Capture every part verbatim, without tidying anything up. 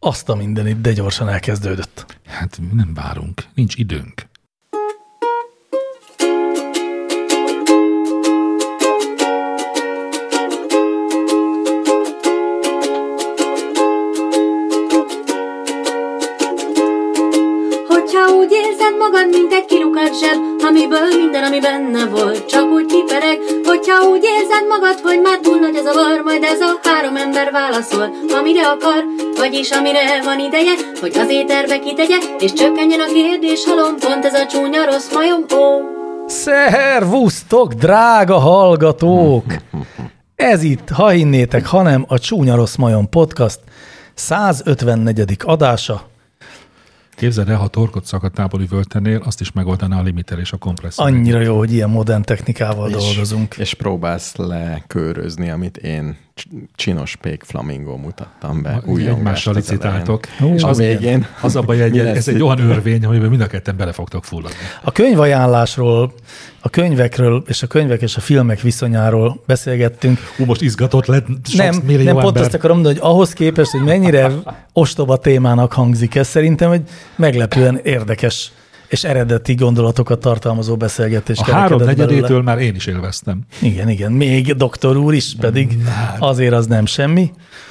Azt a mindenit, de gyorsan elkezdődött. Hát nem várunk, nincs időnk. Hogyha úgy érzed magad, mint egy kilukat zseb, amiből minden, ami benne volt, csak úgy kipereg. Hogyha úgy érzed magad, hogy már túl nagy a zavar, majd ez a három ember válaszol, amire akar, vagyis amire van ideje, hogy az éterbe kitegye, és csökkenjen a kérdés halom, pont ez a csúnya rossz majom, ó. Szervusztok, drága hallgatók! Ez itt, ha hinnétek, hanem a Csúnya Rossz Majom podcast százötvennegyedik adása. Képzeld el, ha torkot szakadtából üvöltenél, azt is megoldaná a limiter és a kompresszor. Annyira jó, hogy ilyen modern technikával és, dolgozunk. És próbálsz lekőrözni, amit én csinos pék flamingó mutattam be. Egymással licitáltok. És a végén... Az a baj, egy, ez egy olyan örvény, amiben mind a ketten bele fogtok fulladni. A könyvajánlásról, a könyvekről és a könyvek és a filmek viszonyáról beszélgettünk. Hú, most izgatott lett sok nem, millió nem ember. pont azt akarom mondani, hogy ahhoz képest, hogy mennyire ostoba témának hangzik ez, szerintem, hogy meglepően érdekes és eredeti gondolatokat tartalmazó beszélgetés. A három negyedétől már én is élveztem. Igen, igen. Még doktor úr is, pedig azért az nem semmi.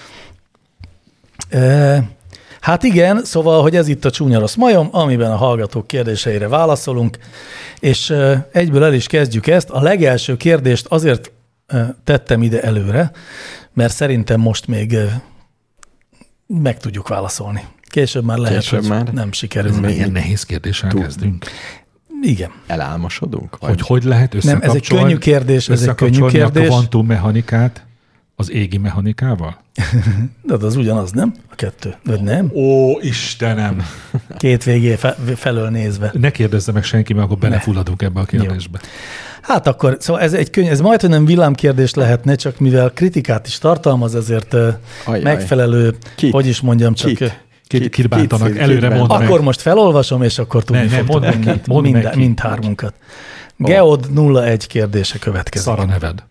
E, hát igen, szóval, hogy ez itt a Csúnya Rossz Majom, amiben a hallgatók kérdéseire válaszolunk, és egyből el is kezdjük ezt. A legelső kérdést azért tettem ide előre, mert szerintem most még meg tudjuk válaszolni. Később már lehet, Később hogy már? nem sikerül. Milyen nehéz kérdéssel Tud. kezdünk. Igen. Elálmosodunk? Vagy hogy, hogy lehet összekapcsolni? Nem, ez egy könnyű kérdés. Ez egy könnyű kérdés. a kvantummechanikát az égi mechanikával? De az ugyanaz, nem? A kettő. Vagy nem? Ó, Istenem! Két végé fe, felől nézve. Ne kérdezze meg senki, mert akkor belefulladunk ebbe a kérdésbe. Jó. Hát akkor, szóval ez egy könnyű, ez majd, hogy nem villámkérdés lehetne, csak mivel kritikát is tartalmaz, ezért Ajaj. megfelelő, Kit? hogy is mondjam, csak... Kit? Kit, kit bántanak, kit, előre mondd meg. Akkor most felolvasom, és akkor tudni ne, ne, fogtok mondd mindent, mondd mind, mindhármunkat. Oh. Geod nulla egy kérdése következik. Szara neved.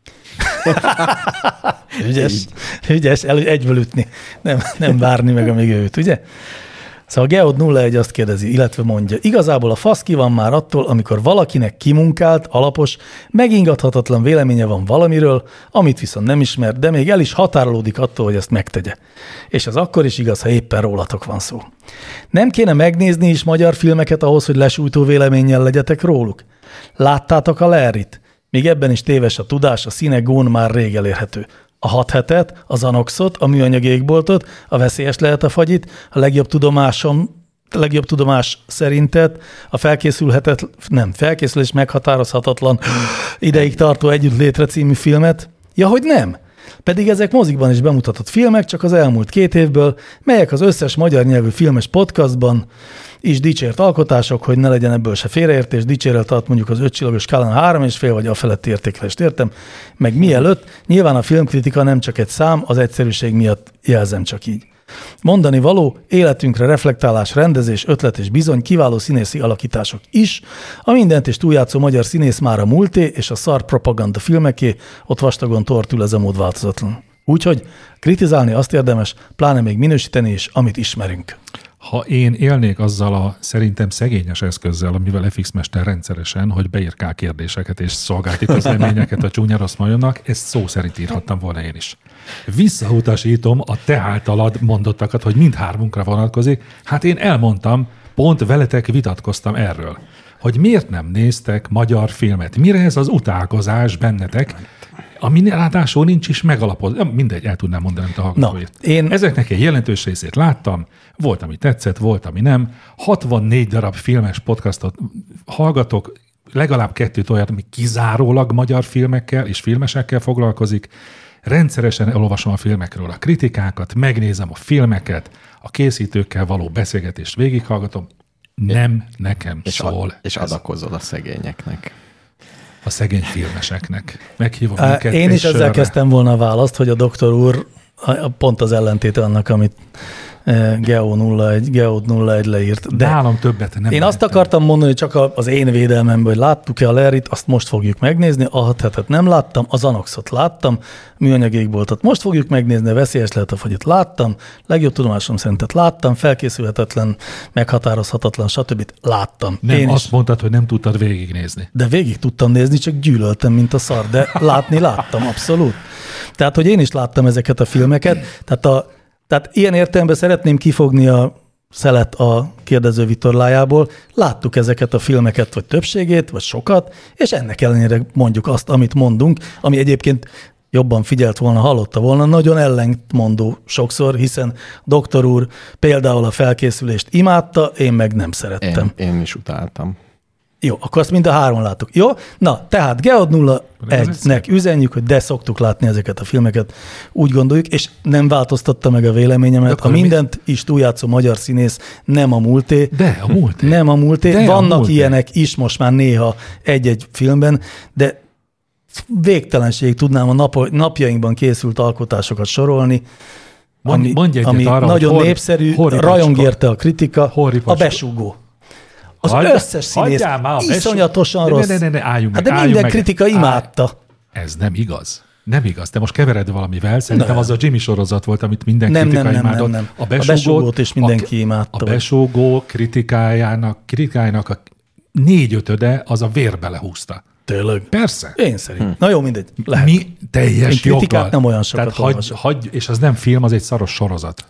Ügyes, ügyes, el, egyből ütni. Nem, nem várni meg, amíg ő üt, ugye? Szóval Geod nulla egy azt kérdezi, illetve mondja, igazából a fasz ki van már attól, amikor valakinek kimunkált, alapos, megingathatatlan véleménye van valamiről, amit viszont nem ismer, de még el is határolódik attól, hogy ezt megtegye. És ez akkor is igaz, ha éppen rólatok van szó. Nem kéne megnézni is magyar filmeket ahhoz, hogy lesújtó véleménnyel legyetek róluk? Láttátok a Larryt? Még ebben is téves a tudás, a színe gón már rég elérhető. A hat hetet, az Anoxot, a műanyag égboltot, a veszélyes lehet a fagyit, a legjobb tudomásom, a legjobb tudomás szerintet, a felkészülhetet, nem, felkészülés meghatározhatatlan ideig tartó együtt létre című filmet. Ja, hogy nem. Pedig ezek mozikban is bemutatott filmek, csak az elmúlt két évből, melyek az összes magyar nyelvű filmes podcastban is dicsért alkotások, hogy ne legyen ebből se félreértés, dicséret alatt mondjuk az ötcsillagos skálán három és fél vagy a feletti értékelést értem, meg mielőtt, nyilván a filmkritika nem csak egy szám, az egyszerűség miatt jelzem csak így. Mondani való, életünkre reflektálás, rendezés, ötlet és bizony kiváló színészi alakítások is, a mindent és túljátszó magyar színész már a múlté és a szar propaganda filmeké, ott vastagon tortül ez a mód változatlan. Úgyhogy kritizálni azt érdemes, pláne még minősíteni is, amit ismerünk. Ha én élnék azzal a szerintem szegényes eszközzel, amivel ef iksz Mester rendszeresen, hogy beírkál kérdéseket és szolgálti közleményeket a Csúnya Rossz Majomnak, ezt szó szerint írhattam volna én is. Visszautasítom a te általad mondottakat, hogy mindhármunkra vonatkozik. Hát én elmondtam, pont veletek vitatkoztam erről, hogy miért nem néztek magyar filmet. Mire ez az utálkozás bennetek, ami ráadásul nincs is megalapozva. Mindegy, el tudnám mondani, amit a hallgatóért. Én... Ezeknek egy jelentős részét láttam, volt, ami tetszett, volt, ami nem. hatvannégy darab filmes podcastot hallgatok, legalább kettőt olyat, ami kizárólag magyar filmekkel és filmesekkel foglalkozik. Rendszeresen olvasom a filmekről a kritikákat, megnézem a filmeket, a készítőkkel való beszélgetést végighallgatom. Nem nekem és szól. A, és adakozol a szegényeknek. A szegény filmeseknek. Meghívom Á, őket. Én is ezzel sörre. kezdtem volna a választ, hogy a doktor úr pont az ellentéte annak, amit Geo nulla egy, Geo nulla egy leírt. De nálam többet nem én azt lehettem. akartam mondani, hogy csak az én védelmemben, hogy láttuk-e a Larryt, azt most fogjuk megnézni, a hat hetet nem láttam, az Anoxot láttam, műanyag égboltot most fogjuk megnézni, veszélyes lehet a fagyit láttam, legjobb tudomásom szerintet láttam, felkészülhetetlen, meghatározhatatlan, stb. Láttam. Nem, én azt is. mondtad, hogy nem tudtad végignézni. De végig tudtam nézni, csak gyűlöltem, mint a szar, de látni láttam, abszolút. Tehát, hogy én is láttam ezeket a filmeket, tehát, a, tehát ilyen értelemben szeretném kifogni a szelet a kérdező vitorlájából, láttuk ezeket a filmeket, vagy többségét, vagy sokat, és ennek ellenére mondjuk azt, amit mondunk, ami egyébként jobban figyelt volna, hallotta volna, nagyon ellentmondó sokszor, hiszen doktor úr például a felkészülést imádta, én meg nem szerettem. Én, én is utáltam. Jó, akkor azt mind a három láttuk. Jó? Na, tehát Geod nulla egynek üzenjük, hogy de szoktuk látni ezeket a filmeket, úgy gondoljuk, és nem változtatta meg a véleményemet. A mindent mi? is túljátszó magyar színész nem a múlté. De a múlté. Nem a múlté. De Vannak a múlté. ilyenek is most már néha egy-egy filmben, de végtelenség tudnám a nap, napjainkban készült alkotásokat sorolni, ami, mondj egyet ami arra, nagyon hor, népszerű, hor, rajong érte a kritika, Horripacska. a Besúgó. Az Hagy, összes színész iszonyatosan rossz. Ne, ne, ne, ne, álljunk hát meg, de álljunk minden meg. kritika imádta. Ez nem igaz. Nem igaz. Te most kevered valamivel. Szerintem Nem. az a Jimmy sorozat volt, amit minden Nem, kritika nem, nem, imádott. nem, nem. A A besúgót, Besúgót is mindenki a, imádta. A besúgó kritikájának, kritikájának a négyötöde az a vérbe lehúzta. Tényleg? Persze. Én szerint. Hm. Na jó, mindegy. Lehet. Mi teljes Én kritikát joggal. nem olyan sokat Tehát hagy, olvasok. hagy, és az nem film, az egy szaros sorozat.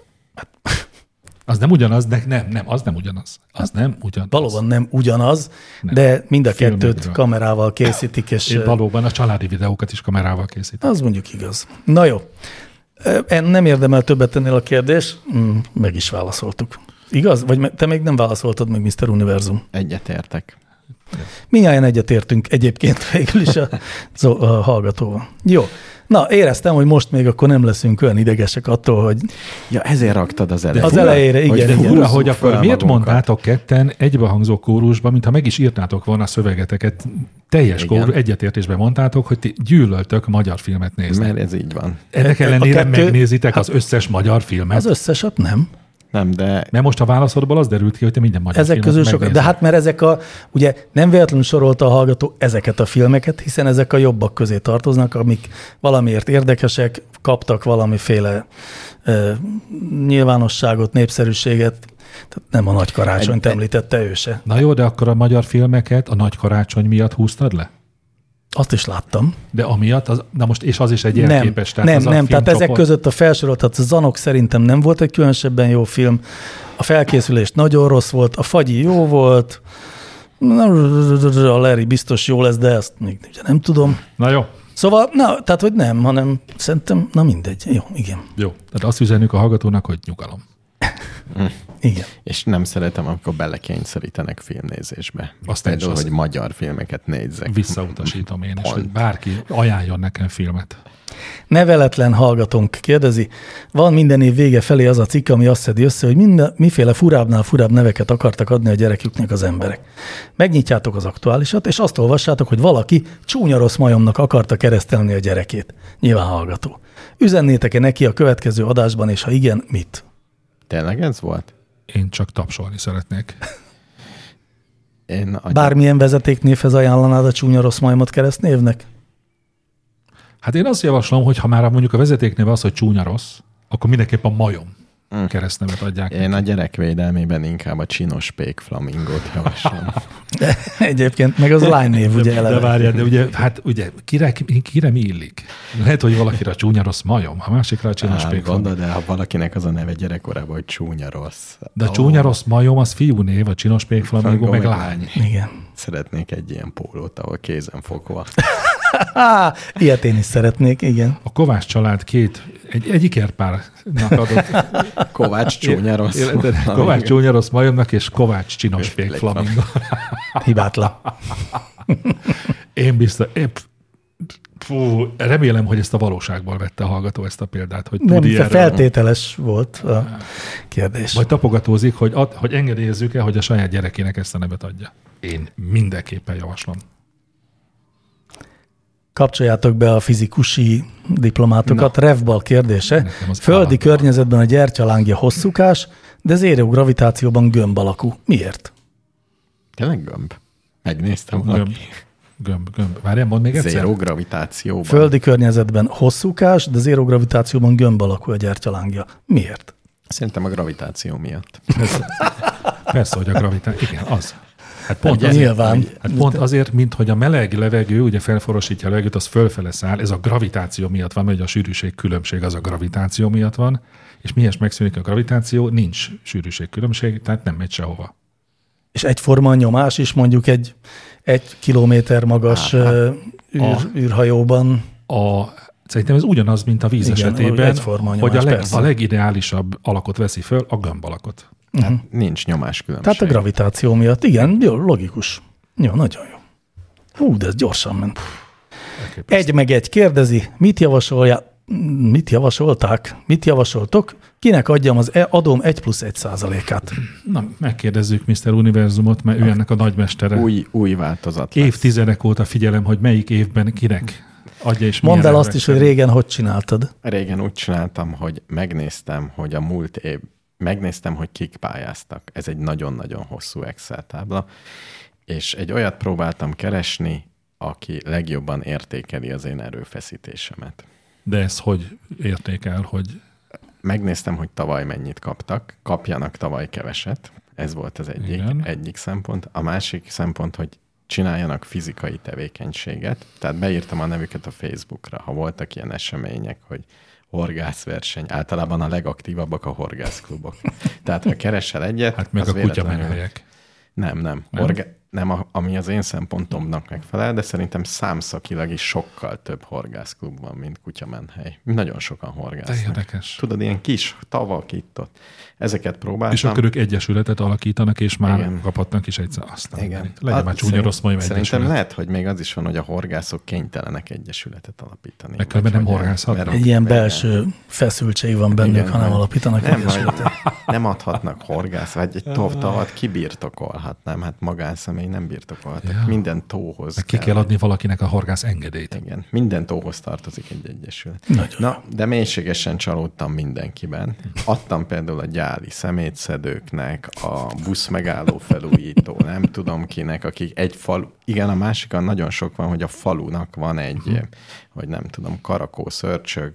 Az nem ugyanaz, de nem, nem, az nem ugyanaz. Az nem ugyanaz. Valóban nem ugyanaz, Nem. de mind a Filmekről. kettőt kamerával készítik, és És valóban a családi videókat is kamerával készít. az mondjuk igaz. Na jó. Én nem érdemel többet ennél a kérdés, Mm, meg is válaszoltuk. Igaz? Vagy me- te még nem válaszoltad meg, miszter Univerzum. Egyetértek. Mindjárt egyetértünk egyébként végül is a, a hallgatóval. Jó. Na, éreztem, hogy most még akkor nem leszünk olyan idegesek attól, hogy Ja, ezért raktad az elejére. az elejére, igen, Hogy igen. Fura, húzzuk hogy akkor fel miért magunkat. mondtátok ketten egybehangzó kórusban, mintha meg is írtátok volna a szövegeteket, teljes Igen. kórus egyetértésben mondtátok, hogy ti gyűlöltök magyar filmet nézni. Mert ez így van. Ennek A ellenére kettő- megnézitek az összes magyar filmet. Az összeset nem. Nem, de Mert most a válaszodból az derült ki, hogy te minden magyar Ezek filmet közül sokat. De megnézel. hát mert ezek a, ugye nem véletlenül sorolta a hallgató ezeket a filmeket, hiszen ezek a jobbak közé tartoznak, amik valamiért érdekesek, kaptak valamiféle uh, nyilvánosságot, népszerűséget, tehát nem a Nagy Karácsonyt Egy- említette ő se. Na jó, de akkor a magyar filmeket a Nagy Karácsony miatt húztad le? Azt is láttam. De amiatt, az, na most, és az is egy Nem, jelképes. tehát nem, az a nem. Tehát ezek filmcsoport- között a felsorolt, tehát a Zanok szerintem nem volt egy különösebben jó film, a felkészülés nagyon rossz volt, a Fagyi jó volt, a Larry biztos jó lesz, de ezt még ugye nem tudom. Na jó, Szóval, na, tehát, hogy nem, hanem szerintem, na mindegy. Jó, igen. jó. Tehát azt üzenjük a hallgatónak, hogy nyugalom. Igen. és nem szeretem, amikor belekényszerítenek filmnézésbe. Azt Például, én is hogy magyar filmeket nézzek. Visszautasítom én is, Pont. hogy bárki ajánljon nekem filmet. Neveletlen hallgatónk kérdezi, van minden év vége felé az a cikk, ami azt szedi össze, hogy minden, miféle furábbnál furább neveket akartak adni a gyereküknek az emberek. Megnyitjátok az aktuálisat, és azt olvassátok, hogy valaki csúnya rossz majomnak akarta keresztelni a gyerekét. Nyilván hallgató. Üzennétek-e neki a következő adásban, és ha igen, mit? Tényleg ez volt? Én csak tapsolni szeretnék. Én a Bármilyen vezetéknévhez ajánlanád a csúnya rossz majomot keresztnévnek? Hát én azt javaslom, hogy ha már mondjuk a vezetéknév az, hogy csúnya rossz, akkor mindenképpen majom Mm. keresztnevet adják. Én a gyerekvédelmében inkább a csinos pék flamingót javaslom. Egyébként meg az lány név, ugye De eleve. várjál, de ugye, hát ugye, kire, kire mi illik? Lehet, hogy valakire a csúnya rossz majom, a másikra a csinos Hát, pék. gondolod, de ha valakinek az a neve gyerekkorában, hogy csúnya rossz. De a Ó, csúnya rossz majom az fiú név, a csinos pék flamingó meg lány. Igen. Szeretnék egy ilyen pólót, ahol kézen fogva. Á, ilyet én is szeretnék, igen. A Kovács család két, egy, egy ikerpárnak adott. Kovács csúnya rossz. Életed, Kovács csúnya rossz majomnak és Kovács csinos pék flamingó. Hibátlan. Én biztos, én, fú, remélem, hogy ezt a valóságból vette a hallgató ezt a példát, hogy Nem, Tudi erről. feltételes volt a kérdés. Vagy tapogatózik, hogy, ad, hogy engedélyezzük-e, hogy a saját gyerekének ezt a nevet adja. Én mindenképpen javaslom. Kapcsoljátok be a fizikusi diplomátokat. Revbal kérdése. Földi állandó. környezetben a gyertyalángja hosszúkás, de zéró gravitációban gömb alakú. Miért? Tényleg gömb? Megnéztem Gömb, valaki. gömb, gömb. Várjál, mondd még egyszer. Zéró gravitációban. Földi környezetben hosszúkás, de zéró gravitációban gömb alakú a gyertyalángja. Miért? Szerintem a gravitáció miatt. Persze, persze hogy a gravitáció. Igen, az. Hát pont, Ugye, azért, nyilván. hát pont azért, mint hogy a meleg levegő ugye felforosítja a levegőt, az fölfele száll, ez a gravitáció miatt van, mert a sűrűség különbség az a gravitáció miatt van, és mihez megszűnik a gravitáció, nincs sűrűség különbség, tehát nem megy sehova. És egyforma a nyomás is mondjuk egy egy kilométer magas Á, hát, űr, a- űrhajóban. A, szerintem ez ugyanaz, mint a víz Igen, esetében, egyforma a hogy nyomás, a, leg, persze. a legideálisabb alakot veszi föl, a gömb alakot. Hát nincs nyomás különbség. Tehát a gravitáció miatt. Igen, jó, logikus. Jó, nagyon jó. Hú, de ez gyorsan ment. Egy meg egy kérdezi, mit javasolja, mit javasolták, mit javasoltok, kinek adjam az e- adom egy plusz egy százalékát. Na, megkérdezzük miszter Univerzumot, mert ő ennek a nagymestere. Új, új változat lesz. Évtizedek óta figyelem, hogy melyik évben kinek adja és milyen Mondd el azt is, hogy elvekkel. régen hogy csináltad. Régen úgy csináltam, hogy megnéztem, hogy a múlt év, megnéztem, hogy kik pályáztak. Ez egy nagyon-nagyon hosszú Excel tábla, és egy olyat próbáltam keresni, aki legjobban értékeli az én erőfeszítésemet. De ez hogy értékel, hogy Megnéztem, hogy tavaly mennyit kaptak, kapjanak tavaly keveset. Ez volt az egyik, egyik szempont. A másik szempont, hogy csináljanak fizikai tevékenységet. Tehát beírtam a nevüket a Facebookra, ha voltak ilyen események, hogy horgászverseny. Általában a legaktívabbak a horgászklubok. Tehát ha keresel egyet, hát meg az a kutya véletlenül- menhelyek. Nem, nem. Nem? Horga... nem a, ami az én szempontomnak megfelel, de szerintem számszakilag is sokkal több horgászklub van, mint kutyamenhely. Nagyon sokan De horgásznak. érdekes. Tudod, ilyen kis tavak itt-ott. Ezeket próbáltam. És akkor ők egyesületet alakítanak, és már Igen. kaphatnak is egyszer. Aztán Igen. legyen már Hát csúnya szerint- rossz majom Szerintem egyesület. lehet, hogy még az is van, hogy a horgászok kénytelenek egyesületet alapítani. Meg különben Vagy nem hogy- horgászhatnak. mert- Egy ilyen igen. belső feszültség van bennük, Igen, ha nem hogy- alapítanak Nem, egyesületet. hogy nem adhatnak horgász, vagy egy tovtavat kibirtokolhat, nem? Hát magánszemély nem birtokolhat. Ja. Minden tóhoz Meg ki kell adni valakinek a horgász engedélyt. Igen, minden tóhoz tartozik egy egyesület. Nagyon Na, de mélységesen csalódtam mindenkiben. Adtam például a gyáli szemétszedőknek, a buszmegálló felújító, nem tudom kinek, akik egy falu... Igen, a másikon nagyon sok van, hogy a falunak van egy, uh-huh. vagy nem tudom, Karakó Szörcsög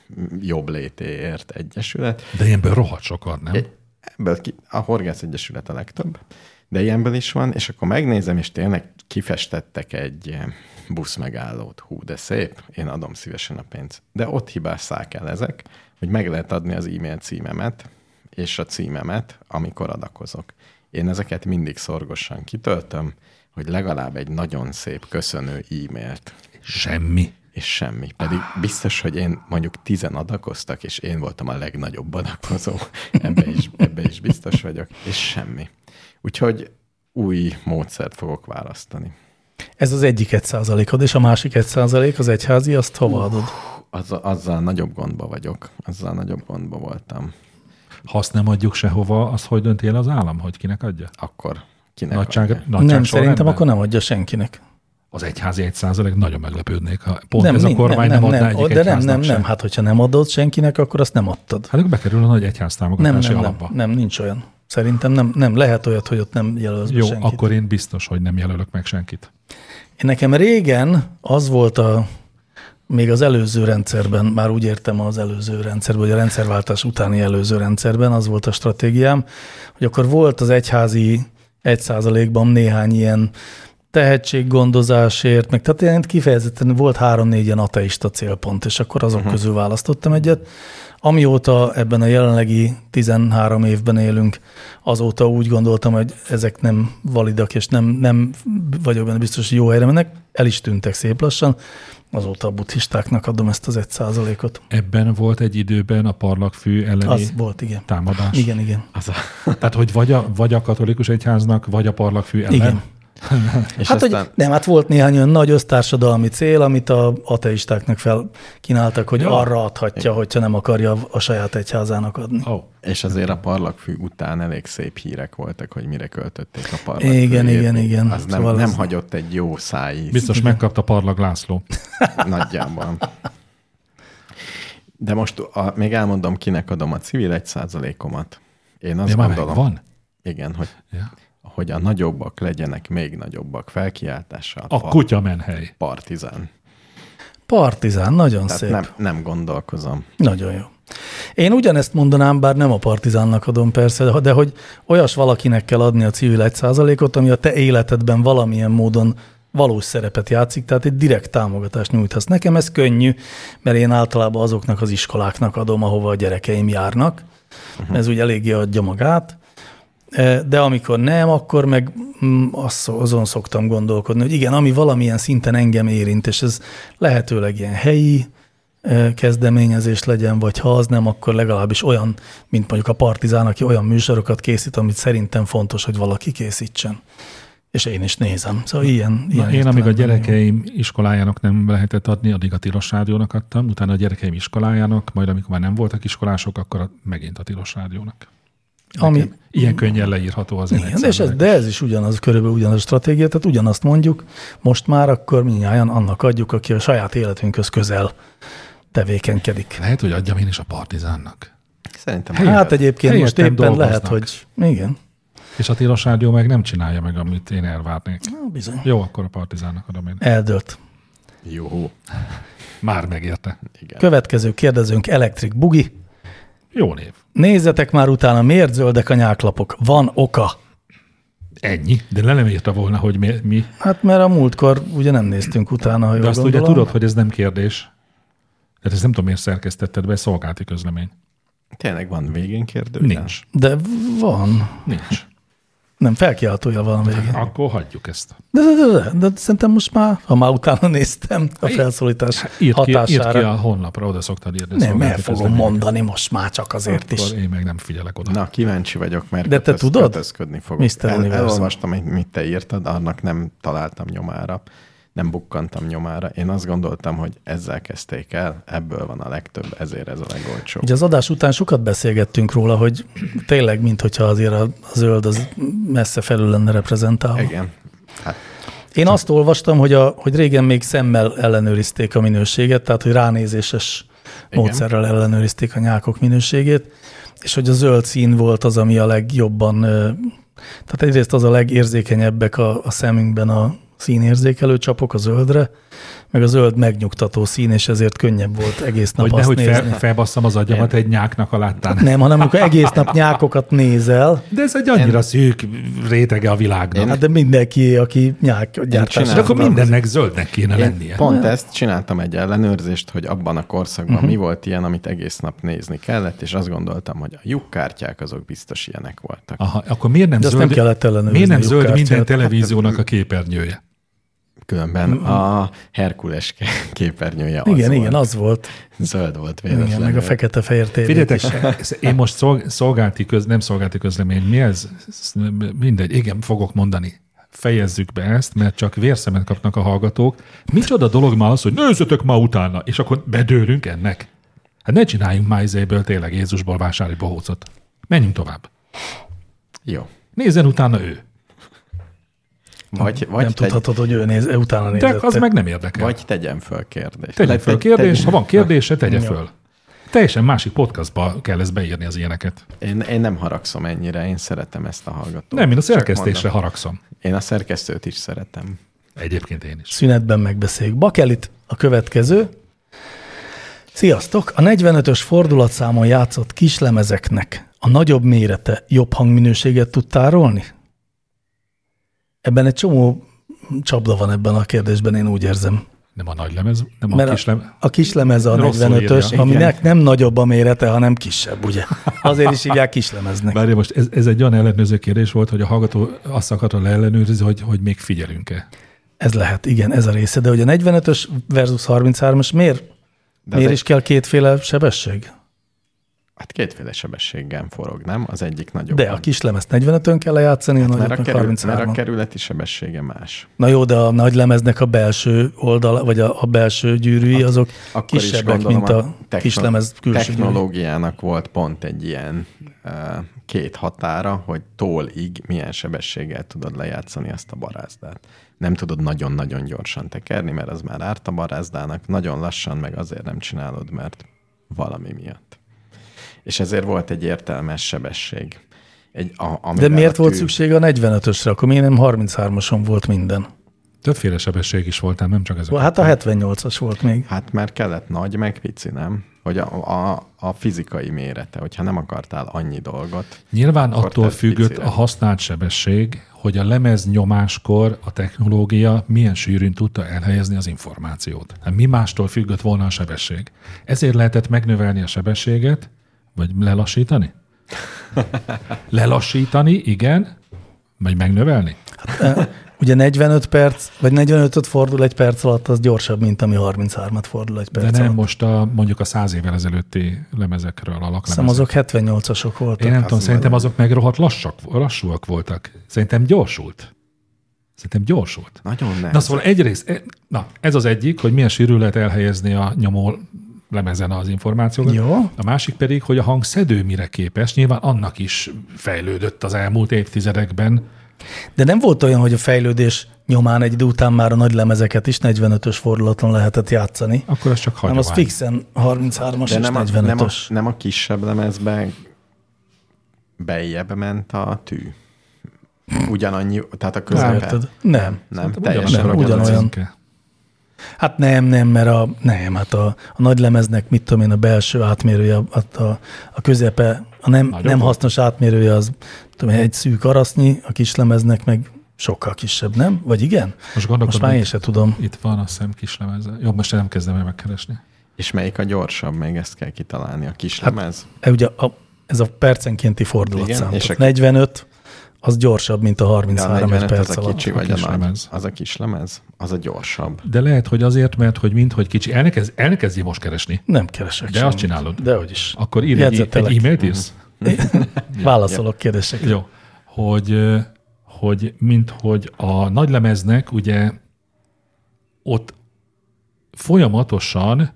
jobb létéért egyesület. De ilyenből rohadt sokan, nem? Egy- Ebből ki, a Horgász Egyesület a legtöbb, de ilyenből is van, és akkor megnézem, és tényleg kifestettek egy buszmegállót. Hú, de szép, én adom szívesen a pénzt. De ott hibásszák el ezek, hogy meg lehet adni az e-mail címemet és a címemet, amikor adakozok. Én ezeket mindig szorgosan kitöltöm, hogy legalább egy nagyon szép köszönő e-mailt, Semmi. és semmi. Pedig biztos, hogy én mondjuk tizen adakoztak, és én voltam a legnagyobb adakozó. Ebbe is, ebbe is biztos vagyok. És semmi. Úgyhogy új módszert fogok választani. Ez az egyik egy százalékod, és a másik egy százalék, az egyházi, azt hova adod? Azzal, azzal nagyobb gondba vagyok. Azzal nagyobb gondba voltam. Ha azt nem adjuk sehova, az hogy dönti el az állam, hogy kinek adja? Akkor kinek Nagyság, adja? nagyság Nem, szerintem sorrendben? akkor nem adja senkinek. Az egyházi egy százalék nagyon meglepődnék, ha pont nem, ez a mi- kormány nem, nem adná egyik de nem, egyháznak nem, sem. nem, hát hogyha nem adod senkinek, akkor azt nem adtad. Hát akkor bekerül a nagy egyház Nem, támogatási nem, alapba. nem, nem, nincs olyan. Szerintem nem, nem lehet olyat, hogy ott nem jelölsz be Jó, senkit. akkor én biztos, hogy nem jelölök meg senkit. Én nekem régen az volt a, még az előző rendszerben, már úgy értem az előző rendszerben, vagy a rendszerváltás utáni előző rendszerben, az volt a stratégiám, hogy akkor volt az egyházi egy százalékban néhány ilyen tehetséggondozásért, meg tehát ilyen kifejezetten volt három-négy ilyen ateista célpont, és akkor azok uh-huh. közül választottam egyet. Amióta ebben a jelenlegi tizenhárom évben élünk, azóta úgy gondoltam, hogy ezek nem validak, és nem, nem vagyok benne biztos, hogy jó helyre mennek, el is tűntek szép lassan, azóta a buddhistáknak adom ezt az egy százalékot. Ebben volt egy időben a parlagfű elleni Az volt, igen. támadás. Igen, igen. Az a, Tehát, hogy vagy a, vagy a katolikus egyháznak, vagy a parlagfű ellen. Igen. És Hát, aztán... hogy nem, hát volt néhány olyan nagy össztársadalmi cél, amit a ateistáknak felkínáltak, hogy ja. arra adhatja, hogyha nem akarja a saját egyházának adni. Oh. És azért a parlagfű után elég szép hírek voltak, hogy mire költötték a parlagfűjét. Igen, igen, igen. Az nem, szóval nem az... hagyott egy jó szájízt. Biztos megkapta Parlag László. Nagyjából. De most a, még elmondom, kinek adom a civil egy százalékomat. Én azt ja, gondolom, van? Igen, hogy, ja. hogy a nagyobbak legyenek még nagyobbak felkiáltással. A par- kutyamenhely. Partizán. Partizán, nagyon Tehát szép. Nem, nem gondolkozom. Nagyon jó. Én ugyanezt mondanám, bár nem a Partizánnak adom persze, de hogy olyas valakinek kell adni a civil egy százalékot, ami a te életedben valamilyen módon valós szerepet játszik, tehát egy direkt támogatást nyújthatsz. Nekem ez könnyű, mert én általában azoknak az iskoláknak adom, ahova a gyerekeim járnak. Uh-huh. Ez úgy eléggé adja magát. De amikor nem, akkor meg azon szoktam gondolkodni, hogy igen, ami valamilyen szinten engem érint, és ez lehetőleg ilyen helyi kezdeményezés legyen, vagy ha az nem, akkor legalábbis olyan, mint mondjuk a Partizán, aki olyan műsorokat készít, amit szerintem fontos, hogy valaki készítsen. És én is nézem. Szóval ilyen, ilyen én, amíg a gyerekeim iskolájának nem lehetett adni, addig a Tilos Rádiónak adtam, utána a gyerekeim iskolájának, majd amikor már nem voltak iskolások, akkor megint a Tilos Rádiónak. Ami, ilyen könnyen leírható az én igen, és ez, de ez is ugyanaz, körülbelül ugyanaz a stratégia, tehát ugyanazt mondjuk, most már akkor mindnyájan annak adjuk, aki a saját életünkhöz közel tevékenykedik. Lehet, hogy adjam én is a Partizánnak. Szerintem. Hát helyet, egyébként most éppen dolgoznak. Lehet, hogy igen. És a Tilos Rádió meg nem csinálja meg, amit én elvárnék. Na, bizony. Jó, akkor a Partizánnak adom én. Eldőlt. Jó. Már megérte. Igen. Következő kérdezőnk Electric Boogie. Jó név. Nézzetek már utána, miért zöldek a nyáklapok? Van oka. Ennyi? De le nem írta volna, hogy mi. mi. Hát mert a múltkor ugye nem néztünk utána, ha de azt gondolom. ugye tudod, hogy ez nem kérdés. Tehát ezt nem tudom, miért szerkesztetted be, szolgálati közlemény. Tényleg van végén kérdő? Nincs. De van. Nincs. Nem, felkiáltója van a végén. Akkor hagyjuk ezt. De, de, de, de, de szerintem most már, ha már utána néztem a felszólítás írt hatására. Ki, írt ki a honlapra, oda szoktad írni. Nem, el fogom mondani most már csak azért akkor is. Én meg nem figyelek oda. Na, kíváncsi vagyok, mert de te kötöz, tudod? kötözködni fogok. El, elolvastam, mit te írtad, annak nem találtam nyomára. Nem bukkantam nyomára. Én azt gondoltam, hogy ezzel kezdték el, ebből van a legtöbb, ezért ez a legolcsóbb. Ugye az adás után sokat beszélgettünk róla, hogy tényleg, minthogyha azért a zöld az messze felül lenne reprezentálva. Igen. Hát. Én azt olvastam, hogy, a, hogy régen még szemmel ellenőrizték a minőséget, tehát hogy ránézéses igen. módszerrel ellenőrizték a nyákok minőségét, és hogy a zöld szín volt az, ami a legjobban, tehát egyrészt az a legérzékenyebbek a, a szemünkben a színérzékelő csapok a zöldre, meg a zöld megnyugtató szín, és ezért könnyebb volt egész nap hogy azt nehogy nézni. Fel, felbasszam az agyamat egy nyáknak a láttán. Nem, hanem amikor egész nap nyákokat nézel. De ez egy annyira én... szűk rétege a világnak. Én... Hát de mindenki, aki nyák gyártás. De akkor mindennek zöldnek kéne én lennie. Pont nem. Ezt csináltam egy ellenőrzést, hogy abban a korszakban uh-huh. mi volt ilyen, amit egész nap nézni kellett, és azt gondoltam, hogy a lyukkártyák azok biztos ilyenek voltak. Aha, akkor miért nem de zöld, nem kellett ellenőrizni miért nem zöld minden televíziónak a képernyője? Különben a Herkules képernyője az igen, volt. Igen, az volt. Zöld volt véletlenül. Igen, meg a fekete-fehér tévék is. Én most szolgálti köz, nem szolgálti közlemény, mi ez? Mindegy, igen, fogok mondani. Fejezzük be ezt, mert csak vérszemet kapnak a hallgatók. Micsoda dolog már az, hogy nézzetek ma utána, és akkor bedőlünk ennek. Hát ne csináljunk már izéből tényleg Jézusból vásári bohócot. Menjünk tovább. Jó. Nézzen utána ő. Vagy, vagy nem tegy... tudhatod, hogy ő néz, utána nézett. De az meg nem érdekel. Vagy tegyen föl kérdést. Tegyen föl kérdést, ha van kérdése, tegye föl. Teljesen másik podcastba kell ezt beírni az ilyeneket. Én, én nem haragszom ennyire, én szeretem ezt a hallgatót. Nem, én a szerkesztésre haragszom. Én a szerkesztőt is szeretem. Egyébként én is. Szünetben megbeszéljük. Bakelit a következő. Sziasztok! A negyvenötös fordulatszámon játszott kislemezeknek a nagyobb mérete jobb hangminőséget tud tárolni? Ebben egy csomó csapda van ebben a kérdésben, én úgy érzem. Nem a nagy lemez, nem Mert a kislemez. A kislemez a negyvenötös, aminek nem nagyobb a mérete, hanem kisebb, ugye? Azért is hívják kislemeznek. Bárja, most ez, ez egy olyan ellenőrző kérdés volt, hogy a hallgató azt akarta leellenőrizni, hogy, hogy még figyelünk-e. Ez lehet, igen, ez a része. De hogy a negyvenötös versus harminchárom-as miért, miért is kell kétféle sebesség? Hát kétféle sebességgel forog, nem? Az egyik nagyobb. De a kislemezt negyvenötön kell lejátszani, hát a nagyot meg kerül, harminchárom. Mert a kerületi sebessége más. Na jó, de a nagy lemeznek a belső oldala, vagy a, a belső gyűrűi, azok Akkor kisebbek, mint a, a kislemez külső technológiának gyűrű. Volt pont egy ilyen uh, két határa, hogy tólig milyen sebességgel tudod lejátszani azt a barázdát. Nem tudod nagyon-nagyon gyorsan tekerni, mert az már árt a barázdának, nagyon lassan meg azért nem csinálod, mert valami miatt. És ezért volt egy értelmes sebesség. Egy, a, De miért tű... volt szükség a negyvenötösre? Akkor miért nem harmincháromason volt minden? Többféle sebesség is volt, nem csak ezek. Hát a hetvennyolcas volt még. Hát mert kellett nagy, meg pici, nem? Hogy a, a, a fizikai mérete, hogyha nem akartál annyi dolgot. Nyilván attól függött picire. A használt sebesség, hogy a lemez nyomáskor a technológia milyen sűrűn tudta elhelyezni az információt. Hát mi mástól függött volna a sebesség? Ezért lehetett megnövelni a sebességet, vagy lelassítani? Lelassítani, igen, vagy megnövelni? Hát, ugye negyvenöt perc, vagy negyvenötöt fordul egy perc alatt, az gyorsabb, mint ami harminchármat fordul egy perc alatt. De nem alatt. Most a, mondjuk a száz évvel ezelőtti lemezekről, a laklemezek. Szerintem azok hetvennyolcasok voltak. Én nem tudom, szerintem azok meg rohadt lassak, lassúak voltak. Szerintem gyorsult. Szerintem gyorsult. Nagyon nem. Na szóval egyrészt, na ez az egyik, hogy milyen sűrű lehet elhelyezni a nyomó lemezen az információkat. Jó. A másik pedig, hogy a hangszedő mire képes. Nyilván annak is fejlődött az elmúlt évtizedekben. De nem volt olyan, hogy a fejlődés nyomán egy idő után már a nagy lemezeket is negyvenötös fordulaton lehetett játszani. Akkor az csak hagyomány. Nem, az fixen harminchármas és nem negyvenötös. A, nem, a, nem a kisebb lemezben bejjebb ment a tű. Ugyanannyi, tehát a közepe. Nem. Nem, nem teljesen nem, ugyanolyan. Hát nem, nem, mert a, nem, hát a, a nagy lemeznek, mit tudom én, a belső átmérője, a, a, a közepe, a nem, nem hasznos átmérője az tudom, egy szűk arasznyi, a kis lemeznek meg sokkal kisebb, nem? Vagy igen? Most, most már én sem tudom. Itt van, azt hiszem, kis lemez. Jó, most nem kezdem el megkeresni. És melyik a gyorsabb? Még ezt kell kitalálni. A kis hát, lemez? Ugye a, ez a percenkénti fordulatszám. A negyvenöt az gyorsabb, mint a harminchárom egy perc az a kicsi, alatt. Vagy a, a nagy, az a kis lemez? Az a gyorsabb. De lehet, hogy azért, mert hogy minthogy kicsi. El ne, kezd, el ne kezdjél most keresni. Nem keresek. De azt csinálod. Dehogy is. Akkor írj egy, egy e-mailt írsz? Válaszolok kérdésekre. Jó. Hogy, hogy minthogy a nagy lemeznek ugye ott folyamatosan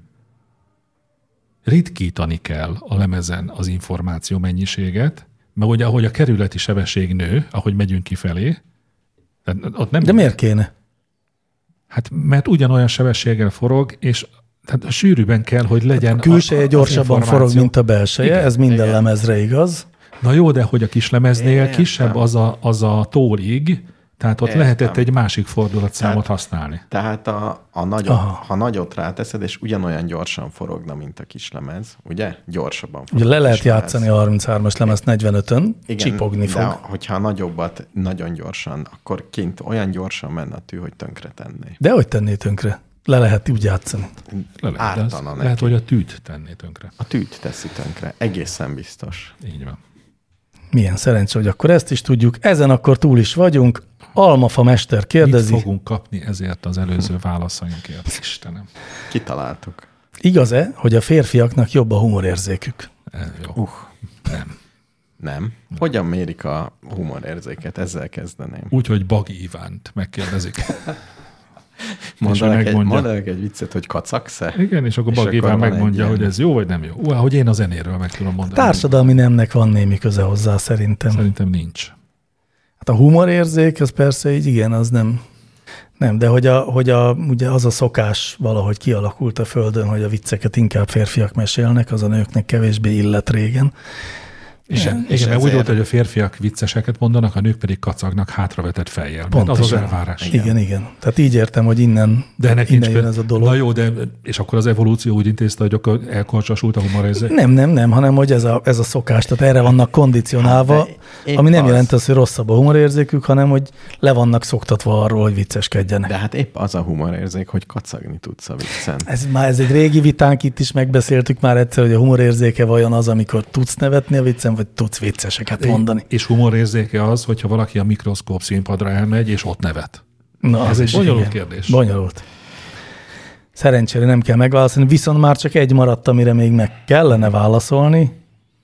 ritkítani kell a lemezen az információ mennyiséget, mert ugye ahogy a kerületi sebesség nő, ahogy megyünk kifelé, ott nem... De miért kéne? Hát mert ugyanolyan sebességgel forog, és tehát sűrűben kell, hogy legyen... Hát a külseje gyorsabban forog, mint a belseje, igen, ez minden igen. lemezre igaz. Na jó, de hogy a kis lemeznél é, kisebb az a, az a tólig, tehát ott Értem. lehetett egy másik fordulatszámot tehát, használni. Tehát a, a nagyot, ha nagyot ráteszed, és ugyanolyan gyorsan forogna, mint a kis lemez, ugye? Gyorsabban forog. Ugye le lehet játszani a harminchármas lemezt negyvenötön, igen, csipogni fog. De hogyha a nagyobbat nagyon gyorsan, akkor kint olyan gyorsan menne a tű, hogy tönkre tenné. De hogy tenné tönkre? Le lehet úgy játszani. Le lehet, az, lehet, hogy a tűt tenné tönkre. A tűt teszi tönkre. Egészen biztos. Így van. Milyen szerencsé, hogy akkor ezt is tudjuk. Ezen akkor túl is vagyunk. Almafa mester kérdezi. Mit fogunk kapni ezért az előző válaszainkért, Istenem? Kitaláltuk. Igaz-e, hogy a férfiaknak jobb a humorérzékük? E, jó. Uh, nem. Nem. Hogyan mérik a humorérzéket? Ezzel kezdeném. Úgy, hogy Bagi Ivánt megkérdezik. Mondanak egy, mondanak egy viccet, hogy kacagsz-e? Igen, és akkor Bagi Iván megmondja, hogy ez jó vagy nem jó. Uá, hogy én a zenéről meg tudom mondani. A társadalmi nemnek van némi köze hozzá szerintem. Szerintem nincs. Hát a humorérzék, az persze így igen, az nem, nem de hogy, a, hogy a, ugye az a szokás valahogy kialakult a földön, hogy a vicceket inkább férfiak mesélnek, az a nőknek kevésbé illet régen. És, igen, és igen, úgy volt, hogy a férfiak vicceseket mondanak, a nők pedig kacagnak hátravetett fejjel. Pontosan. Az az elvárás. Igen. igen, igen. Tehát így értem, hogy innen, de ennek innen nincs jön ez a dolog. Na jó, de és akkor az evolúció úgy intézte, hogy akkor elkorcsosult a humorérzék? Nem, nem, nem, hanem hogy ez a, ez a szokás, tehát erre vannak kondicionálva, hát ami nem az... jelent az, hogy rosszabb a humorérzékük, hanem hogy le vannak szoktatva arról, hogy vicceskedjenek. De hát épp az a humorérzék, hogy kacagni tudsz a viccen. Ez már ez egy régi vitánk, itt is megbeszéltük már egyszer, hogy a humorérzéke vajon az, amikor tudsz nevetni a viccen, vagy tudsz vicceseket mondani. És humorérzéke az, hogyha valaki a mikroszkóp színpadra elmegy, és ott nevet. Na, ez egy bonyolult igen. kérdés. Bonyolult. Szerencsére nem kell megválaszolni, viszont már csak egy maradt, amire még meg kellene válaszolni.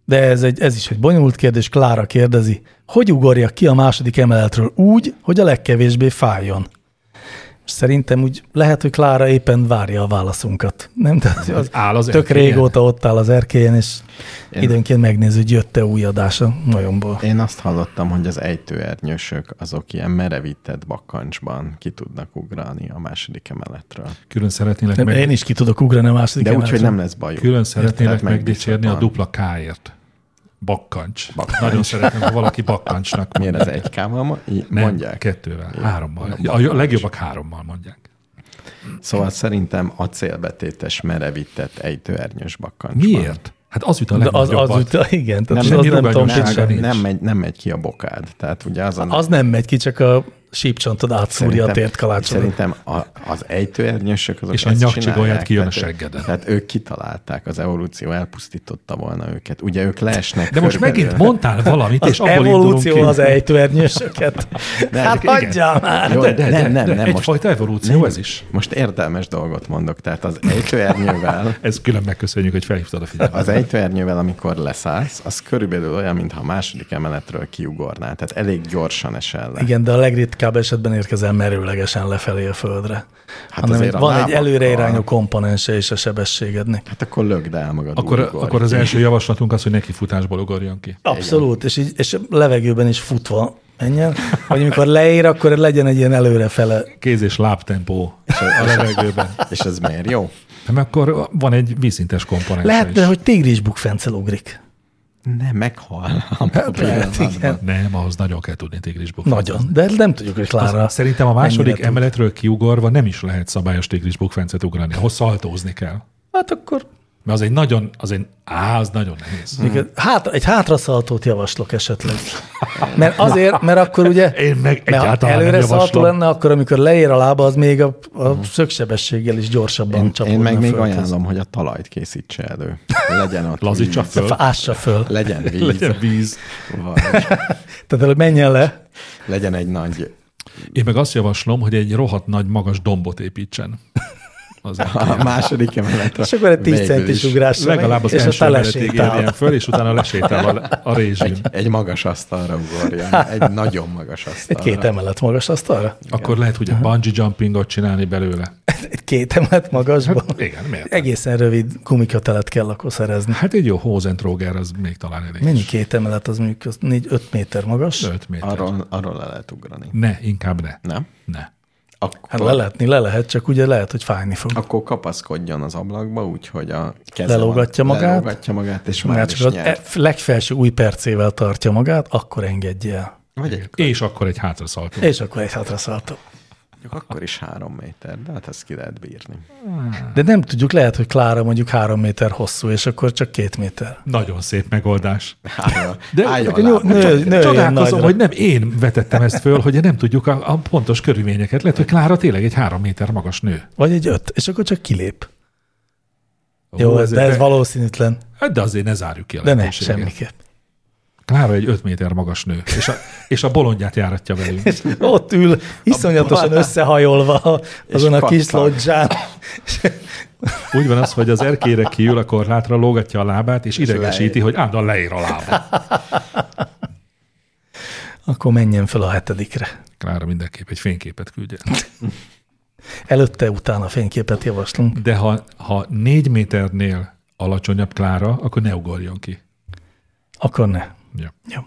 De ez, egy, ez is egy bonyolult kérdés. Klára kérdezi, hogy ugorjak ki a második emeletről úgy, hogy a legkevésbé fájjon? Szerintem úgy lehet, hogy Klára éppen várja a válaszunkat. Nem? Tehát az áll az tök erkélyen. régóta ott áll az erkélyen, és Én... időnként megnéz, hogy jött-e új adás a majomból. Én azt hallottam, hogy az ejtőernyősök azok ilyen merevített bakkancsban ki tudnak ugrani a második emeletről. Külön szeretnélek, Nem, meg... én is ki tudok ugrani a második De úgy, emeletről. hogy nem lesz bajuk. Külön szeretnélek Tehát megdicsérni a megbízhatóan. dupla K-ért. Bakkancs. Bakkancs. Nagyon szeretném, ha valaki bakkancsnak Miért ez mondja. egy K-val mo- így Nem, mondják? kettővel, Jó. hárommal. Jó, A bakkancs. legjobbak hárommal mondják. Szóval szerintem acélbetétes merevített ejtőernyős bakkancs. Miért? Hát az üt a De az, legnagyobbat. az, igen, tehát Nem, az, az semmi nem tudom, ruganyossága mit sem. nincs. Nem megy, nem megy ki a bokád. Tehát ugye az a... Az nem megy ki, csak a sípcsontod átszúrja a tért kalácsodat. Szerintem a, az ejtőernyősök azok És a ezt nyakcsigolyát csinálják, kijön a tehát ők- seggeden. Tehát ők kitalálták, az evolúció elpusztította volna őket. Ugye ők leesnek De most körülbelül- megint mondtál valamit, Az és abból indulunk evolúció ki. az ejtőernyősöket. De- Hát igen. hagyjál már! Jó, De, de, de, nem, nem, de, nem. Most, egyfajta evolúció ez is. most értelmes dolgot mondok. Tehát az ejtőernyővel, Ez külön megköszönjük, hogy felhívtad a figyelmet. az ejtőernyővel, amikor leszállsz, az körülbelül olyan, mintha a második emeletről kiugornál. Tehát elég gyorsan esel le. Igen, de a legritkább esetben érkezel merőlegesen lefelé a földre. Hát Hanem azért egy, a van egy lábakkal- előreirányú komponense is a sebességednek. Hát akkor lögd el magad. Akkor, úgy ugorj akkor az ki. első javaslatunk az, hogy neki futásból ugorjon ki. Abszolút, és, így, és levegőben is futva menjen, vagy amikor leér, akkor legyen egy ilyen előrefele. Kéz- és lábtempó a levegőben. És ez miért jó? Nem, akkor van egy vízszintes komponens. Lehetne, hogy tigrisbukfencel ugrik. Nem, meghal. Hát lehet, igen. Nem, ahhoz nagyon kell tudni tigrisbuk. Nagyon, de nem tudjuk, hogy Klára. Az, szerintem a második mennyire tud. emeletről kiugorva nem is lehet szabályos tigrisbukfencet ugrani, ahhoz szaltózni kell. Hát akkor Mert az egy nagyon, az egy, á, az nagyon nehéz. hmm. hát, egy hátraszaltót javaslok esetleg. Mert azért, mert akkor ugye, Én meg mert ha egyáltalán nem előre szaltó javaslom. lenne, akkor amikor leér a lába, az még a, a szögsebességgel is gyorsabban Én, csapódna én meg még földhöz. ajánlom, hogy a talajt készítse elő. Legyen ott Lazítsa víz. föl. Ássa föl. Legyen víz. Legyen víz. Vagy Tehát előbb menjen le. legyen egy nagy... Én meg azt javaslom, hogy egy rohadt nagy magas dombot építsen. Az A második emeletre. És akkor egy tíz végül centis is ugrás. legalább az és első aztán emeletig lesétál. érjen föl, és utána lesétál a, a rézsűn. Egy, egy magas asztalra ugorjon. Egy nagyon magas Egy asztalra. két emelet magas asztalra? Akkor lehet ugye bungee jumpingot csinálni belőle. Egy két emelet magasban? Hát igen, miért? Egészen rövid gumikötelet kell akkor szerezni. Hát egy jó Hosentroger, az még talán elég. Mennyi két emelet, az mondjuk négy-öt méter magas? öt méter. Arról, arról le lehet ugrani. Ne, inkább ne. Nem? Ne. Akkor, Hát le lehetni, le lehet, csak ugye lehet, hogy fájni fog. akkor kapaszkodjon az ablakba, úgyhogy a keze Lelógatja van, magát. Lelógatja magát, és már Már is csak az nyert. e- legfelső új percével tartja magát, akkor engedje el. Vagy egy, És akkor egy hátraszaltó. És akkor egy hátraszaltó. akkor is három méter, de hát ezt ki lehet bírni. De nem tudjuk, lehet, hogy Klára mondjuk három méter hosszú, és akkor csak két méter. Nagyon szép megoldás. Álljon, De álljon akkor nyom- lábra. nő- nő- Csodálkozom, nagyra. hogy nem én vetettem ezt föl, hogy nem tudjuk a, a pontos körülményeket. Lehet, hogy Klára tényleg egy három méter magas nő. Vagy egy öt, és akkor csak kilép. Ó, Jó, ez, de ez de, valószínűtlen. de azért ne zárjuk ki a De ne, lehetőséget. semmiképp. Klára egy öt méter magas nő, és a, és a bolondját járatja velünk. Ott ül, iszonyatosan összehajolva azon a kis kacag. lodzsán. Úgy van az, hogy az erkére kiül, a korlátra lógatja a lábát, és idegesíti, lej- hogy állandóan leér a lába. Akkor menjen fel a hetedikre. Klára mindenképp egy fényképet küldje. Előtte, utána fényképet javaslunk. De ha, ha négy méternél alacsonyabb Klára, akkor ne ugorjon ki. Akkor ne. Ja. Jó.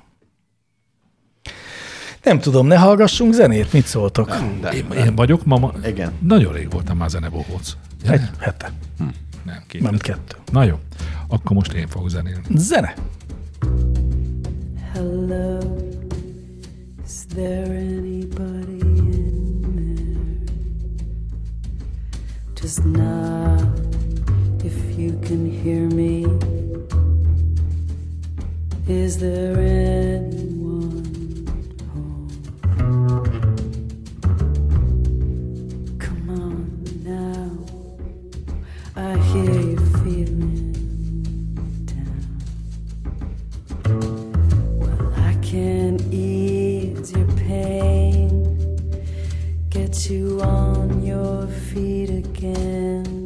Nem tudom, ne hallgassunk zenét? Mit szóltok? De, Én, én vagyok mama. Igen. Nagyon rég voltam már zenebohóc. Ja, Egy hete, nem, két. nem kettő. Na jó, akkor most én fogok zenélni. Zene. Hello, is there anybody in there? Just nod if you can hear me. Is there anyone home? Come on now, I hear you feeling down. Well, I can ease your pain, get you on your feet again.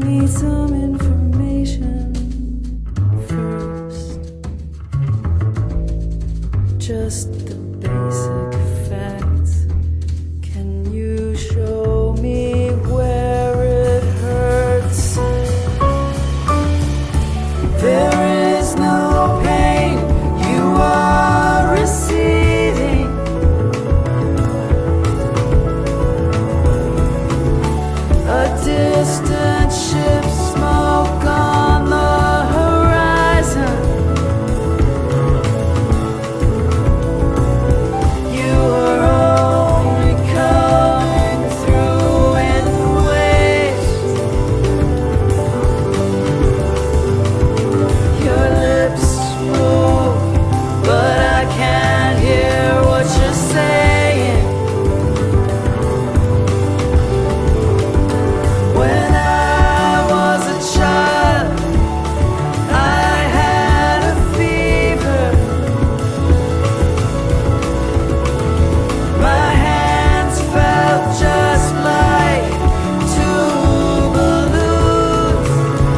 need some information first. Just the basic facts. Can you show me where it hurts? There is no pain you are receiving. A distant ship, smoke on the horizon. You are only coming through in waves. Your lips move, but I can't hear what you're saying. When I was a child, I had a fever. My hands felt just like two balloons.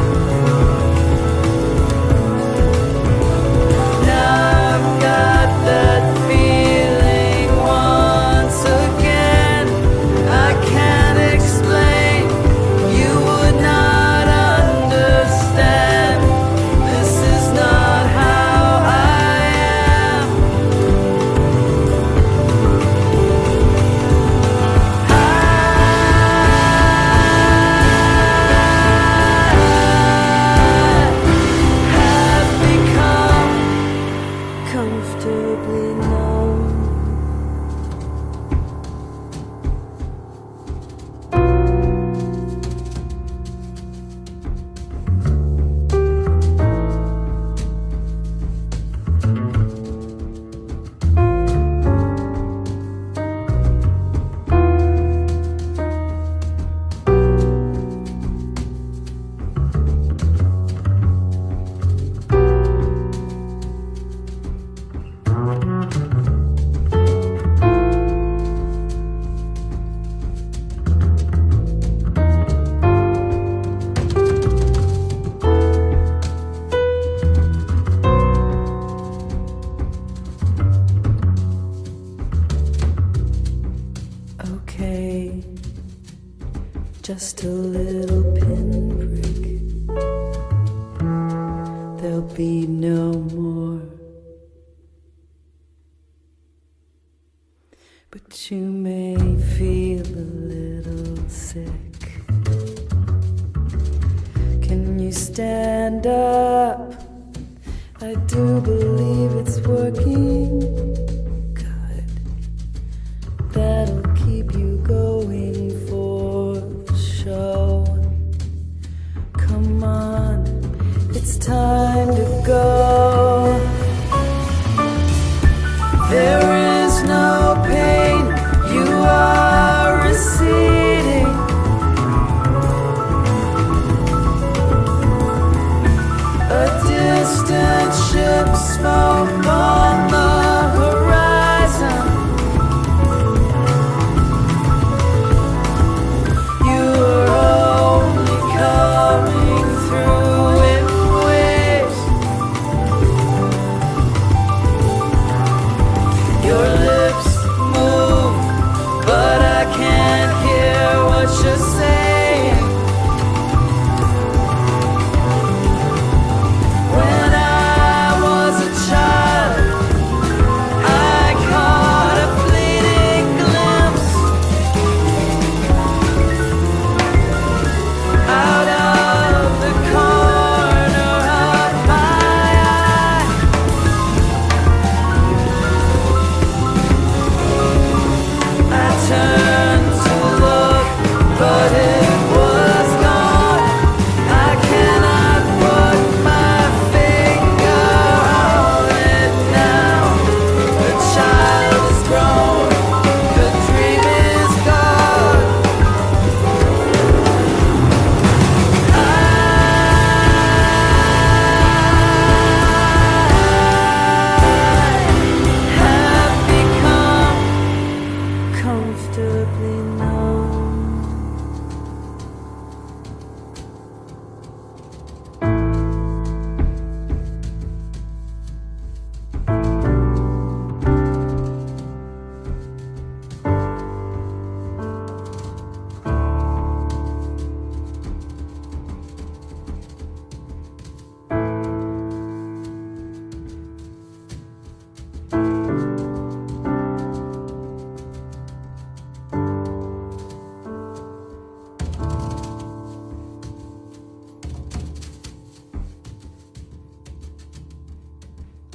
Now I've got that feeling once again. I can't explain. You would not understand. This is not how I am. I have become comfortably numb. Okay, just a little pinprick. There'll be no more. But you may feel a little sick. Can you stand up? I do believe it's working. Good. That'll keep you going for the show. Come on, it's time to go. There is no pain you are receding. A distant ship, smoke on the horizon. You're only coming through in waves. Your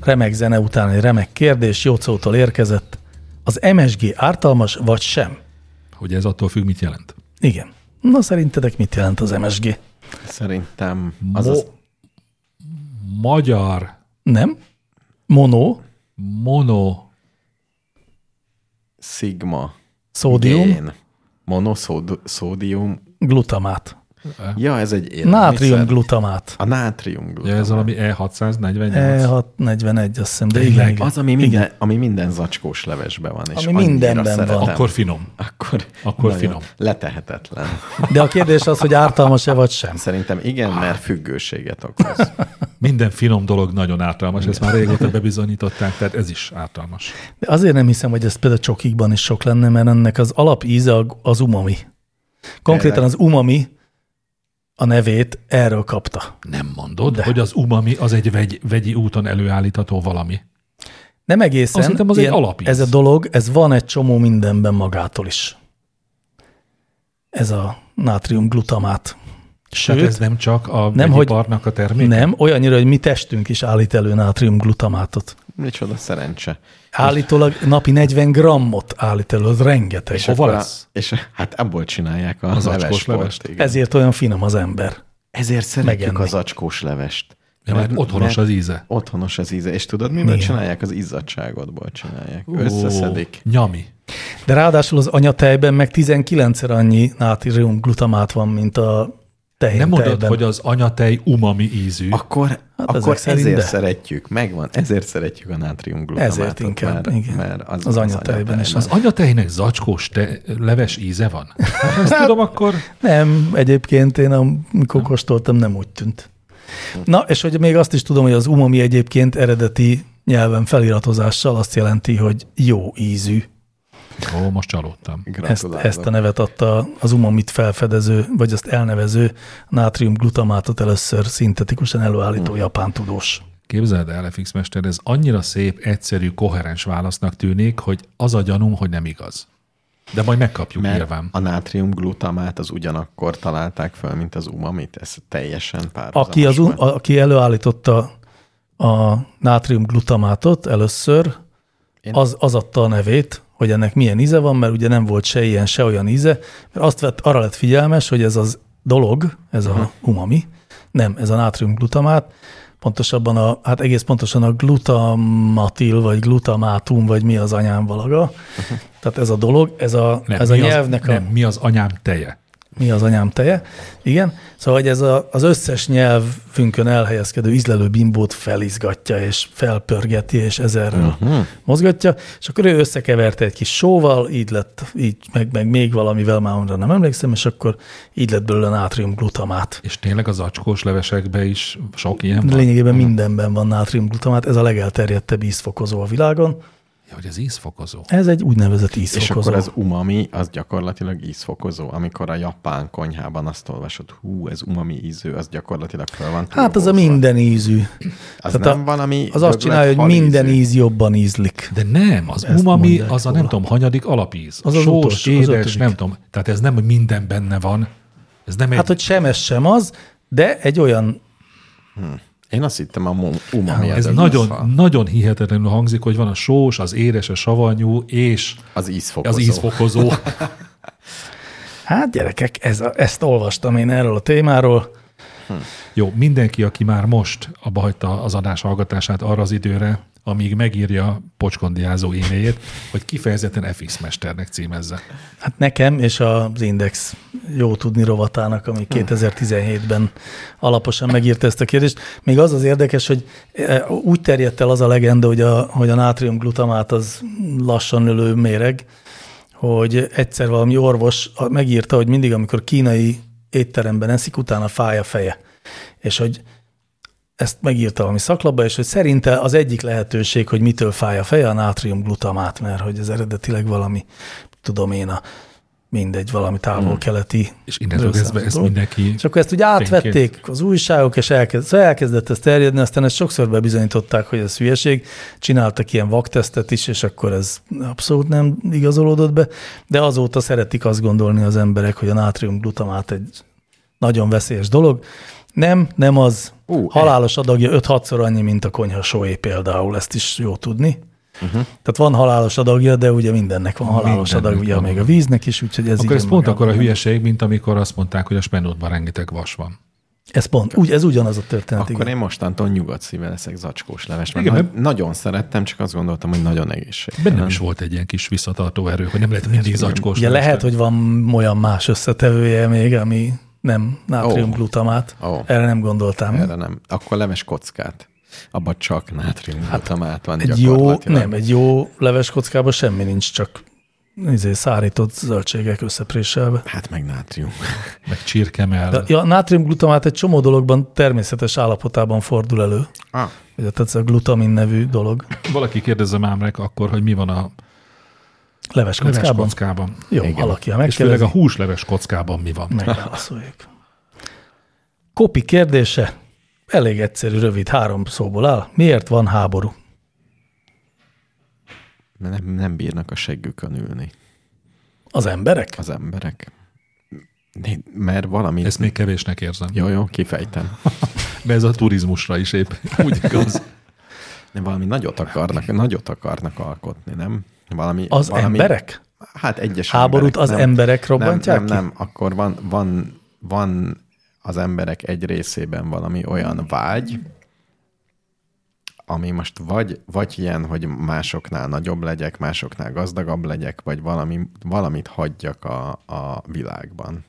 remek zene után egy remek kérdés, Jocótól érkezett. Az em es gé ártalmas vagy sem? Hogy ez attól függ, mit jelent? Igen. Na szerintetek mit jelent az em es gé? Szerintem az Mo- az... Magyar Nem? Mono, mono Sigma. szódium, Gén. Monoszódium. glutamát. Ja, ez egy élelmiszer. Nátriumglutamát. A nátriumglutamát. Ja, ez valami E hatszáznegyvennyolc. E hatszáznegyvenegy, azt hiszem, de Tényleg? igen, igen. Az, ami minden, ami minden zacskós levesben van. És Ami annyira mindenben van. szeretem. Akkor finom. Akkor, Akkor nagyon finom. Letehetetlen. De a kérdés az, hogy ártalmas-e vagy sem. Szerintem igen, mert függőséget okoz. Minden finom dolog nagyon ártalmas, ezt már régóta bebizonyították, tehát ez is ártalmas. De azért nem hiszem, hogy ez például csokikban is sok lenne, mert ennek az alapíze az umami. Konkrétan az umami a nevét erről kapta. Nem mondod, De. hogy az umami az egy vegy, vegyi úton előállítható valami. Nem egészen. Azt hittem, az egy ilyen- alapíz. Ez a dolog, ez van egy csomó mindenben magától is. Ez a nátriumglutamát. Sőt, Tehát ez nem csak a nem, hogy- vegyiparnak a termék? nem, olyannyira, hogy mi testünk is állít elő nátriumglutamátot. Micsoda szerencse. Állítólag napi negyven grammot állít elő, az rengeteg. És hova akkor a- lesz? És hát abból csinálják a Az zacskós levesport. levest. igen. Ezért olyan finom az ember. Ezért szeretjük megenni. a zacskós levest. Ja, mert otthonos az íze. Otthonos az íze. És tudod, miből Igen. csinálják? Az izzadságodból csinálják. Ó, Összeszedik. Nyami. De ráadásul az anyatejben meg tizenkilencszer annyi nátriumglutamát van, mint a tehén Nem mondod, tejben. hogy az anyatej umami ízű. Akkor, Hát akkor ezek szerint ezért de. szeretjük. Megvan. Ezért szeretjük a nátriumglutamátot. Ezért inkább, mert, igen. Mert az, Az anyatejben is. Az anyatejnek zacskós te, leves íze van? Hát, ezt tudom, akkor Nem, egyébként én amikor kóstoltam, nem úgy tűnt. Na, és hogy még azt is tudom, hogy az umami egyébként eredeti nyelven feliratozással azt jelenti, hogy jó ízű. ó, most csalódtam. Ezt, Gratulálok. ezt a nevet adta az umamit felfedező, vagy azt elnevező nátriumglutamátot először szintetikusan előállító Hmm. japán tudós. Képzeld el, F X Mester, ez annyira szép, egyszerű, koherens válasznak tűnik, hogy az a gyanúm, hogy nem igaz. De majd megkapjuk Mert nyilván. a nátriumglutamát az ugyanakkor találták fel, mint az umamit. Ez teljesen párhuzamos. Aki, az, um- volt. aki előállította a nátriumglutamátot először, Én- az, az adta a nevét, hogy ennek milyen íze van, mert ugye nem volt se ilyen, se olyan íze, mert azt vett, arra lett figyelmes, hogy ez az dolog, ez Mhm. a umami, nem, ez a nátriumglutamát, pontosabban a, hát egész pontosan a glutamatil, vagy glutamátum, vagy mi az anyám valaga. Tehát ez a dolog, ez a, Nem, ez a mi nyelvnek az, a... Nem, mi az anyám teje? Mi az anyám teje? Igen. Szóval, hogy ez a, az összes nyelvünkön elhelyezkedő ízlelő bimbót felizgatja, és felpörgeti, és ezerrel uh-huh. mozgatja, és akkor ő összekeverte egy kis sóval, így lett, így, meg, meg még valamivel, már arra nem emlékszem, és akkor így lett belőle nátriumglutamát. És tényleg az zacskós levesekben is sok ilyen van? Lényegében mindenben van nátriumglutamát, ez a legelterjedtebb ízfokozó a világon. Ja, hogy az ízfokozó. Ez egy úgynevezett És ízfokozó. akkor az umami, az gyakorlatilag ízfokozó. Amikor a japán konyhában azt olvasod, hú, ez umami ízű, az gyakorlatilag fel van Hát az a turbózva. minden ízű. Az Tehát nem a- valami Az azt csinálja, hogy minden íz jobban ízlik. De nem, az Ezt umami mondják az a róla. nem tudom, hanyadik alapíz. Az az Sós, utolsó, az édes, ötödik. nem tudom. Tehát ez nem, hogy minden benne van. Ez nem egy... Hát, hogy sem ez, sem az, de egy olyan Én azt hittem, a mu- umami ez az nagyon, a- nagyon hihetetlenül hangzik, hogy van a sós, az édes, a savanyú, és az ízfokozó. az ízfokozó. Hát gyerekek, ez a, ezt olvastam én erről a témáról. Jó, mindenki, aki már most abba hagyta az adás hallgatását arra az időre, amíg megírja pocskondiázó e-mailjét, hogy kifejezetten F X Mesternek címezze. Hát nekem és az Index jó tudni rovatának, ami kétezer-tizenhétben alaposan megírta ezt a kérdést. Még az az érdekes, hogy úgy terjedt el az a legenda, hogy a, hogy a nátriumglutamát az lassan növő méreg, hogy egyszer valami orvos megírta, hogy mindig, amikor kínai étteremben eszik, utána fáj a feje. És hogy ezt megírta valami szaklapba, és hogy szerinte az egyik lehetőség, hogy mitől fáj a feje, a nátriumglutamát, mert hogy ez eredetileg valami, tudom én, a mindegy, valami távol-keleti. És innentől kezdve ezt dolog. mindenki... És akkor ezt ugye átvették az újságok, és elkezd, szóval elkezdett ezt terjedni, aztán ezt sokszor bebizonyították, hogy ez hülyeség. Csináltak ilyen vaktesztet is, és akkor ez abszolút nem igazolódott be, de azóta szeretik azt gondolni az emberek, hogy a nátriumglutamát egy nagyon veszélyes dolog, Nem, nem az. Ú, Halálos adagja öt-hatszor annyi, mint a konyhasóé például, ezt is jó tudni. Uh-huh. Tehát van halálos adagja, de ugye mindennek van halálos Mindennek adagja, van. még a víznek is, úgyhogy ez Akkor ez így pont akkor a önmagában- hülyeség, mint amikor azt mondták, hogy a spenótban rengeteg vas van. Ez pont, úgy, ez ugyanaz a történet. Akkor igen. én mostantól nyugodt szívvel leszek zacskós leves. Mert Igen, na- nagyon szerettem, csak azt gondoltam, hogy nagyon egészséges. Bennem is volt egy ilyen kis visszatartó erő, hogy nem lehet mindig zacskós. Ugye levest lehet, tenni. hogy van olyan más összetevője még, ami nem nátriumglutamát. Ó. Ó. Erre nem gondoltam. Erre nem. Akkor leves kockát. Abban csak nátriumglutamát van Egy jó, gyakorlatilag. nem, egy jó leves kockában semmi nincs, csak izé, szárított zöldségek összepréselve. Hát meg nátrium. Meg csirkemell. De, ja, nátriumglutamát egy csomó dologban természetes állapotában fordul elő. Ah, Ugye, tehát ez a glutamin nevű dolog. Valaki kérdezze mámrek akkor, hogy mi van a Leves leves kockában. kockában. Jó, Igen. valaki, ha És főleg a megkérdezi, húsleves kockában mi van. megválaszoljuk. Kopi kérdése. Elég egyszerű, rövid, három szóból áll. Miért van háború? nem, nem bírnak a seggükön ülni Az emberek? az emberek. Né- Mert valami... Ezt még kevésnek érzem. Jó, jó, kifejtem. De ez a turizmusra is épp úgy igaz. De valami nagyot akarnak, nagyot akarnak alkotni, nem? Valami, Az valami, emberek? Hát egyes Háborút emberek, az nem, emberek robbantják nem, ki? nem, nem, akkor van, van, van az emberek egy részében valami olyan vágy, ami most vagy, vagy ilyen, hogy másoknál nagyobb legyek, másoknál gazdagabb legyek, vagy valami, valamit hagyjak a, a világban.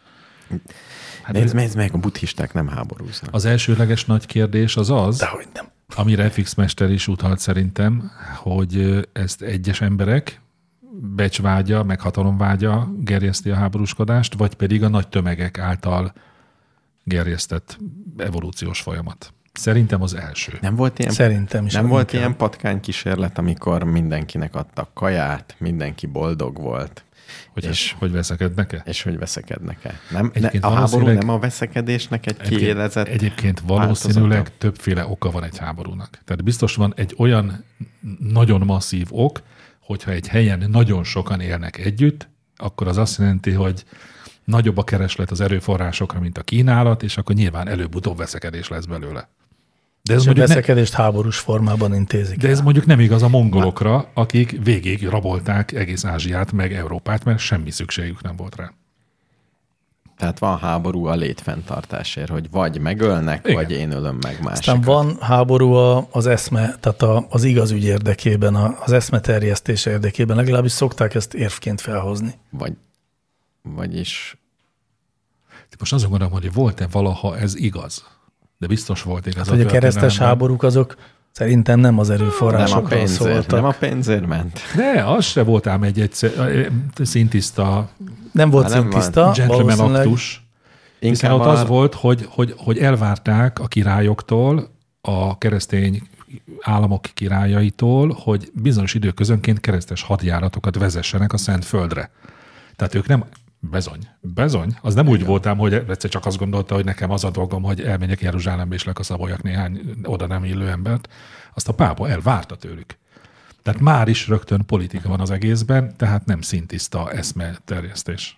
Hát nézd, nézd meg, a buddhisták nem háborúznak. Az elsőleges nagy kérdés az az, Dehogy nem. amire F X Mester is utalt szerintem, hogy ö, ezt egyes emberek becsvágya, meg hatalomvágya gerjeszti a háborúskodást, vagy pedig a nagy tömegek által gerjesztett evolúciós folyamat. Szerintem az első. Nem volt ilyen, Szerintem is. nem volt inkább. ilyen patkány-kísérlet, amikor mindenkinek adtak kaját, mindenki boldog volt, Hogy, és- és, hogy veszekednek-e? és hogy veszekednek-e. Nem, ne, Egyébként a háború valószínűleg- nem a veszekedésnek egy Egyébként, kiélezett egyébként valószínűleg változata? többféle oka van egy háborúnak. Tehát biztos van egy olyan nagyon masszív ok, hogyha egy helyen nagyon sokan élnek együtt, akkor az azt jelenti, hogy nagyobb a kereslet az erőforrásokra, mint a kínálat, és akkor nyilván előbb-utóbb veszekedés lesz belőle. De ez, És a mondjuk ne, veszekedést háborús formában intézik. de ez mondjuk nem igaz a mongolokra, akik végig rabolták egész Ázsiát, meg Európát, mert semmi szükségük nem volt rá. Tehát van háború a létfenntartásért, hogy vagy megölnek, Igen. vagy én ölöm meg másikat. Aztán van háború a- az eszme, tehát a, az igaz ügy érdekében, a- az eszme terjesztése érdekében, legalábbis szokták ezt érvként felhozni. Vagy, vagyis Most azon gondolom, hogy volt-e valaha ez igaz? De biztos volt igaz. Hát, hogy a keresztes történelemben. háborúk azok szerintem nem az nem a erőforrásokról pénzért, szóltak. nem a pénzért ment. De az se volt ám egy egyszer, szintiszta Nem volt Hát nem van. szintiszta, gentleman valószínűleg. aktus, hiszen Inkább ott a, az volt, hogy, hogy, hogy elvárták a királyoktól, a keresztény államok királyaitól, hogy bizonyos időközönként keresztes hadjáratokat vezessenek a Szent Földre. Tehát ők nem, bezony, bezony, az nem úgy voltam, hogy egyszer csak azt gondolta, hogy nekem az a dolgom, hogy elmenjek Jeruzsálembe és lekaszaboljak néhány oda nem illő embert. Azt a pápa elvárta tőlük. Tehát már is rögtön politika van az egészben, tehát nem szintiszta eszme terjesztés.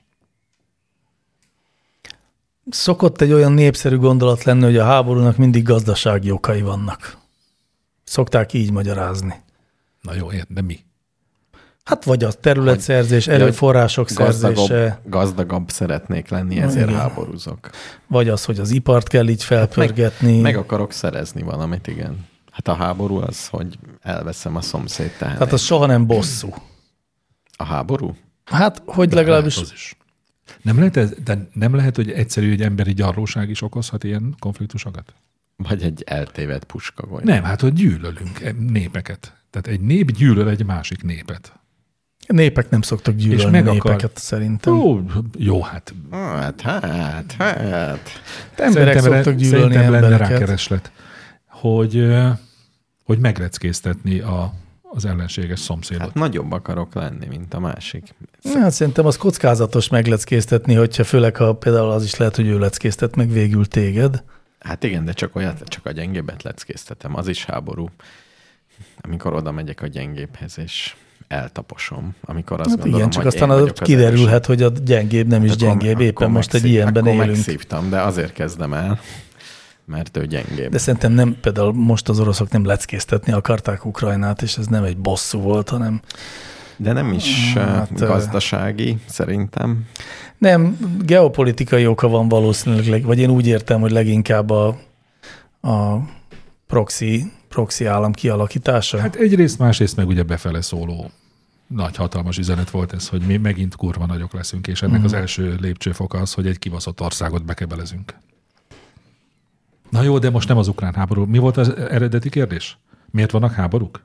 Szokott egy olyan népszerű gondolat lenni, hogy a háborúnak mindig gazdasági okai vannak. Szokták így magyarázni. Na jó, ért, de mi? Hát vagy a területszerzés, Hogy- erőforrások gazdagabb, szerzése, gazdagabb szeretnék lenni, ezért Igen. háborúzok. vagy az, hogy az ipart kell így felpörgetni. Meg akarok szerezni valamit, igen. Hát a háború az, hogy elveszem a szomszéd tehenét. Tehát az soha nem bosszú. A háború? Hát, hogy De legalábbis lehet az is. Nem lehet, ez, de nem lehet, hogy egyszerű, hogy emberi gyarlóság is okozhat ilyen konfliktusokat? Vagy egy eltévedt puskagoly? Nem, hát hogy gyűlölünk népeket. Tehát egy nép gyűlöl egy másik népet. népek nem szoktak gyűlölni meg akar- népeket szerintem. Ó, jó, hát Hát, hát, hát. Emberek szoktak gyűlölni szerintem lenne embereket. rákereslet, hogy, ö, hogy megleckéztetni a, az ellenséges szomszédot. Hát nagyobb akarok lenni, mint a másik. Hát szerintem az kockázatos megleckéztetni, hogyha főleg, ha például az is lehet, hogy ő leckéztet meg végül téged. Hát igen, de csak olyat, csak a gyengébbet leckéztetem. Az is háború. Amikor oda megyek a gyengébbhez, és eltaposom. Amikor azt Hát gondolom, igen, csak hogy aztán én az vagyok az kiderülhet, hogy a gyengébb nem is erősebb. gyengébb. Akkor- Éppen akkor most egy megszív- ilyenben akkor élünk. megszívtam, de azért kezdem el. mert ő gyengébb. De szerintem nem, például most az oroszok nem leckéztetni akarták Ukrajnát, és ez nem egy bosszú volt, hanem... De nem is Hát, gazdasági, szerintem. Nem, geopolitikai oka van valószínűleg, vagy én úgy értem, hogy leginkább a, a proxy, proxy állam kialakítása. Hát egyrészt, másrészt meg ugye befele szóló nagy hatalmas üzenet volt ez, hogy mi megint kurva nagyok leszünk, és ennek uh-huh. az első lépcsőfoka az, hogy egy kibaszott országot bekebelezünk. Na jó, de most nem az ukrán háború. Mi volt az eredeti kérdés? Miért vannak háborúk?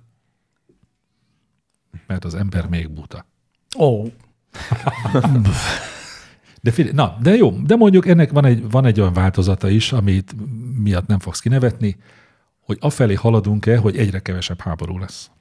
Mert az ember még buta. Ó. Oh. De figyelj, na, de jó, de mondjuk ennek van egy, van egy olyan változata is, amit miatt nem fogsz kinevetni, hogy afelé haladunk-e, hogy egyre kevesebb háború lesz.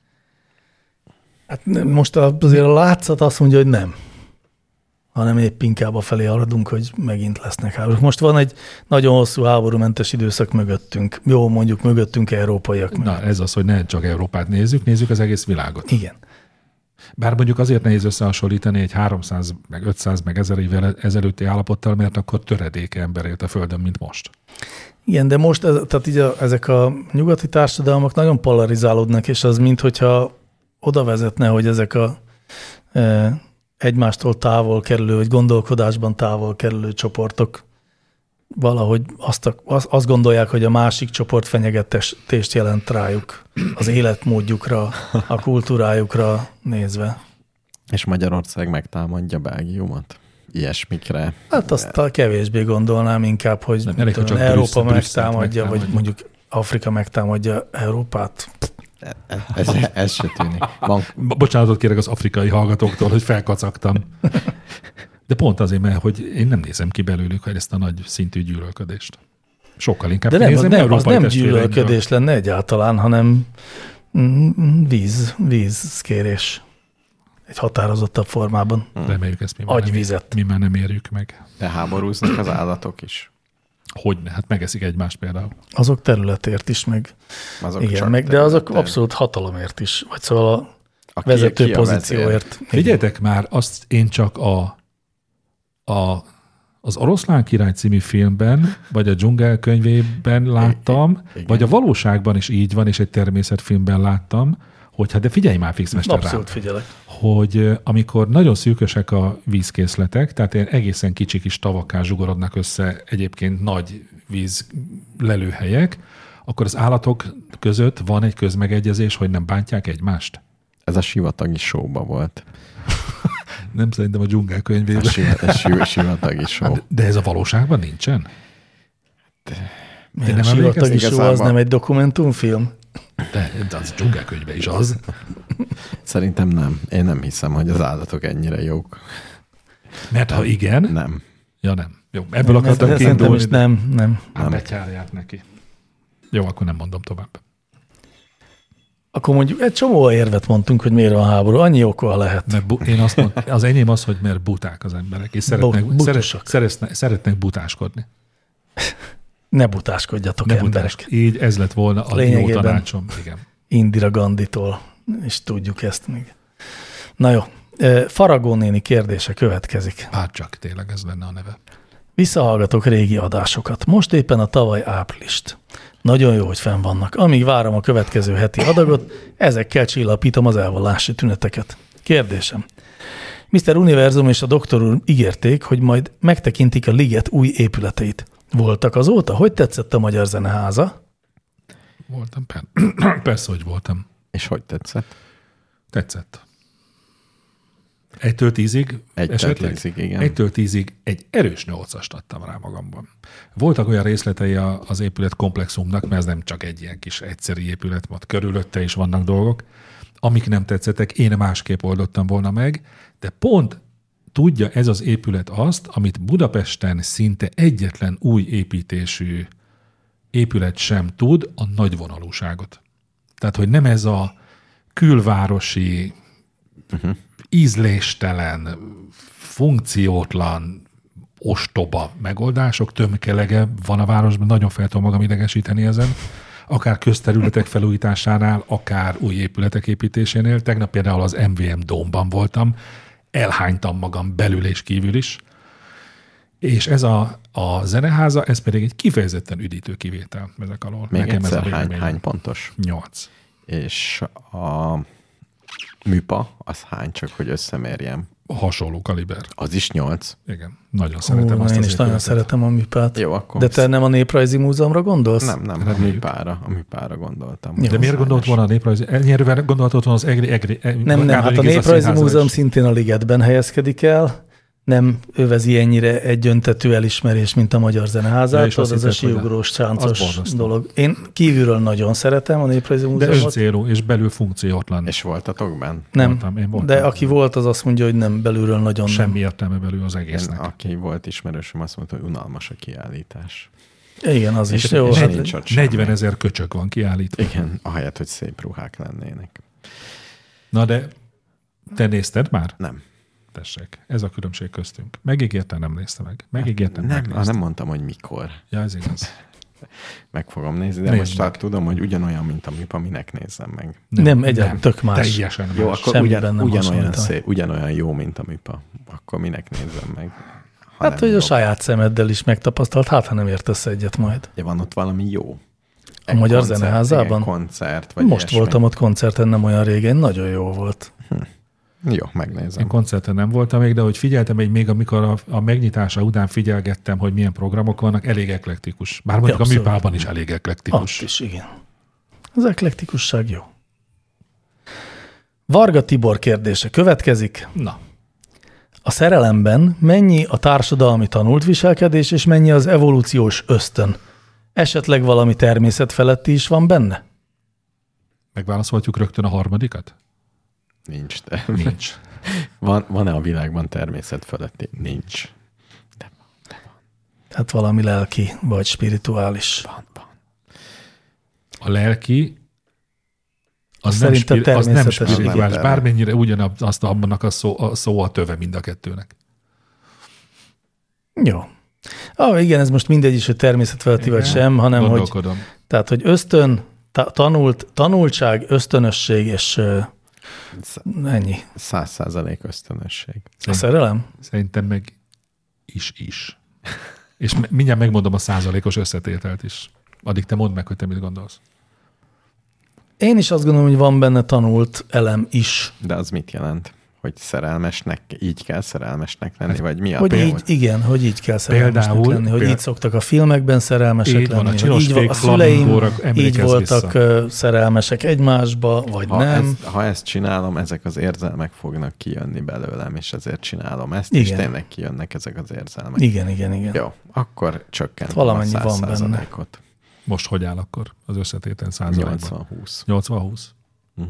Hát most azért a látszat azt mondja, hogy nem. Hanem épp inkább afelé haladunk, hogy megint lesznek háborúk. Most van egy nagyon hosszú háborúmentes időszak mögöttünk. Jó, mondjuk mögöttünk európaiak mögött. Na, ez az, hogy ne csak Európát nézzük, nézzük az egész világot. Igen. Bár mondjuk azért nehéz összehasonlítani egy háromszáz, meg ötszáz, meg ezer évvel ezelőtti állapottal, mert akkor töredéke ember élt a Földön, mint most. Igen, de most ez, tehát így a, ezek a nyugati társadalmak nagyon polarizálódnak, és az minthogyha oda vezetne, hogy ezek a e, egymástól távol kerülő, vagy gondolkodásban távol kerülő csoportok valahogy azt, a, azt gondolják, hogy a másik csoport fenyegetést jelent rájuk, az életmódjukra, a kultúrájukra nézve. És Magyarország megtámadja Belgiumot? Ilyesmikre? Hát azt a kevésbé gondolnám inkább, hogy nem, elég, tudom, hogy Európa Brüsszel, megtámadja, megtámadja, vagy mondjuk Afrika megtámadja Európát. Ez, ez se tűnik. Van... Bocsánatot kérek az afrikai hallgatóktól, hogy felkacagtam. De pont azért, mert hogy én nem nézem ki belőlük hogy ezt a nagy szintű gyűlölködést. Sokkal inkább de nem, nézem nem, az nem testvéreinkről. gyűlölködés lenne egyáltalán, hanem víz, vízkérés. Egy határozottabb formában. Reméljük ezt mi már, Agyvizet. nem, mi már nem érjük meg. De háborúznak az állatok is? Hogyne, hát megeszik egymást például. Azok területért is, meg, Azok igen, meg de azok abszolút hatalomért is, vagy szóval a, a vezető ki, ki pozícióért. Figyeljetek már, azt én csak a, a, az Oroszlán király című filmben, vagy a Dzsungel könyvében láttam, igen. Vagy a valóságban is így van, és egy természetfilmben láttam, hogy hát de figyelj már, Fixmester rám. Abszolút figyelek. Hogy amikor nagyon szűkösek a vízkészletek, tehát ilyen egészen kicsi kis tavakká zsugorodnak össze egyébként nagy vízlelőhelyek, akkor az állatok között van egy közmegegyezés, hogy nem bántják egymást? Ez a sivatagi showba volt. Nem szerintem a Dzsungel könyvében. A sivatagi, sivatagi show. Hát, de ez a valóságban nincsen? De, de nem a sivatagi show az nem egy dokumentumfilm? De, de az Dzsungel könyvben is az. Szerintem nem. Én nem hiszem, hogy az állatok ennyire jók. Mert ha igen... Nem. Ja nem. Jó, ebből nem, akartam kiindulni. Nem, nem. Hát betyárják neki. Jó, akkor nem mondom tovább. Akkor mondjuk egy csomó érvet mondtunk, hogy miért van háború. Annyi oka lehet. Mert bu- én azt mondom, az enyém az, hogy mert buták az emberek, és szeretnek, Bu- szeret, szeretnek, szeretnek butáskodni. Ne butáskodjatok, ne emberek. Butás. Így ez lett volna a jó tanácsom. Igen. Indira Gandhitól, és tudjuk ezt még. Na jó, Faragó néni kérdése következik. Hát csak tényleg ez lenne a neve. Visszahallgatok régi adásokat. Most éppen a tavaly áprilist. Nagyon jó, hogy fenn vannak. Amíg várom a következő heti adagot, ezekkel csillapítom az elvallási tüneteket. Kérdésem. miszter Univerzum és a doktor úr ígérték, hogy majd megtekintik a liget új épületeit. Voltak azóta? Hogy tetszett a Magyar Zeneháza? Voltam, persze, hogy voltam. És hogy tetszett? Tetszett. Egytől tízig Egytől tízig, igen. Egytől tízig egy erős nyolcast adtam rá magamban. Voltak olyan részletei az épület komplexumnak, mert ez nem csak egy ilyen kis egyszeri épület, mert körülötte is vannak dolgok, amik nem tetszettek, én másképp oldottam volna meg, de pont tudja ez az épület azt, amit Budapesten szinte egyetlen új építésű épület sem tud, a nagyvonalúságot. Tehát, hogy nem ez a külvárosi, uh-huh. ízléstelen, funkciótlan, ostoba megoldások, tömkelege van a városban, nagyon fel tudom magam idegesíteni ezen, akár közterületek felújításánál, akár új épületek építésénél. Tegnap például az em vé em Dome-ban voltam, elhánytam magam belül és kívül is, És ez a, a zeneháza, ez pedig egy kifejezetten üdítő kivétel ezek alól. Még Nekem egyszer ez a hány, véleményem. hány pontos? Nyolc. És a műpa, az hány, csak hogy összemérjem? Hasonló kaliber. Az is nyolc. Igen, nagyon szeretem Ó, azt én az is nagyon épületet. szeretem a műpát. Jó, akkor... De te nem a Néprajzi Múzeumra gondolsz? Nem, nem, a Reméljük. műpára, a műpára gondoltam. Jó. De miért gondolt volna a néprajzi? Nyerővel gondoltott volna az egri, egri, egri Nem, nem, hát a Néprajzi Múzeum szintén a Ligetben helyezkedik el, nem övezi ennyire egyöntetű elismerés, mint a Magyar Ja, Zeneházát, és az azt az a hitted, hogy siugrós, az csáncos borzasztó. dolog. Én kívülről nagyon szeretem a Néprajzi De Múzeumot. öncélú, és belül funkciótlan. És voltatok benn? Nem, voltam, én voltam. de aki volt, az azt mondja, hogy nem, belülről nagyon Semmi értelme belül az Én, egésznek. aki volt ismerősöm, azt mondta, hogy unalmas a kiállítás. nem. Igen, az is És- jó. és Hát, nincs ott semmi. negyven ezer köcsök van kiállítva. Igen, ahelyett, hogy szép ruhák lennének. Na de te nézted már? Nem. Tessék, ez a különbség köztünk. Megígértem, nem nézte meg. Megígértem, Nem, megnéztem. ah, nem mondtam, hogy mikor. Ja, ez igaz. Meg fogom nézni, de Nézd most meg. már tudom, hogy ugyanolyan, mint a műpa, minek nézzem meg. Nem, egyáltalán tök más. Teljesen Jó, más. akkor semmiben ugyan, nem ugyanolyan hasonlítanak. szép, ugyanolyan jó, mint a műpa. Akkor minek nézzem meg? Ha Hát, nem hogy a jó. saját szemeddel is megtapasztalt, hát ha nem értesz egyet majd. De van ott valami jó? A Magyar Zeneházában? Igen, koncert, vagy Most ilyesmi. voltam ott koncerten nem olyan régen, nagyon jó volt. Jó, megnézem. Én koncerten nem voltam még, de hogy figyeltem egy még, amikor a, a megnyitása után figyelgettem, hogy milyen programok vannak, elég eklektikus. Bár mondjuk Ja, a abszolút. műpában is elég eklektikus. Ott is, igen. Az eklektikusság jó. Varga Tibor kérdése következik. Na, A szerelemben mennyi a társadalmi tanult viselkedés, és mennyi az evolúciós ösztön? Esetleg valami természetfeletti is van benne? megválaszolhatjuk rögtön a harmadikat? Nincs, de Nincs. van, van-e a világban természet fölötti? Nincs. Hát valami lelki vagy spirituális. Van, van. A lelki az, nem, Szerintem spiri, az nem természetes. spirituális, Nem, bármennyire ugyanaz azt abbannak a szó, a szó a töve mind a kettőnek. Jó. Ah, igen, ez most mindegy is, hogy természetfeletti vagy sem, hanem hogy, Gondolkodom. tehát, hogy ösztön, ta, tanult, tanultság, ösztönösség, és uh, ennyi. Száz százalék ösztönösség. A szerelem? Szerintem meg is-is. És me- mindjárt megmondom a százalékos összetételt is. Addig te mondd meg, hogy te mit gondolsz. Én is azt gondolom, hogy van benne tanult elem is. De az mit jelent? Hogy szerelmesnek, így kell szerelmesnek lenni, vagy mi a Hogy példa? így, igen, hogy így kell szerelmesnek Például- lenni, hogy péld- így szoktak a filmekben szerelmesek Így van, a lenni, hogy csinos így van, fék a szüleim flamingóra így emlékezz voltak vissza. ö, szerelmesek egymásba, vagy Ha, nem. ezt, ha ezt csinálom, ezek az érzelmek fognak kijönni belőlem, és ezért csinálom ezt, és Igen. tényleg kijönnek ezek az érzelmek. Igen, igen, igen. Jó, akkor csökkent Valamennyi a van száz benne. százalékot. Most hogy áll akkor az összetétel százalékban? nyolcvan húsz. nyolcvan húsz? Uh-huh.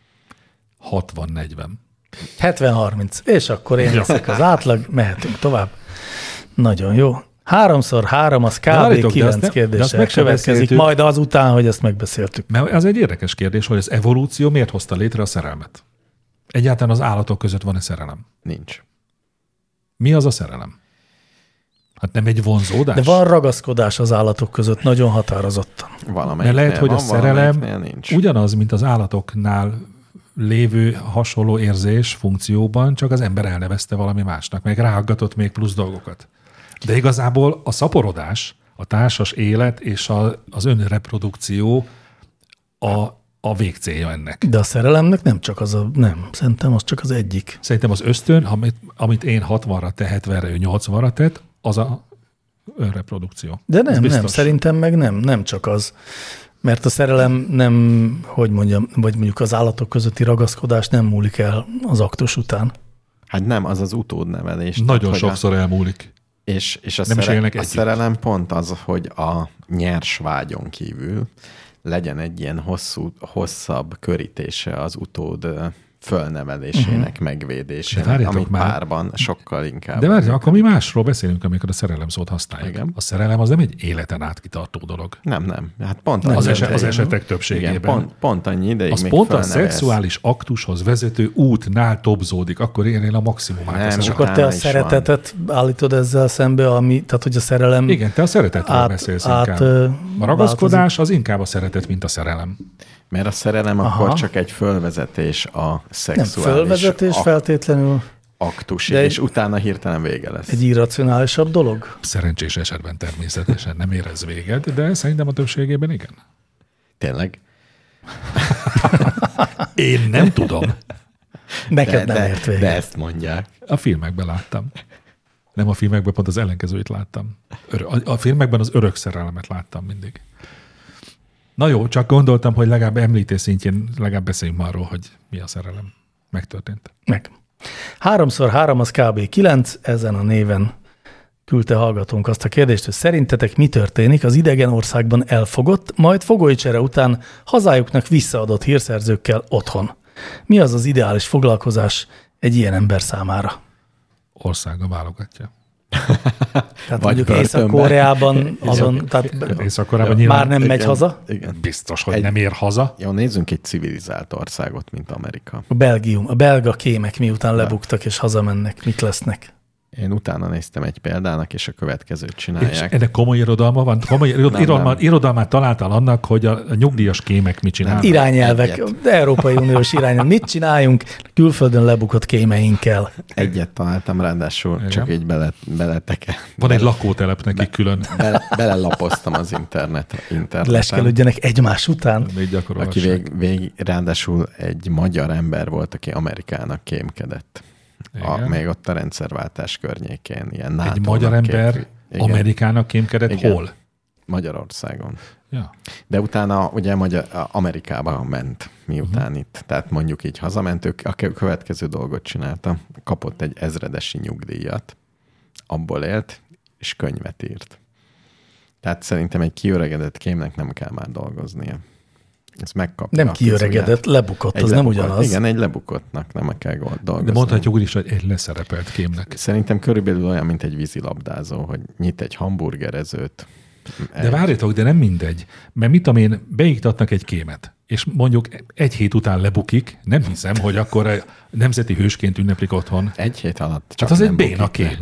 hatvan negyven. hetven harminc, és akkor én leszek az átlag, mehetünk tovább. Nagyon jó. Háromszor három, az De várjatok, kb. de azt kilenc ne- de azt kérdéssel meg sem következik, beszéltük. majd azután, hogy ezt megbeszéltük. Mert ez egy érdekes kérdés, hogy az evolúció miért hozta létre a szerelmet? Egyáltalán az állatok között van-e szerelem? Nincs. Mi az a szerelem? Hát nem egy vonzódás? De van ragaszkodás az állatok között, nagyon határozottan. Valamelyiknél Mert lehet, hogy a van, szerelem valamelyiknél nincs. ugyanaz, mint az állatoknál lévő hasonló érzés funkcióban, csak az ember elnevezte valami másnak, meg ráaggatott még plusz dolgokat. De igazából a szaporodás, a társas élet és a, az önreprodukció a, a végcélja ennek. De a szerelemnek nem csak az a, nem, szerintem az csak az egyik. Szerintem az ösztön, amit, amit én hatvanra te, hetvenre, ő nyolcvanra tett, az a önreprodukció. De Ez nem, nem, biztos. szerintem meg nem, nem csak az. Mert a szerelem nem, hogy mondjam, vagy mondjuk az állatok közötti ragaszkodás nem múlik el az aktus után. Hát nem, az az utódnevelés. Nagyon Tehát, hogy sokszor elmúlik. A, és és a, Nem is szere, élnek a együtt. szerelem pont az, hogy a nyers vágyon kívül legyen egy ilyen hosszú, hosszabb körítése az utód ö, fölnevelésének, uh-huh. megvédésének, De várjatok amit már. párban sokkal inkább. De várj, akkor mi másról beszélünk, amikor a szerelem szót használjuk. Igen. A szerelem az nem egy életen át kitartó dolog. Nem, nem. Hát pont Az, annyi eset, az ideig- esetek Igen, többségében. pont, pont annyi ideig Az még pont a fölnevelsz. szexuális aktushoz vezető útnál tobzódik, akkor érnél a maximumát. Nem, az És eset- akkor te utána a is szeretetet állítod ezzel szembe, ami, tehát hogy a szerelem Igen, te a szeretetről át, beszélsz át inkább. ö, A ragaszkodás az inkább a szeretet, mint a szerelem. Mert a szerelem Aha. akkor csak egy fölvezetés a nem szexuális... fölvezetés ak- feltétlenül. aktusig, De egy- és utána hirtelen vége lesz. Egy irracionálisabb dolog? Szerencsés esetben természetesen nem érez véget, de szerintem a többségében igen. Tényleg? Én nem tudom. Neked De, nem de, ért véget. de ezt mondják. A filmekben láttam. Nem a filmekben, pont az ellenkezőit láttam. Örö- a, a filmekben az örök szerelmet láttam mindig. Na jó, csak gondoltam, hogy legalább említés szintjén legalább beszéljünk arról, hogy mi a szerelem. Megtörtént. Meg. Háromszor három az kb. kilenc, ezen a néven küldte hallgatónk azt a kérdést, hogy szerintetek mi történik az idegen országban elfogott, majd fogolycsere után hazájuknak visszaadott hírszerzőkkel otthon. Mi az az ideális foglalkozás egy ilyen ember számára? Országa válogatja. Tehát Vagy mondjuk börtönbe. Észak-Koreában azon, tehát Észak-Koreában nyilván már nem megy Igen, haza. Igen. biztos, hogy Egy- nem ér haza. Jó, nézzünk egy civilizált országot, mint Amerika. A Belgium, a belga kémek miután lebuktak és hazamennek, mik lesznek? Én utána néztem egy példának, és a következőt És csinálják. ennek komoly irodalma van? Komoly irod- Nem, irodalmát, nem. irodalmát találtál annak, hogy a, a nyugdíjas kémek mit csinálnak? Irányelvek, egyet. de Európai Uniós irányelv. Mit csináljunk külföldön lebukott kémeinkkel? Egyet találtam, ráadásul Igen. csak így bele, beleteke. Van egy lakótelep nekik külön. Bele, belelapoztam az internet, interneten. Leskelődjenek egymás után. Még Aki gyakorolásság. vég, vég, ráadásul egy magyar ember volt, aki Amerikának kémkedett. A, Igen. még ott a rendszerváltás környékén. Ilyen Egy nátónak magyar ember képvi- Igen, Amerikának kémkedett Igen. hol? Magyarországon. Ja. De utána ugye Magyar, Amerikába ment, miután uh-huh. itt. Tehát mondjuk így hazament, ők a következő dolgot csinálta. Kapott egy ezredesi nyugdíjat, abból élt, és könyvet írt. Tehát szerintem egy kiöregedett kémnek nem kell már dolgoznia. Ez megkapja. Nem kiöregedett, lebukott, Egy az nem lebukott, ugyanaz. Igen, egy lebukottnak nem kell dolgozni. De mondhatjuk úgy is, hogy egy leszerepelt kémnek. Szerintem körülbelül olyan, mint egy vízilabdázó, hogy nyit egy hamburgerezőt. De egy- várjatok, de nem mindegy. Mert mit tudom én, beiktatnak egy kémet, és mondjuk egy hét után lebukik, nem hiszem, hogy akkor a nemzeti hősként ünneplik otthon. Egy hét alatt csak Hát az egy nem béna bukik le. kém.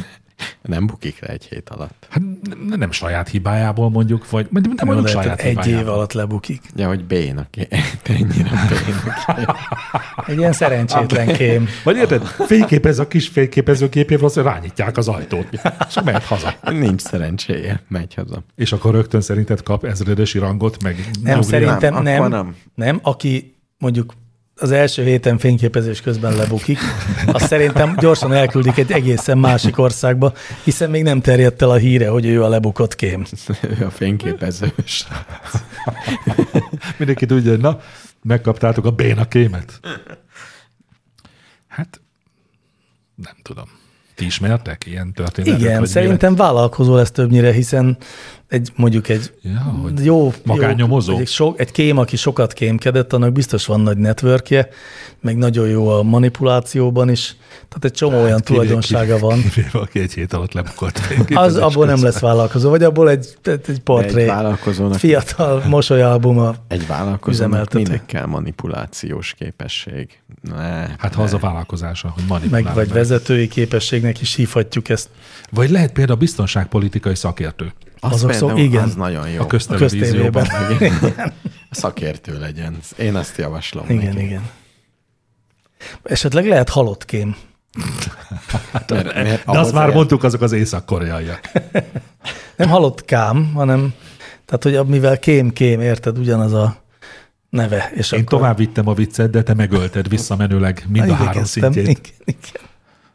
Nem bukik le egy hét alatt. Hát nem, nem saját hibájából mondjuk, vagy nem, nem mondjuk Lehet, saját egy hibájából. év alatt lebukik. Ja, hogy béna kém. Ennyire béna. Egy ilyen szerencsétlen kém. Vagy érted, fényképez a kis fényképezőgépével, azt rányítják az ajtót, és mehet haza. Nincs szerencséje, megy haza. És akkor rögtön szerinted kap ezredesi rangot, meg Nem, nyugdíjat? szerintem Nem, nem, akkor nem. nem. Nem, aki mondjuk az első héten fényképezés közben lebukik, azt szerintem gyorsan elküldik egy egészen másik országba, hiszen még nem terjedt el a híre, hogy ő a lebukott kém. Ő a fényképezős. Mindenki tudja, hogy na, megkaptátok a béna kémet. Hát, nem tudom. Ti ismertek ilyen történetet? Igen, vagy szerintem vállalkozó lesz többnyire, hiszen egy mondjuk egy Ja, hogy jó, magánnyomozó? jó egy, so, egy kém, aki sokat kémkedett, annak biztos van nagy networkje, meg nagyon jó a manipulációban is, tehát egy csomó olyan kivéve- tulajdonsága van. Kivéve, aki egy hét alatt lebukott. Az abból nem lesz vállalkozó, vagy abból egy, egy Egy portré, vállalkozónak, fiatal mosolyalbuma. egy vállalkozónak üzemeltető. minek kell manipulációs képesség? Ne, Hát ha ne. az a vállalkozása, hogy manipulál. Meg vagy vezetői képességnek is hívhatjuk ezt. Vagy lehet például biztonságpolitikai szakértő. Az azok szó- például, igen. Az nagyon jó. A A köztelevízióban. köztévében. Szakértő legyen. Én azt javaslom Igen, neki. igen. Esetleg lehet halott kém. Mert, mert De ahhoz azt már el- mondtuk, azok az észak-koreaiak. Nem halott kám, hanem, tehát hogy mivel kém-kém, érted, ugyanaz a neve. És Én akkor... tovább vittem a viccet, de te megölted visszamenőleg mind Na, a három igyekeztem. szintjét. Igen, igen.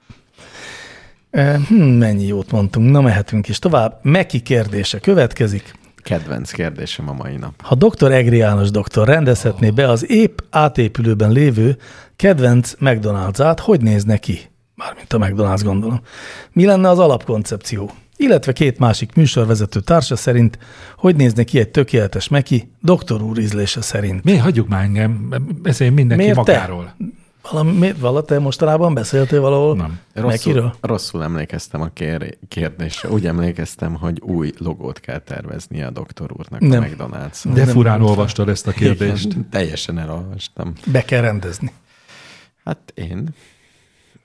Eh, Hm, mennyi jót mondtunk, na mehetünk is tovább. Meki kérdése következik. Kedvenc kérdésem a mai nap. Ha doktor Egri János doktor rendezhetné be az épp átépülőben lévő kedvenc McDonald's-át, hogy nézne ki? Mármint a McDonald's, gondolom. Mi lenne az alapkoncepció? Illetve két másik műsorvezető társa szerint, hogy nézne ki egy tökéletes Meki, doktor úr ízlése szerint. Miért hagyjuk már engem? Beszélj mindenki Miért te? magáról. Valami, miért, vala, te mostanában beszéltél valahol Nem. Mekiről? Rosszul, rosszul emlékeztem a kér- kérdésre. Úgy emlékeztem, hogy új logót kell terveznie a doktor úrnak Nem. a McDonald's. De nem furán mondtam. olvastad ezt a kérdést. Igen, teljesen elolvastam. Be kell rendezni. Hát én,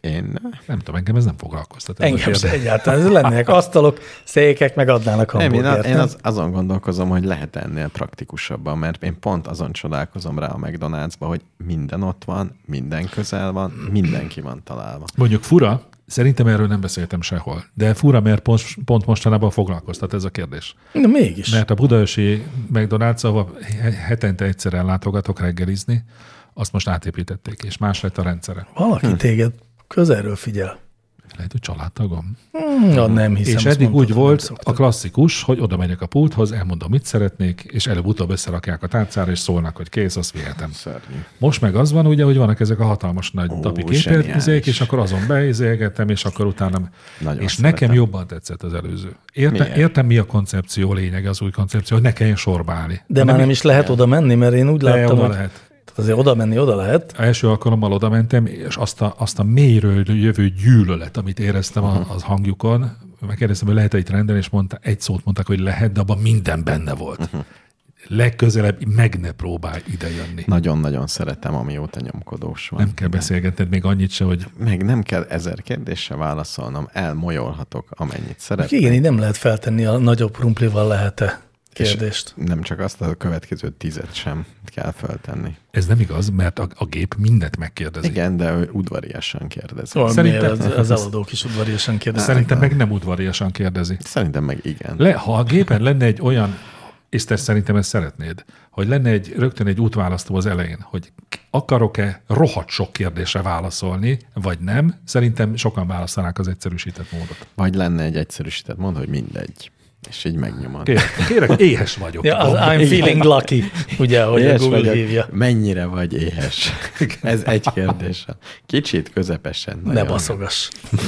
Én? Nem tudom, engem ez nem foglalkoztat. Ez Engem se egyáltalán. Ez lennének asztalok, székek, meg adnának Nem, én, hamburgert. a, én az, azon gondolkozom, hogy lehet ennél praktikusabban, mert én pont azon csodálkozom rá a McDonald'sba, hogy minden ott van, minden közel van, mindenki van találva. Mondjuk fura, szerintem erről nem beszéltem sehol, de fura, mert pont, pont mostanában foglalkoztat ez a kérdés. De mégis. Mert a budaörsi McDonald's, ahol hetente egyszer ellátogatok reggelizni, azt most átépítették, és más lett a rendszere. Valaki hm. téged közelről figyel. Lehet, hogy családtagom. Hmm, ja, nem hiszem. És eddig úgy volt a klasszikus, hogy oda megyek a pulthoz, elmondom, mit szeretnék, és előbb-utóbb összerakják a tárcára, és szólnak, hogy kész, azt vihetem. Szörnyű. Most meg az van, ugye, hogy vannak ezek a hatalmas nagy Ó, napi zseniális. képezék, és akkor azon beizélgetem, és akkor utána... Nagyon és szeretem. nekem jobban tetszett az előző. Értem, Miért? értem, mi a koncepció lényege, az új koncepció, hogy ne kelljen sorba állni. De már nem is lehet oda menni, mert én úgy De láttam, oda hogy lehet. azért oda menni, oda lehet. Első alkalommal oda mentem, és azt a, azt a mélyről jövő gyűlölet, amit éreztem a, az hangjukon, megkérdeztem, hogy lehet-e itt rendelni, és mondta, egy szót mondták, hogy lehet, de abban minden benne volt. Uh-huh. Legközelebb meg ne próbálj ide jönni. Nagyon-nagyon szeretem, amióta nyomkodós van. Nem kell beszélgetned még annyit se, hogy Meg nem kell ezer kérdéssel válaszolnom, elmolyolhatok, amennyit szeretnék. Igen, így nem lehet feltenni a nagyobb rumplival lehet-e kérdést. Nem csak azt, a következő tizet sem kell föltenni. ez nem igaz, mert a, a gép mindent megkérdezi. Igen, de ő udvariasan kérdezi. Valamiért Szerintem- az, az eladók is udvariasan kérdeznek. Szerintem meg nem udvariasan kérdezi. Szerintem meg igen. Le, ha a gépen lenne egy olyan, és te szerintem ezt szeretnéd, hogy lenne egy rögtön egy útválasztó az elején, hogy akarok-e rohadt sok kérdésre válaszolni, vagy nem, szerintem sokan választanák az egyszerűsített módot. Vagy lenne egy egyszerűsített, mondd, hogy mindegy. És így megnyomod. Kérek, kérek éhes vagyok. Ja, az I'm feeling lucky, ugye, hogy a Éhes Google vagyok. hívja. Mennyire vagy éhes? Ez egy kérdése. Kicsit, közepesen. Ne nagyon. baszogass.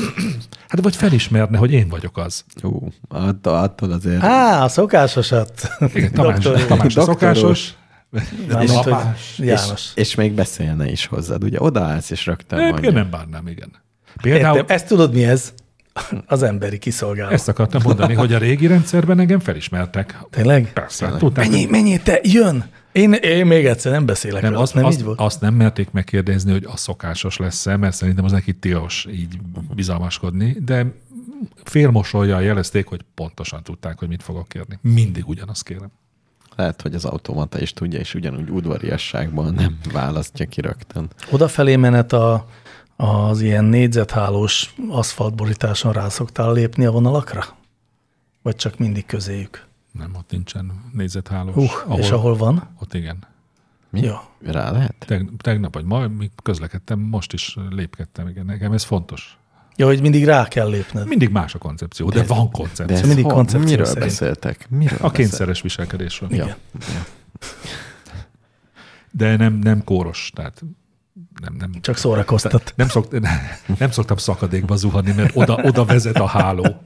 Hát vagy felismerne, hogy én vagyok az. Ú, attól, attól azért... Á, a szokásosat. Igen, Tamás, Doktor úr. Tamás a Doktor úr. szokásos. Mármint, hogy Tamás. János. És, és még beszélne is hozzád. Ugye odaállsz, és rögtön Nem, mondja. nem bárnám, igen. Például Értem, ezt tudod mi ez? Az emberi kiszolgáló. ezt akartam mondani, hogy a régi rendszerben engem felismertek. Tényleg? Persze, tudták. Mennyi, mennyi te, jön! Én, én még egyszer nem beszélek Nem, róla, azt, nem azt, így volt? azt nem merték megkérdezni, hogy a szokásos lesz-e, mert szerintem az neki tilos így bizalmaskodni, de félmosolyjal jelezték, hogy pontosan tudták, hogy mit fogok kérni. Mindig ugyanazt kérem. Lehet, hogy az automata is tudja, és ugyanúgy udvariasságból nem választja ki rögtön. Odafelé menet a, az ilyen négyzethálós aszfaltborításon rá szoktál lépni a vonalakra? Vagy csak mindig közéjük? Nem, ott nincsen négyzethálós. Uh, ahol, és ahol van? Ott igen. Mi? Jó. Rá lehet? Teg, tegnap vagy ma, még közlekedtem, most is lépkedtem, igen. Nekem ez fontos. Ja, hogy mindig rá kell lépned. Mindig más a koncepció, de, de van koncepció. De ez mindig hol, koncepció miről szerint. beszéltek? Miről A kényszeres viselkedésről. Igen. Ja. De nem, nem kóros, tehát nem, nem, Csak szórakoztat. nem, szokt, nem szoktam szakadékba zuhanni, mert oda, oda vezet a háló.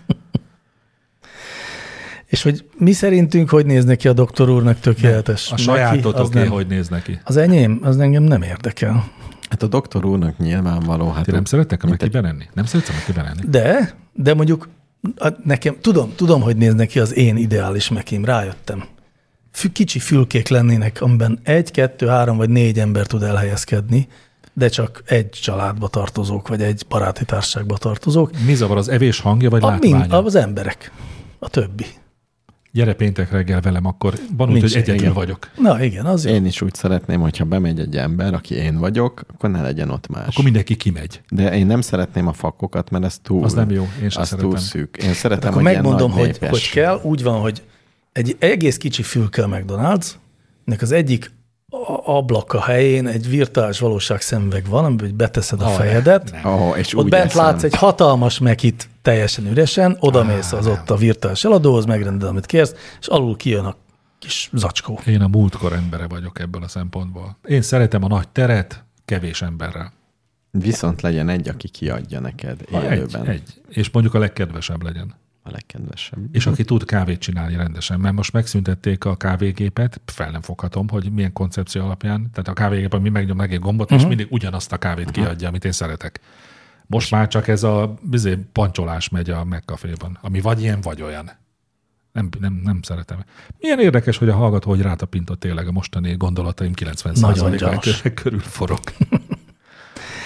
És hogy mi szerintünk, hogy néz neki a doktor úrnak tökéletes? A sajátot Neki, az oké, nem. hogy néz neki. Az enyém, az engem nem érdekel. Hát a doktor úrnak nyilvánvaló. Hát Ti nem ott- szerettek a mint egy- Mekiben enni? Nem szeretsz a Mekiben enni? De, de mondjuk a, nekem, tudom, tudom, hogy néz neki az én ideális mekim, rájöttem. Fü, kicsi fülkék lennének, amiben egy, kettő, három vagy négy ember tud elhelyezkedni, de csak egy családba tartozók, vagy egy baráti társaságba tartozók. Mi zavar, az evés hangja, vagy A, látványa? mind, az emberek, a többi. Gyere péntek reggel velem, akkor van úgy, Nincs, hogy egyedül igen. vagyok. Na igen, az jó. Én is úgy szeretném, hogyha bemegy egy ember, aki én vagyok, akkor ne legyen ott más. Akkor mindenki kimegy. De én nem szeretném a fakokat, mert ez túl... Az nem jó, én sem az szeretem. túl szűk. Én szeretem, Akkor hogy ilyen megmondom, nagy hogy, népes. hogy kell. Úgy van, hogy egy egész kicsi fülke a McDonald's, nek az egyik a- ablaka helyén egy virtuális valóság szemüveg van, amiben beteszed a Ah, fejedet, nem. Oh, és ott úgy bent eszem. látsz egy hatalmas mekit teljesen üresen, odamész az ott a virtuális eladóhoz, megrendeled, amit kérsz, és alul kijön a kis zacskó. Én a múltkor embere vagyok ebből a szempontból. Én szeretem a nagy teret kevés emberrel. Viszont legyen egy, aki kiadja neked Ha egy, élőben. egy. És mondjuk a legkedvesebb legyen. A legkedvesebb. És aki tud kávét csinálni rendesen, mert most megszüntették a kávégépet, fel nem foghatom, hogy milyen koncepció alapján, tehát a kávégépen mi megnyom meg egy gombot, uh-huh. és mindig ugyanazt a kávét uh-huh. kiadja, amit én szeretek. Most már csak ez a bizony, pancsolás megy a McCafé-ban, ami vagy ilyen, vagy olyan. Nem, nem, nem szeretem. Milyen érdekes, hogy a hallgató, hogy rátapintott tényleg a mostani gondolataim kilencven Nagyon százaléka gyanús. körül forog.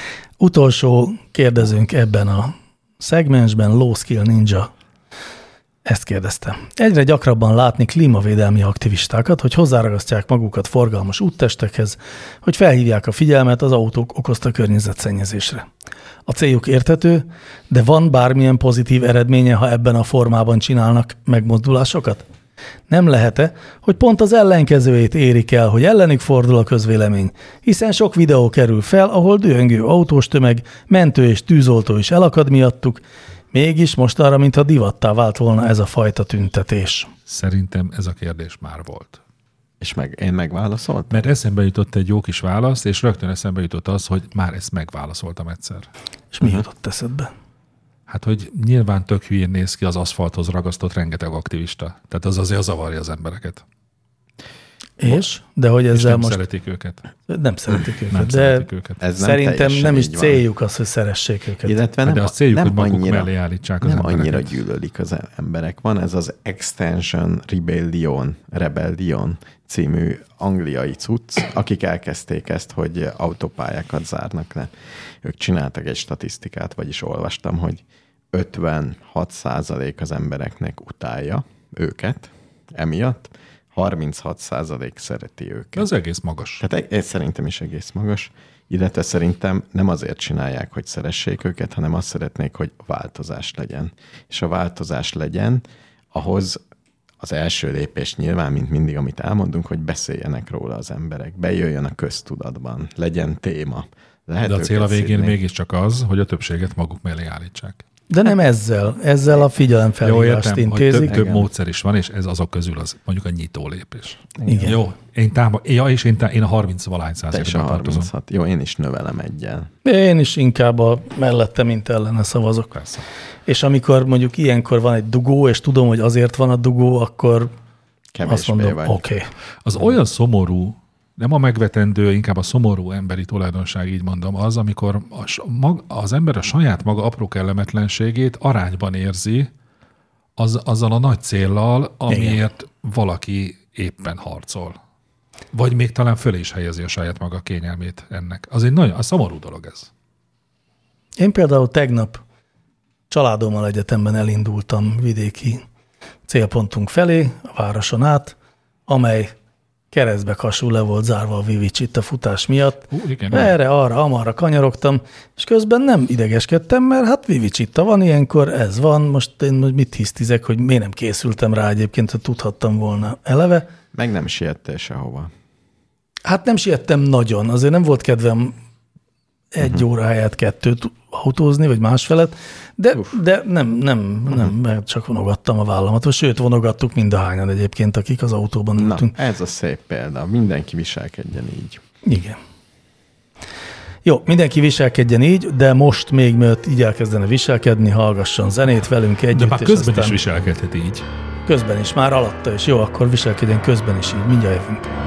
Utolsó kérdezőnk ebben a szegmensben, Low Skill Ninja ezt kérdezte. Egyre gyakrabban látni klímavédelmi aktivistákat, hogy hozzáragasztják magukat forgalmas úttestekhez, hogy felhívják a figyelmet az autók okozta környezetszennyezésre. A céljuk érthető, de van bármilyen pozitív eredménye, ha ebben a formában csinálnak megmozdulásokat? Nem lehet-e, hogy pont az ellenkezőjét érik el, hogy ellenük fordul a közvélemény, hiszen sok videó kerül fel, ahol dühöngő autós tömeg, mentő és tűzoltó is elakad miattuk, mégis mostanra, mintha divattá vált volna ez a fajta tüntetés. Szerintem ez a kérdés már volt. És meg, én megválaszoltam? Mert eszembe jutott egy jó kis válasz, és rögtön eszembe jutott az, hogy már ezt megválaszoltam egyszer. És mi jutott eszedbe? Hát, hogy nyilván tök hülyén néz ki az aszfalthoz ragasztott rengeteg aktivista. Tehát az azért zavarja az embereket. És? De hogy ezzel és nem most... szeretik őket. Nem szeretik őket, Nem de szeretik őket. Ez nem szerintem nem is így céljuk az, hogy szeressék őket. Illetve nem, de a céljuk, nem hogy maguk annyira, mellé állítsák az nem embereket. annyira gyűlölik az emberek. Van ez az Extension Rebellion, Rebellion című angliai cucc, akik elkezdték ezt, hogy autópályákat zárnak le. Ők csináltak egy statisztikát, vagyis olvastam, hogy ötvenhat százalék az embereknek utálja őket emiatt, harminchat százalék szereti őket. Az egész magas. Tehát ez szerintem is egész magas, illetve szerintem nem azért csinálják, hogy szeressék őket, hanem azt szeretnék, hogy változás legyen. És a változás legyen, ahhoz az első lépés nyilván, mint mindig, amit elmondunk, hogy beszéljenek róla az emberek, bejöjjön a köztudatban, legyen téma. Lehet de a cél a végén szidni. mégiscsak az, hogy a többséget maguk mellé állítsák. De nem ezzel. Ezzel a figyelemfelhívást Jó, értem, intézik. hogy több, több Igen. módszer is van, és ez azok közül az mondjuk a nyitó lépés. Igen. Jó, én, táma, ja, és én, tá, én a harminc-valahány Te is a százalékban tartozom. harminchat. Jó, én is növelem egyel. Én is inkább a mellette, mint ellene szavazok. Persze. És amikor mondjuk ilyenkor van egy dugó, és tudom, hogy azért van a dugó, akkor Kevésbé azt mondom, vagy. oké. Okay. Az olyan szomorú, nem a megvetendő, inkább a szomorú emberi tulajdonság, így mondom, az, amikor a, mag, az ember a saját maga apró kellemetlenségét arányban érzi az, azzal a nagy céllal, amiért igen. valaki éppen harcol. Vagy még talán föl is helyezi a saját maga kényelmét ennek. Az egy nagyon a szomorú dolog ez. Én például tegnap családommal egyetemben elindultam vidéki célpontunk felé, a városon át, amely keresztbe kasul le volt zárva a Vivicsit a futás miatt. Hú, igen, Erre, arra, amarra kanyarogtam, és közben nem idegeskedtem, mert hát Vivicsitta van ilyenkor, ez van, most én mit hisztizek, hogy miért nem készültem rá egyébként, hogy tudhattam volna eleve. Meg nem siettél sehova. Hát nem siettem nagyon, azért nem volt kedvem egy uh-huh. óra helyett kettőt autózni, vagy másfelet, de, de nem, nem, nem, uh-huh. mert csak vonogattam a vállamat, vagy sőt, vonogattuk mindahányan egyébként, akik az autóban ültünk. Na, ez a szép példa. Mindenki viselkedjen így. Igen. Jó, mindenki viselkedjen így, de most még mielőtt így elkezdene viselkedni, hallgasson zenét velünk együtt. De már közben aztán is viselkedhet így. Közben is, már alatta is. Jó, akkor viselkedjen közben is így. Mindjárt jövünk.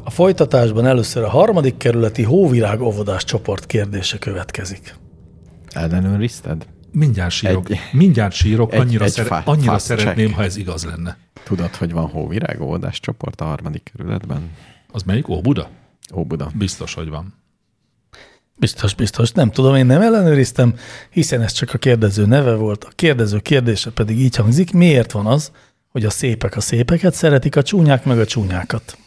A folytatásban először a harmadik kerületi hóvirág óvodás csoport kérdése következik. Ellenőrizted? Mindjárt sírok, Egy- mindjárt sírok egy- annyira, egy szere, fa- annyira fast szeretném, check. ha ez igaz lenne. Tudod, hogy van hóvirág óvodás csoport a harmadik kerületben? Az melyik? Óbuda? Óbuda. Biztos, hogy van. Biztos, biztos. Nem tudom, én nem ellenőriztem, hiszen ez csak a kérdező neve volt. A kérdező kérdése pedig így hangzik, miért van az, hogy a szépek a szépeket szeretik, a csúnyák meg a csúnyákat?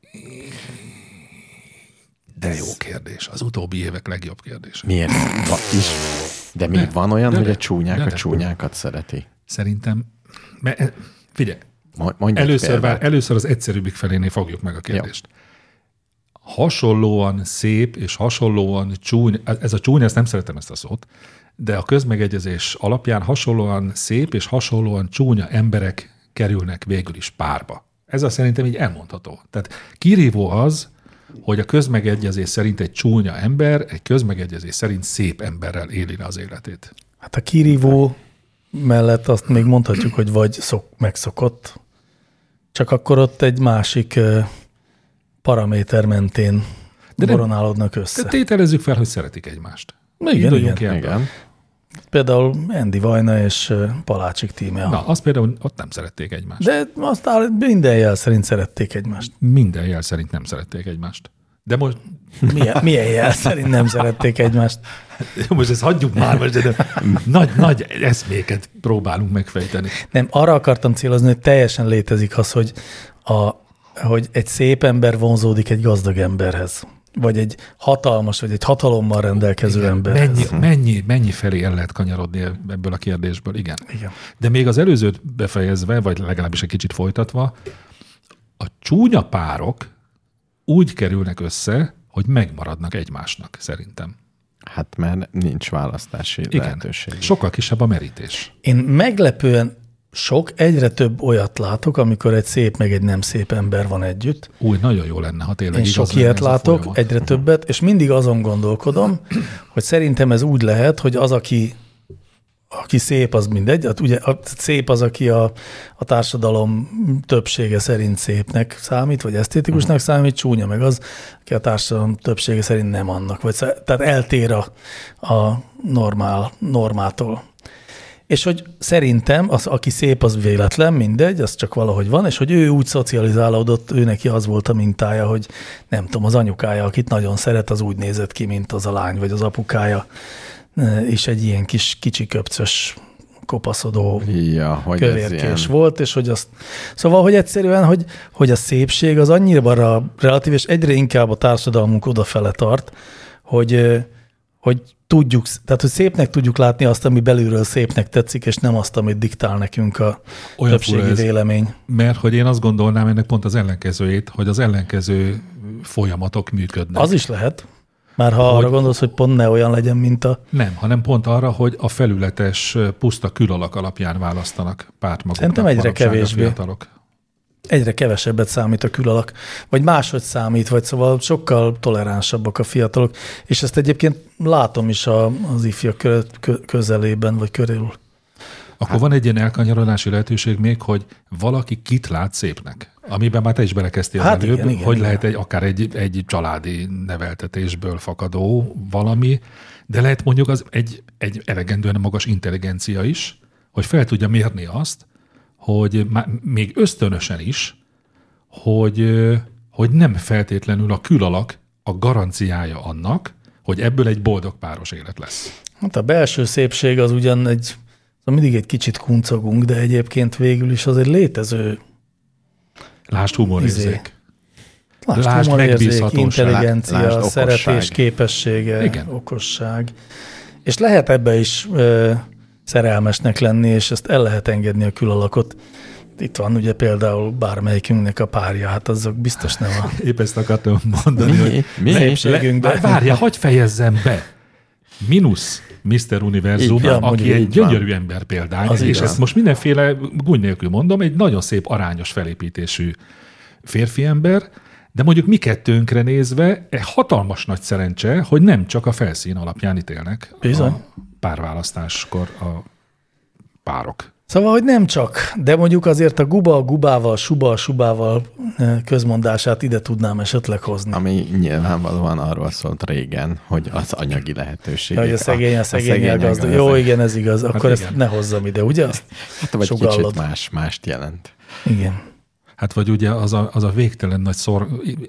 De jó kérdés. Az utóbbi évek legjobb kérdése. Miért? Va, is. De még De, van olyan, de, hogy de, a csúnyák de, a de. csúnyákat szereti? Szerintem, mert, figyelj, Mo- Mondj egy először, példát. vár, először az egyszerűbbik felénél fogjuk meg a kérdést. Hasonlóan szép és hasonlóan csúnya, ez a csúnya, ezt nem szeretem ezt a szót, de a közmegegyezés alapján hasonlóan szép és hasonlóan csúnya emberek kerülnek végül is párba. Ez a szerintem így elmondható. Tehát kirívó az, hogy a közmegegyezés szerint egy csúnya ember egy közmegegyezés szerint szép emberrel éli le az életét. Hát a kirívó mellett azt még mondhatjuk, hogy vagy szok, megszokott, csak akkor ott egy másik ö, paraméter mentén De nem- boronálódnak össze. Tehát tételezzük fel, hogy szeretik egymást. Igen, Induljunk igen. ki ebből. Igen. Például Andy Vajna és ö, Palácsik Tímea. Na, azt például ott nem szerették egymást. De aztán minden jel szerint szerették egymást. Minden jel szerint nem szerették egymást. De most, Milyen, milyen jel szerint nem szerették egymást? most ezt hagyjuk már, most de nagy, nagy eszméket próbálunk megfejteni. Nem, arra akartam célozni, hogy teljesen létezik az, hogy, a, hogy egy szép ember vonzódik egy gazdag emberhez. Vagy egy hatalmas, vagy egy hatalommal rendelkező Igen, emberhez. mennyi, mennyi, mennyi felé el lehet kanyarodni ebből a kérdésből, igen. Igen. De még az előzőt befejezve, vagy legalábbis egy kicsit folytatva, a csúnya párok úgy kerülnek össze, hogy megmaradnak egymásnak, szerintem. Hát mert nincs választási Igen. lehetőség. Sokkal kisebb a merítés. Én meglepően sok, egyre több olyat látok, amikor egy szép meg egy nem szép ember van együtt. Új, nagyon jó lenne, ha tényleg Én igaz sok lenne ilyet ez a látok, folyamat. egyre többet, és mindig azon gondolkodom, hogy szerintem ez úgy lehet, hogy az, aki, aki szép, az mindegy. Hát ugye a szép az, aki a, a társadalom többsége szerint szépnek számít, vagy esztétikusnak számít, csúnya meg az, aki a társadalom többsége szerint nem annak. Vagy, tehát eltér a, a normál, normától. És hogy szerintem, az, aki szép, az véletlen, mindegy, az csak valahogy van, és hogy ő úgy szocializálódott, ő neki az volt a mintája, hogy nem tudom, az anyukája, akit nagyon szeret, az úgy nézett ki, mint az a lány, vagy az apukája, és egy ilyen kis, kicsi köpcös, kopaszodó Ja, hogy ez ilyen. kövérkés volt, és hogy azt... Szóval, hogy egyszerűen, hogy, hogy a szépség az annyira relatív, és egyre inkább a társadalmunk odafele tart, hogy, hogy tudjuk, tehát hogy szépnek tudjuk látni azt, ami belülről szépnek tetszik, és nem azt, amit diktál nekünk a Olyan többségi fura ez. vélemény. Mert hogy én azt gondolnám ennek pont az ellenkezőjét, hogy az ellenkező folyamatok működnek. Az is lehet, már ha hogy, arra gondolsz, hogy pont ne olyan legyen, mint a... Nem, hanem pont arra, hogy a felületes, puszta külalak alapján választanak párt maguknak. Szerintem egyre manapság a kevésbé. fiatalok. Egyre kevesebbet számít a külalak, vagy máshogy számít, vagy szóval sokkal toleránsabbak a fiatalok, és ezt egyébként látom is a, az ifjak kö- kö- közelében, vagy körül. Akkor hát, van egy ilyen elkanyarodási lehetőség még, hogy valaki kit lát szépnek, amiben már te is belekezdtél Hát hát előbb, igen, igen, hogy igen. lehet egy, akár egy, egy családi neveltetésből fakadó valami, de lehet mondjuk az egy, egy elegendően magas intelligencia is, hogy fel tudja mérni azt, hogy má, még ösztönösen is, hogy, hogy nem feltétlenül a külalak a garanciája annak, hogy ebből egy boldog páros élet lesz. Hát a belső szépség az ugyan egy, szóval mindig egy kicsit kuncogunk, de egyébként végül is az egy létező Lásd humorérzék. Izé. Lásd, Lásd humorérzék, megbízhatóság. intelligencia, Lásd okosság. szeretés, képessége, Igen. okosság. És lehet ebbe is ö, szerelmesnek lenni, és ezt el lehet engedni a külalakot. Itt van ugye például bármelyikünknek a párja, hát azok biztos nem a Épp ezt akartam mondani, Mi? hogy Mi? szépségünkben. várja, hogy fejezzem be. Minusz miszter Univerzum, Így van, aki mondjuk egy így gyönyörű ember példány, Az és igaz. ezt most mindenféle gúny nélkül mondom, egy nagyon szép arányos felépítésű férfi ember, de mondjuk mi kettőnkre nézve egy hatalmas nagy szerencse, hogy nem csak a felszín alapján ítélnek Bizony. a párválasztáskor a párok. Szóval, hogy nem csak, de mondjuk azért a guba a gubával, suba a subával közmondását ide tudnám esetleg hozni. Ami nyilvánvalóan arról szólt régen, hogy az anyagi lehetőségek. Hogy a szegény a szegény gazdag. Jó, igen, ez igaz. Akkor hát ezt igen. Ne hozzam ide, ugye? Azt hát vagy sugallod. Kicsit más, mást jelent. Igen. Hát vagy ugye az a, az a végtelen nagy szor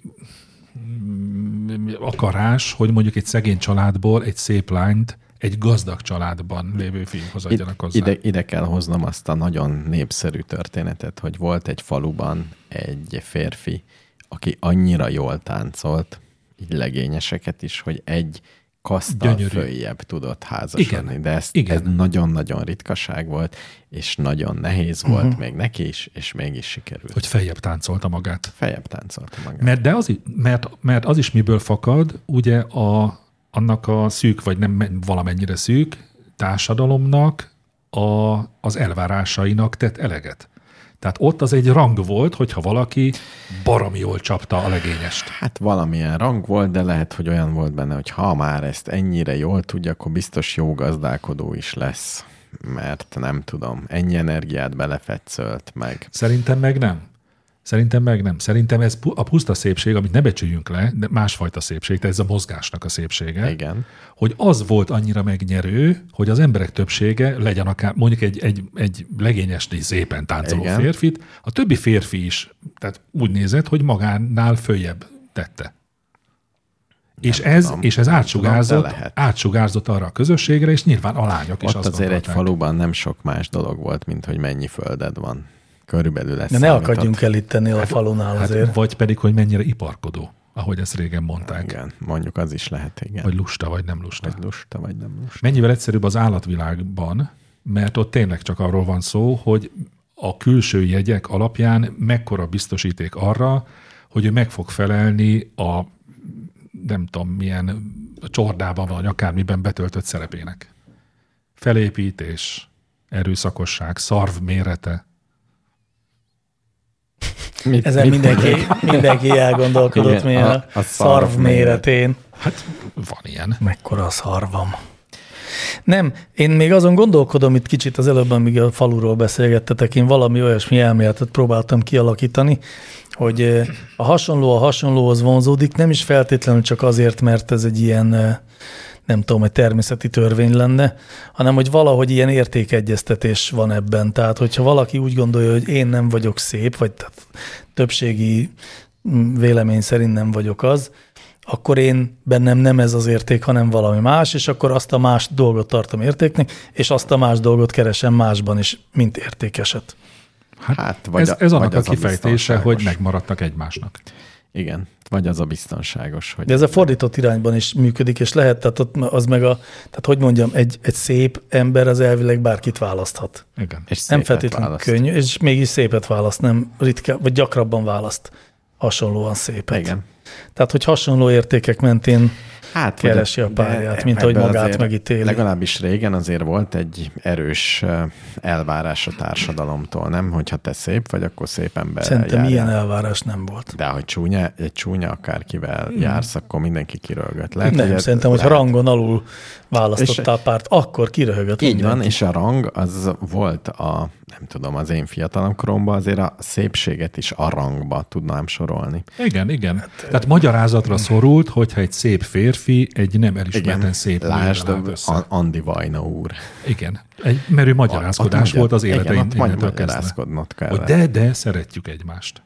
akarás, hogy mondjuk egy szegény családból egy szép lányt egy gazdag családban lévő fiúhoz adjanak hozzá. Ide, ide kell hoznom azt a nagyon népszerű történetet, hogy volt egy faluban egy férfi, aki annyira jól táncolt, így legényeseket is, hogy egy kaszttal följebb tudott házasodni. Igen. De ez, ez nagyon-nagyon ritkaság volt, és nagyon nehéz volt uh-huh. még neki is, és mégis sikerült. Hogy feljebb táncolta magát. Feljebb táncolta magát. Mert, de az, mert, mert az is miből fakad, ugye a annak a szűk, vagy nem valamennyire szűk társadalomnak a, az elvárásainak tett eleget. Tehát ott az egy rang volt, hogyha valaki baromi jól csapta a legényest. Hát valamilyen rang volt, de lehet, hogy olyan volt benne, hogy ha már ezt ennyire jól tudja, akkor biztos jó gazdálkodó is lesz. Mert nem tudom, ennyi energiát belefetszölt meg. Szerintem meg nem. Szerintem meg nem. Szerintem ez a puszta szépség, amit ne becsüljünk le, de másfajta szépség, tehát ez a mozgásnak a szépsége. Igen. Hogy az volt annyira megnyerő, hogy az emberek többsége legyen akár mondjuk egy, egy, egy legényesnél szépen táncoló Igen. férfit, a többi férfi is tehát úgy nézett, hogy magánál följebb tette. Nem és ez, tudom, és ez átsugárzott, átsugárzott arra a közösségre, és nyilván a lányok is ott azt azért gondolták. Egy faluban nem sok más dolog volt, mint hogy mennyi földed van. Körülbelül lesz. De ne akadjunk el itt ennél hát, a falunál azért. Hát, vagy pedig, hogy mennyire iparkodó, ahogy ezt régen mondták. Igen, mondjuk az is lehet, igen. Vagy lusta, vagy nem lusta. Vagy lusta, vagy nem lusta. Mennyivel egyszerűbb az állatvilágban, mert ott tényleg csak arról van szó, hogy a külső jegyek alapján mekkora biztosíték arra, hogy ő meg fog felelni a nem tudom milyen a csordában vagy akármiben betöltött szerepének. Felépítés, erőszakosság, szarv mérete. Mit, Ezen mit mindenki, mindenki elgondolkodott mi a, a, a szarv méretén. Hát van ilyen. Mekkora a szarvam. Nem, én még azon gondolkodom itt kicsit az előbb, amíg a faluról beszélgettetek, én valami olyasmi elméletet próbáltam kialakítani, hogy a hasonló a hasonlóhoz vonzódik, nem is feltétlenül csak azért, mert ez egy ilyen, nem tudom, egy természeti törvény lenne, hanem hogy valahogy ilyen értékegyeztetés van ebben. Tehát, hogyha valaki úgy gondolja, hogy én nem vagyok szép, vagy tehát többségi vélemény szerint nem vagyok az, akkor én bennem nem ez az érték, hanem valami más, és akkor azt a más dolgot tartom értéknek, és azt a más dolgot keresem másban is, mint értékeset. Hát, hát vagy ez, ez annak a kifejtése, hogy megmaradtak egymásnak. Igen, vagy az a biztonságos. Hogy de ez a fordított irányban is működik, és lehet, tehát ott az meg a, tehát hogy mondjam, egy, egy szép ember az elvileg bárkit választhat. Igen. És nem feltétlenül választ. Könnyű, és mégis szépet választ, nem ritkán, vagy gyakrabban választ hasonlóan szépet. Igen. Tehát, hogy hasonló értékek mentén hát, keresi a párját, mint ahogy magát megítéli. Legalábbis régen azért volt egy erős elvárás a társadalomtól, nem? Hogyha te szép vagy, akkor szép ember. Szerintem járjál. Ilyen elvárás nem volt. De hogy csúnya, egy csúnya akárkivel hmm. jársz, akkor mindenki kiröhögött. Lehet, nem, hogy szerintem, hogyha rangon alul választottál párt, akkor kiröhögött. Így mindenki. Van, és a rang az volt a, nem tudom, az én fiatalom koromban azért a szépséget is a rangba tudnám sorolni. Igen, igen. Hát, Tehát magyarázatra szorult, hogyha egy szép férfi egy nem elismerten szép lásd, Andi Vajna úr. Igen. Egy merő magyarázkodás a, volt az életeinél. Igen, magyarázkodnod kell. De, de szeretjük egymást.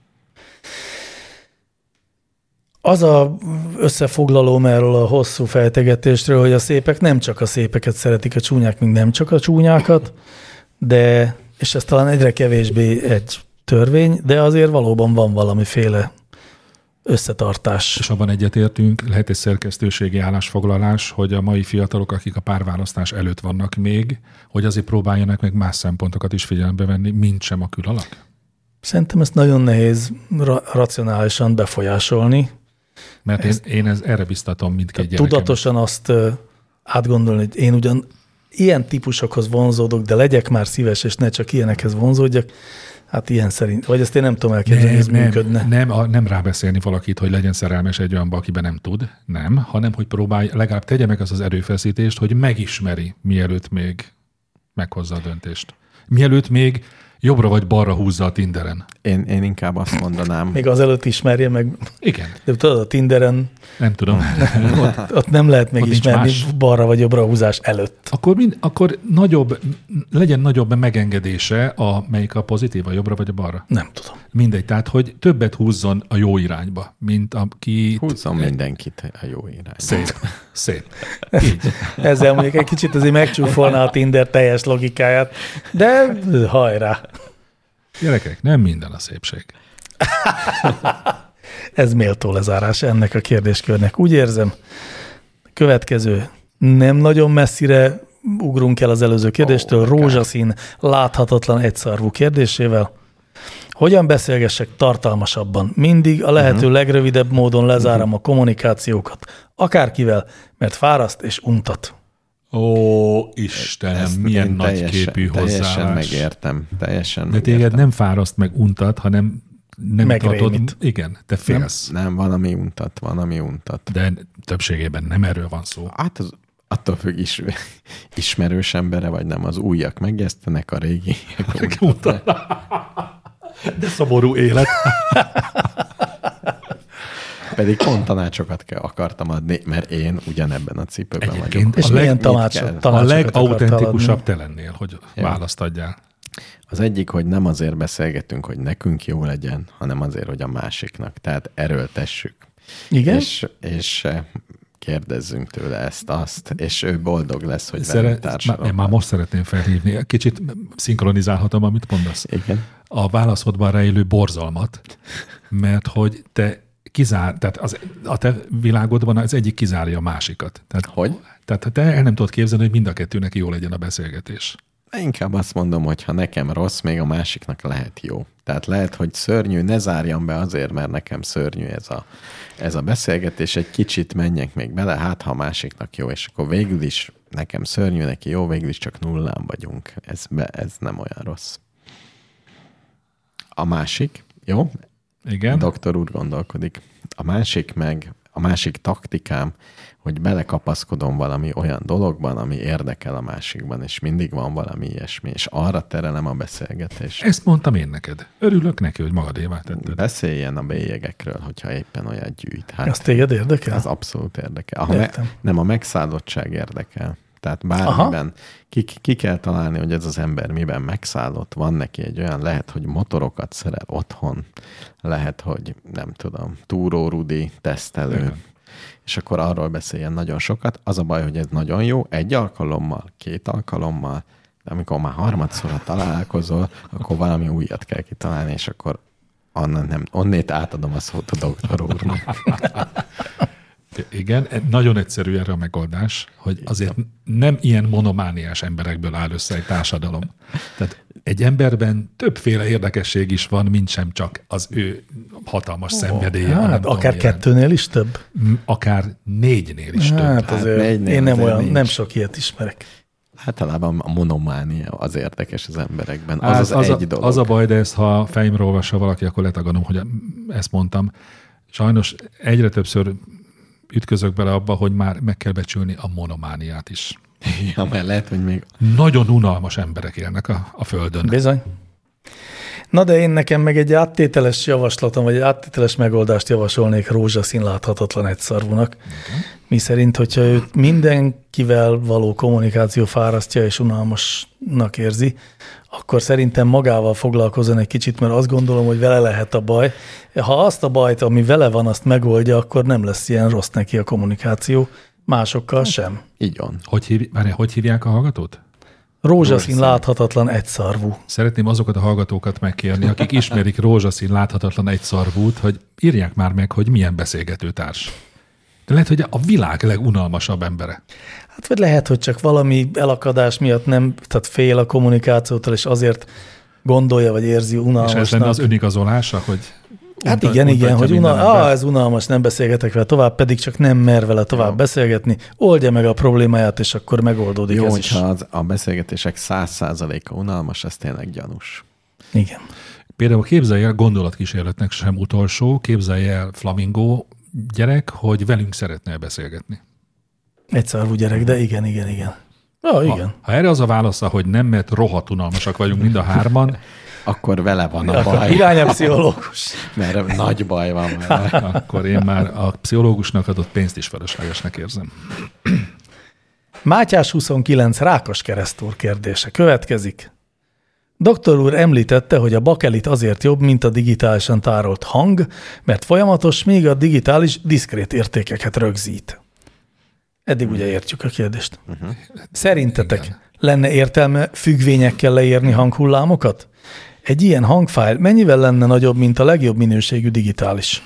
Az a összefoglalóm erről a hosszú fejtegetésről, hogy a szépek nem csak a szépeket szeretik, a csúnyák még nem csak a csúnyákat, de, és ez talán egyre kevésbé egy törvény, de azért valóban van valamiféle összetartás. És abban egyetértünk, lehet egy szerkesztőségi állásfoglalás, hogy a mai fiatalok, akik a párválasztás előtt vannak még, hogy azért próbáljanak meg más szempontokat is figyelembe venni, mint sem a külalak? Szerintem ezt nagyon nehéz ra- racionálisan befolyásolni. Mert ezt, én, én ez, erre biztatom mindkét gyerekem. Tudatosan azt uh, átgondolni, hogy én ugyan ilyen típusokhoz vonzódok, de legyek már szíves, és ne csak ilyenekhez vonzódjak, hát ilyen szerint. Vagy ezt én nem tudom elképzelni, hogy ez nem, működne. Nem, a, nem rábeszélni valakit, hogy legyen szerelmes egy olyanba, akiben nem tud, nem, hanem hogy próbálj, legalább tegye meg az az erőfeszítést, hogy megismeri, mielőtt még meghozza a döntést. Mielőtt még jobbra vagy balra húzza a Tinderen. Én, én inkább azt mondanám. Még azelőtt ismerje meg. Igen. De tudod, a Tinderen Nem tudom. ott, ott nem lehet még Ott nincs ismerni más. balra vagy jobbra húzás előtt. Akkor, mind, akkor nagyobb, legyen nagyobb megengedése, a, melyik a pozitív, a jobbra vagy a balra? Nem tudom. Mindegy, tehát hogy többet húzzon a jó irányba, mint aki... Húzzon mindenkit a jó irányba. Szép, szép. Így. Ezzel mondjuk egy kicsit azért megcsúfolná a Tinder teljes logikáját, de hajrá. Gyerekek, nem minden a szépség. Ez méltó lezárás ennek a kérdéskörnek. Úgy érzem, következő nem nagyon messzire ugrunk el az előző kérdéstől, Ó, rózsaszín, láthatatlan egyszarvú kérdésével. Hogyan beszélgessek tartalmasabban? Mindig a lehető uh-huh. legrövidebb módon lezárom uh-huh. a kommunikációkat. Akárkivel, mert fáraszt és untat. Ó, Istenem, Ezt milyen én nagyképű teljesen hozzáállás. megértem. Teljesen De téged megértem. nem fáraszt meg untat, hanem nem Megrémít. tartod. Igen, te félsz. Nem, nem, van, ami untat, van, ami untat. De többségében nem erről van szó. Hát az attól függ is, ismerős embere vagy nem, az újak megjesztenek, a régiek untatnak. De szomorú élet. Pedig pont tanácsokat kell, akartam adni, mert én ugyanebben a cipőben Egyébként vagyok. És A milyen leg- tanácsot, mit kell? A tanácsokat akartál legautentikusabb adni? te lennél, hogy Ja. választ adjál. Az egyik, hogy nem azért beszélgetünk, hogy nekünk jó legyen, hanem azért, hogy a másiknak. Tehát erőltessük. Igen? És, és kérdezzünk tőle ezt, azt, és ő boldog lesz, hogy velünk Szeret, már, társadalom. én már most szeretném felhívni. Kicsit szinkronizálhatom, amit mondasz. Igen. A válaszodban rejlő borzalmat, mert hogy te kizár, tehát az, a te világodban az egyik kizárja a másikat. Tehát, Hogy? Tehát te el nem tudod képzelni, hogy mind a kettőnek jó legyen a beszélgetés. Inkább azt mondom, hogy ha nekem rossz, még a másiknak lehet jó. Tehát lehet, hogy szörnyű, ne zárjam be azért, mert nekem szörnyű ez a, ez a beszélgetés, egy kicsit menjek még bele, hát ha a másiknak jó, és akkor végül is nekem szörnyű, neki jó, végül is csak nullán vagyunk. Ez, be, ez nem olyan rossz. A másik, jó? Igen? Doktor úr gondolkodik. A másik meg, a másik taktikám, hogy belekapaszkodom valami olyan dologban, ami érdekel a másikban, és mindig van valami ilyesmi, és arra terelem a beszélgetést. Ezt mondtam én neked. Örülök neki, hogy magadévá tetted. Beszéljen a bélyegekről, hogyha éppen olyat gyűjt. Hát Az téged érdekel? az abszolút érdekel. A me- Értem. nem, a megszállottság érdekel. Tehát bármiben ki, ki kell találni, hogy ez az ember miben megszállott. Van neki egy olyan, lehet, hogy motorokat szerel otthon, lehet, hogy nem tudom, túrórudi, tesztelő, Igen. és akkor arról beszéljen nagyon sokat. Az a baj, hogy ez nagyon jó, egy alkalommal, két alkalommal, de amikor már harmadszorra találkozol, akkor valami újat kell kitalálni, és akkor onnan nem, onnét átadom a szót a doktor úrnak. Igen, nagyon egyszerű erre a megoldás, hogy azért nem ilyen monomániás emberekből áll össze egy társadalom. Tehát egy emberben többféle érdekesség is van, mint sem csak az ő hatalmas szenvedélye. Hát, nem tudom, akár milyen. kettőnél is több? M- Akár négynél is több. Hát azért négynél én nem azért olyan, nincs. nem sok ilyet ismerek. Általában a monománia az érdekes az emberekben. Az Az, az, az, egy a, dolog. az a baj, de ezt ha fejemre olvassa valaki, akkor letagadom, hogy ezt mondtam. Sajnos egyre többször ütközök bele abba, hogy már meg kell becsülni a monomániát is. Ja, mert lehet, hogy még Nagyon unalmas emberek élnek a, a Földön. Bizony. Na de én nekem meg egy áttételes javaslatom, vagy egy áttételes megoldást javasolnék rózsaszín láthatatlan egyszarvúnak. Mi szerint, hogyha őt mindenkivel való kommunikáció fárasztja és unalmasnak érzi, akkor szerintem magával foglalkozzon egy kicsit, mert azt gondolom, hogy vele lehet a baj. Ha azt a bajt, ami vele van, azt megoldja, akkor nem lesz ilyen rossz neki a kommunikáció, másokkal sem. így van. Hogy, hív, várjál, hogy hívják a hallgatót? Rózsaszín Rózsaszín. láthatatlan egyszarvú. Szeretném azokat a hallgatókat megkérni, akik ismerik rózsaszín láthatatlan egyszarvút, hogy írják már meg, hogy milyen beszélgetőtárs. De lehet, hogy a világ legunalmasabb embere. Hát vagy lehet, hogy csak valami elakadás miatt nem, tehát fél a kommunikációtól, és azért gondolja, vagy érzi És unalmasnak. ez lenne az önigazolása, hogy Hát unta- igen, igen, untatja hogy minden unal, ember. ah, ez unalmas, nem beszélgetek vele tovább, pedig csak nem mer vele tovább Jó. beszélgetni, oldja meg a problémáját, és akkor megoldódik Jó, ez is. hogyha az, a beszélgetések száz százaléka unalmas, az tényleg gyanús. Igen. Például képzelj el, gondolatkísérletnek sem utolsó, képzelj el flamingo gyerek, hogy velünk szeretne beszélgetni. Egyszarvú gyerek, de igen, igen, igen. Ah, igen. Ha, ha erre az a válasza, hogy nem, mert rohadt unalmasak vagyunk mind a hárman, Akkor vele van a Akkor baj, irány a pszichológus. mert nagy baj van vele. akkor én már a pszichológusnak adott pénzt is feleslegesnek érzem. Mátyás huszonkilenc Rákos keresztúr kérdése következik. Doktor úr említette, hogy a bakelit azért jobb, mint a digitálisan tárolt hang, mert folyamatos, míg a digitális diszkrét értékeket rögzít. Eddig ugye értjük a kérdést. Uh-huh. Szerintetek Igen. lenne értelme függvényekkel leírni hanghullámokat? Egy ilyen hangfájl mennyivel lenne nagyobb, mint a legjobb minőségű digitális?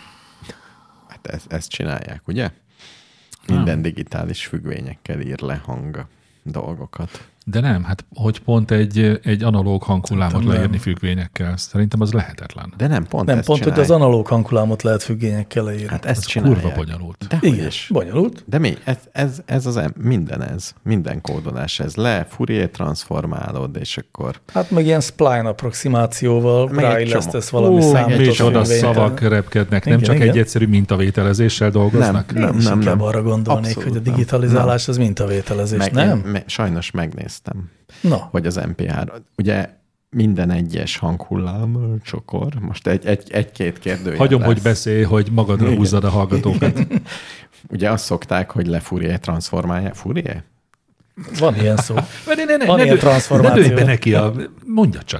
Hát ezt, ezt csinálják, ugye? Minden digitális függvényekkel ír le hang dolgokat. De nem, hát hogy pont egy, egy analóg hanghullámot Szerintem leírni nem. függvényekkel, szerintem az lehetetlen. De nem, pont Nem, ezt pont, hogy csinálják. az analóg hanghullámot lehet függényekkel leírni. Hát ezt Ez csinálják. kurva bonyolult. De Igen, hogy is. bonyolult. De mi? Ez, ez, ez az em- minden ez. Minden kódolás ez. Le, Fourier transformálod, és akkor... Hát meg ilyen spline approximációval Meg egy ráillesztesz csomó. valami Ó, számított Micsoda függvényt. szavak repkednek, nem Igen, csak igen. egy egyszerű mintavételezéssel dolgoznak? Nem, Én is inkább arra gondolnék, Abszolút hogy a nem. digitalizálás az mintavételezés, Meg, nem? Én, me, sajnos megnéztem, Na, vagy az em pé há. Ugye minden egyes hanghullám csokor. Most egy, egy, egy-két kérdőjel Hagyom, lesz. hogy beszélj, hogy magadra Igen. húzzad a hallgatókat. Ugye azt szokták, hogy le Fourier transformálják. Fourier? van ilyen szó. Ne, ne, ne, Van ne, ilyen dő- transformáció. Ne dőj be neki, a, mondja csak.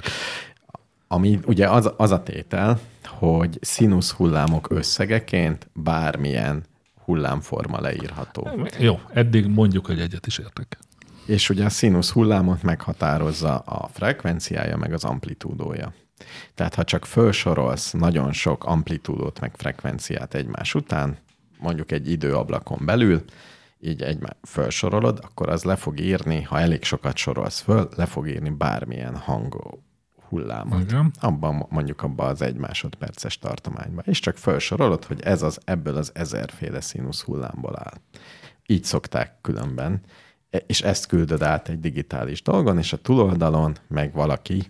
Ami ugye az, az a tétel, hogy színusz hullámok összegeként bármilyen hullámforma leírható. Jó, eddig mondjuk, hogy egyet is értek. És ugye a színusz hullámot meghatározza a frekvenciája, meg az amplitúdója. Tehát ha csak felsorolsz nagyon sok amplitúdót, meg frekvenciát egymás után, mondjuk egy időablakon belül, így egymás felsorolod, akkor az le fog írni, ha elég sokat sorolsz föl, le fog írni bármilyen hang hullámot. Igen. Abban mondjuk abban az egy másodperces tartományban. És csak felsorolod, hogy ez az ebből az ezerféle színusz hullámból áll. Így szokták különben. És ezt küldöd át egy digitális dolgon, és a túloldalon meg valaki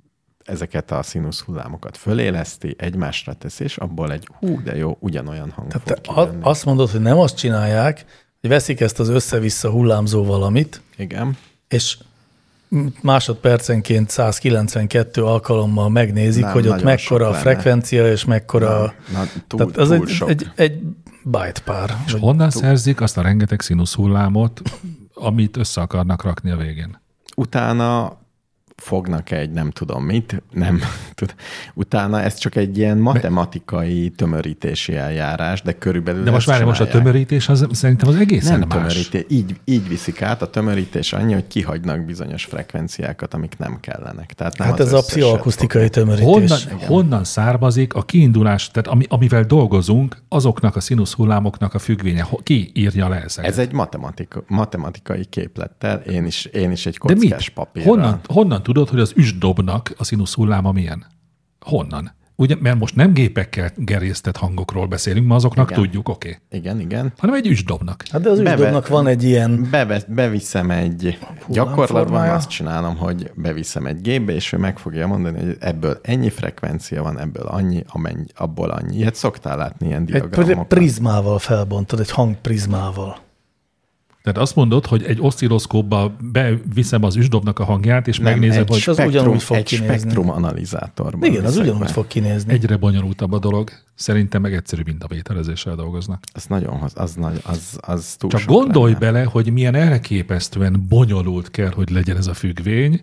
ezeket a színusz hullámokat föléleszti, egymásra teszi, és abból egy hú, de jó, ugyanolyan hang Tehát fog te a- kijönni. azt mondod, hogy nem azt csinálják, hogy veszik ezt az össze-vissza hullámzó valamit, Igen. és másodpercenként száz kilencvenkettő alkalommal megnézik, Nem, hogy ott nagyon mekkora sok a lenne. frekvencia, és mekkora... Na, na, túl, Tehát az túl egy, sok. egy, egy byte pár. És Vagy- honnan szerzik azt a rengeteg színusz hullámot, amit össze akarnak rakni a végén? Utána fognak egy nem tudom mit, nem tud. Utána ez csak egy ilyen matematikai tömörítési eljárás, de körülbelül De most ezt várj, most a csinálják. tömörítés az szerintem az egészen Nem más. tömörítés, így, így viszik át. A tömörítés annyi, hogy kihagynak bizonyos frekvenciákat, amik nem kellenek. Tehát nem Hát az ez a összeset pszichoakusztikai tömörítés. Honnan, honnan származik a kiindulás, tehát ami, amivel dolgozunk, azoknak a színusz hullámoknak a függvénye? Ho- Ki írja le ezeket? Ez egy matematika, matematikai képlettel, én is, én is egy De kockás mit? papírral. Honnan, honnan tudod, hogy az üstdobnak a színusz hulláma milyen? Honnan? Ugye, mert most nem gépekkel gerésztett hangokról beszélünk, ma azoknak Igen. tudjuk, oké. Okay. Igen, igen. Hanem egy üstdobnak. Hát de az Beve- ügydobnak van egy ilyen... Beve, beviszem egy gyakorlatban, formája. azt csinálom, hogy beviszem egy gépbe, és ő meg fogja mondani, hogy ebből ennyi frekvencia van, ebből annyi, amennyi, abból annyi. Ilyet szoktál látni ilyen Egy pri- diagramokat. prizmával felbontod, egy hangprizmával. Tehát azt mondod, hogy egy oszcilloszkópba beviszem az üstdobnak a hangját, és Nem, megnézem, egy hogy az spektrum, ugyanúgy fog egy kinézni. spektrum analizátorban. Igen, az viszek ugyanúgy be. fog kinézni. egyre bonyolultabb a dolog. Szerintem meg egyszerű mintavételezéssel dolgoznak. Az nagyon, az, az, nagy, az, az túl Csak sok gondolj lenne. bele, hogy milyen elképesztően bonyolult kell, hogy legyen ez a függvény.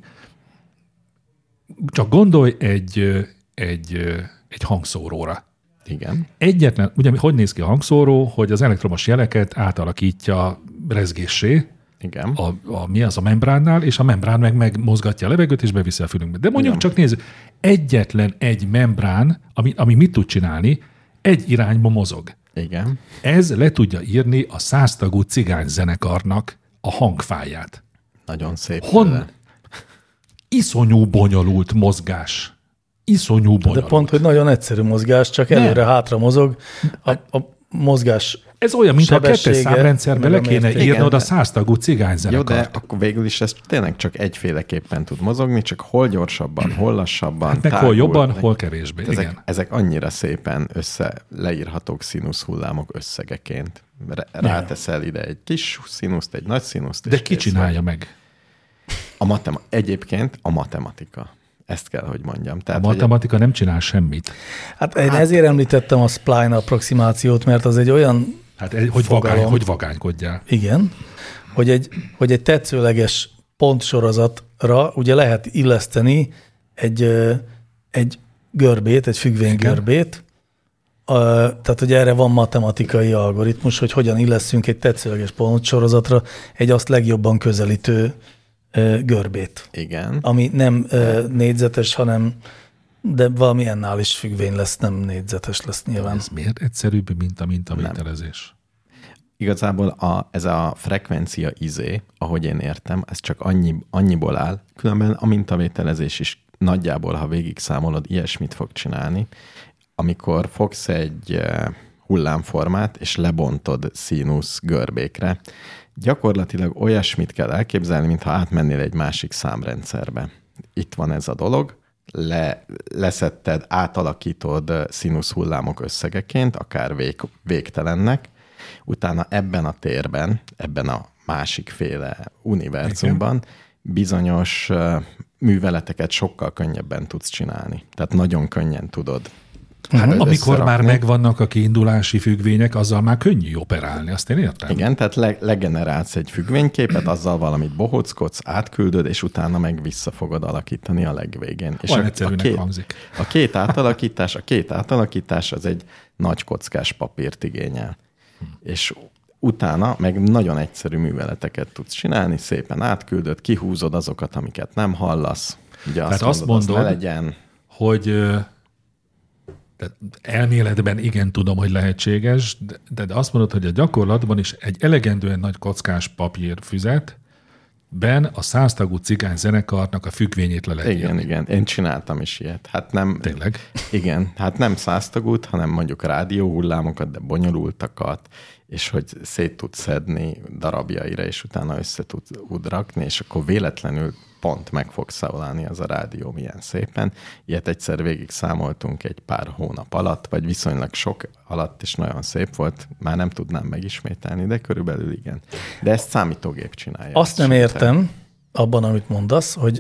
Csak gondolj egy, egy, egy hangszóróra. Igen. Egyetlen, ugye hogy néz ki a hangszóró, hogy az elektromos jeleket átalakítja rezgéssé, Igen. a, a, mi az a membránnál, és a membrán meg megmozgatja a levegőt, és beviszi a fülünkbe. De mondjuk Igen. csak nézzük, egyetlen egy membrán, ami, ami mit tud csinálni, egy irányba mozog. Igen. Ez le tudja írni a száztagú cigányzenekarnak a hangfáját. Nagyon szép. Hon? tőle. Iszonyú bonyolult mozgás. Iszonyú De bonyolult. pont, hogy nagyon egyszerű mozgás, csak előre-hátra mozog. A, a mozgás Ez olyan, mintha a kettes sebessége, számrendszerbe meg le a kéne mértéke. írnod a de- száztagú Jó, de cigányzenekart. akkor végül is ez tényleg csak egyféleképpen tud mozogni, csak hol gyorsabban, hol lassabban. Hát meg hol tágul. jobban, hol kevésbé. Ezek, Igen. ezek annyira szépen össze leírhatók színusz hullámok összegeként. Rá- Ráteszel ide egy kis színuszt, egy nagy színuszt. De és ki kész csinálja vagy. meg? A matema- egyébként a matematika. Ezt kell, hogy mondjam. Tehát, A matematika hogy... nem csinál semmit. Hát én hát, ezért említettem a spline approximációt, mert az egy olyan Hát hogy, vagány, hogy vagánykodjál. Igen, hogy egy, hogy egy tetszőleges pontsorozatra ugye lehet illeszteni egy, egy görbét, egy függvénygörbét, tehát hogy erre van matematikai algoritmus, hogy hogyan illeszünk egy tetszőleges pontsorozatra egy azt legjobban közelítő görbét. Igen. Ami nem négyzetes, hanem de valami ennál is függvény lesz, nem négyzetes lesz nyilván. Ez miért egyszerűbb, mint a mintavételezés? Igazából a, ez a frekvencia izé, ahogy én értem, ez csak annyi, annyiból áll, különben a mintavételezés is nagyjából, ha végig számolod, ilyesmit fog csinálni, amikor fogsz egy hullámformát, és lebontod színusz görbékre, gyakorlatilag olyasmit kell elképzelni, mintha átmennél egy másik számrendszerbe. Itt van ez a dolog, le, leszetted, átalakítod színusz hullámok összegeként, akár vég, végtelennek, utána ebben a térben, ebben a másikféle univerzumban igen. bizonyos műveleteket sokkal könnyebben tudsz csinálni. Tehát nagyon könnyen tudod. Hát uh-huh. Amikor már megvannak a kiindulási függvények, azzal már könnyű operálni, azt én értem. Igen, tehát le, legenerálsz egy függvényképet, azzal valamit bohóckodsz, átküldöd, és utána meg vissza fogod alakítani a legvégén. És Olyan a, egyszerűnek a két, hangzik. A két átalakítás, a két átalakítás az egy nagy kockás papírt igényel. Hmm. És utána meg nagyon egyszerű műveleteket tudsz csinálni, szépen átküldöd, kihúzod azokat, amiket nem hallasz. Ugye azt, azt mondod, mondod, az ne legyen... hogy de elméletben igen tudom, hogy lehetséges, de, de azt mondod, hogy a gyakorlatban is egy elegendően nagy kockás papírfüzetben a száztagú cigány zenekarnak a függvényét le lehet Igen, írni. Igen, én csináltam is ilyet. Hát nem, Tényleg? Igen, hát nem száztagút, hanem mondjuk rádióhullámokat, de bonyolultakat, és hogy szét tudsz szedni darabjaira, és utána össze tudsz rakni, és akkor véletlenül pont meg fog szólálni az a rádió milyen szépen. Ilyet egyszer végig számoltunk egy pár hónap alatt, vagy viszonylag sok alatt, és nagyon szép volt. Már nem tudnám megismételni, de körülbelül igen. De ezt számítógép csinálja. Azt nem értem abban, amit mondasz, hogy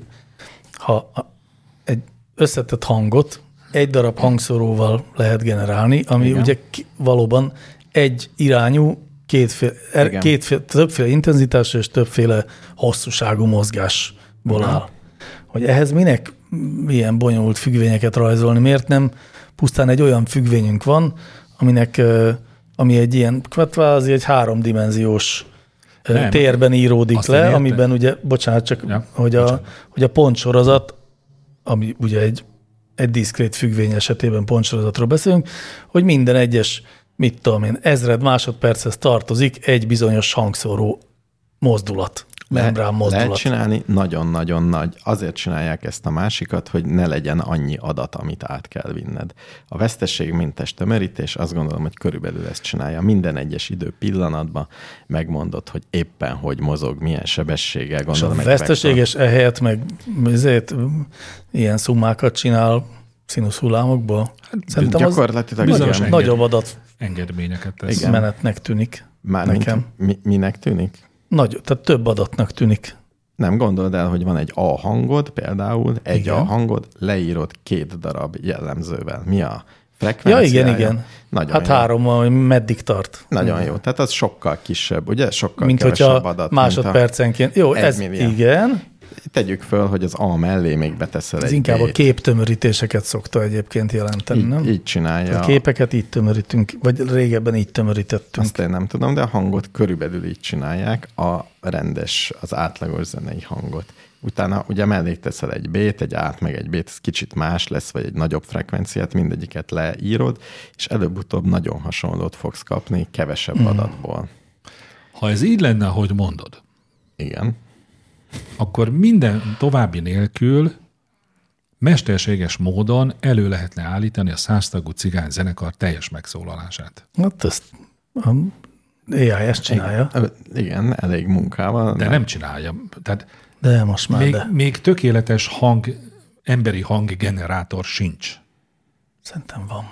ha egy összetett hangot egy darab hangszoróval lehet generálni, ami igen. ugye valóban egy irányú, kétféle, kétféle, többféle intenzitású és többféle hosszúságú mozgásból áll. Hogy ehhez minek milyen bonyolult függvényeket rajzolni? Miért nem pusztán egy olyan függvényünk van, aminek, ami egy ilyen, kvázi egy háromdimenziós nem, térben íródik le, amiben ugye, bocsánat, csak ja, hogy, bocsánat. A, hogy a pontsorozat, ami ugye egy, egy diszkrét függvény esetében pontsorozatról beszélünk, hogy minden egyes mit tudom én, ezred másodperchez tartozik egy bizonyos hangszóró mozdulat, membrán mozdulat. Lehet csinálni nagyon-nagyon nagy. Azért csinálják ezt a másikat, hogy ne legyen annyi adat, amit át kell vinned. A veszteségmentes tömörítés, azt gondolom, hogy körülbelül ezt csinálja. Minden egyes idő pillanatban megmondod, hogy éppen hogy mozog, milyen sebességgel. Gondolom, és a veszteséges ehelyett meg ezért, ilyen szummákat csinál színusz hullámokból. Hát, szerintem gyakorlatilag az bizonyos nagyobb adat engedményeket tesz. Igen. Menetnek tűnik. Már nekem. Mi, minek tűnik? Nagy, tehát több adatnak tűnik. Nem gondold el, hogy van egy A hangod, például egy igen. A hangod, leírod két darab jellemzővel. Mi a frekvenciája? Ja, igen, igen. Nagyon hát jó. három, meddig tart. Nagyon igen. jó. Tehát az sokkal kisebb, ugye? Sokkal mint kevesebb adat. Másodpercenként. Jó, ez milliárd. Igen. Tegyük föl, hogy az A mellé még beteszel ez egy inkább B-t. A képtömörítéseket szokta egyébként jelenteni, így, nem? Így csinálja. A képeket így tömörítünk, vagy régebben így tömörítettünk. Azt én nem tudom, de a hangot körülbelül így csinálják, a rendes, az átlagos zenei hangot. Utána ugye mellé teszel egy B-t, egy A-t, meg egy B-t, ez kicsit más lesz, vagy egy nagyobb frekvenciát, mindegyiket leírod, és előbb-utóbb nagyon hasonlót fogsz kapni kevesebb mm. adatból. Ha ez így lenne, ahogy mondod, igen. akkor minden további nélkül mesterséges módon elő lehetne állítani a száztagú cigány zenekar teljes megszólalását. Hát ezt a á i ezt csinálja. Igen, igen, elég munkával. De nem, nem csinálja. Tehát de most már még, de. még tökéletes hang, emberi hanggenerátor sincs. Szerintem van már.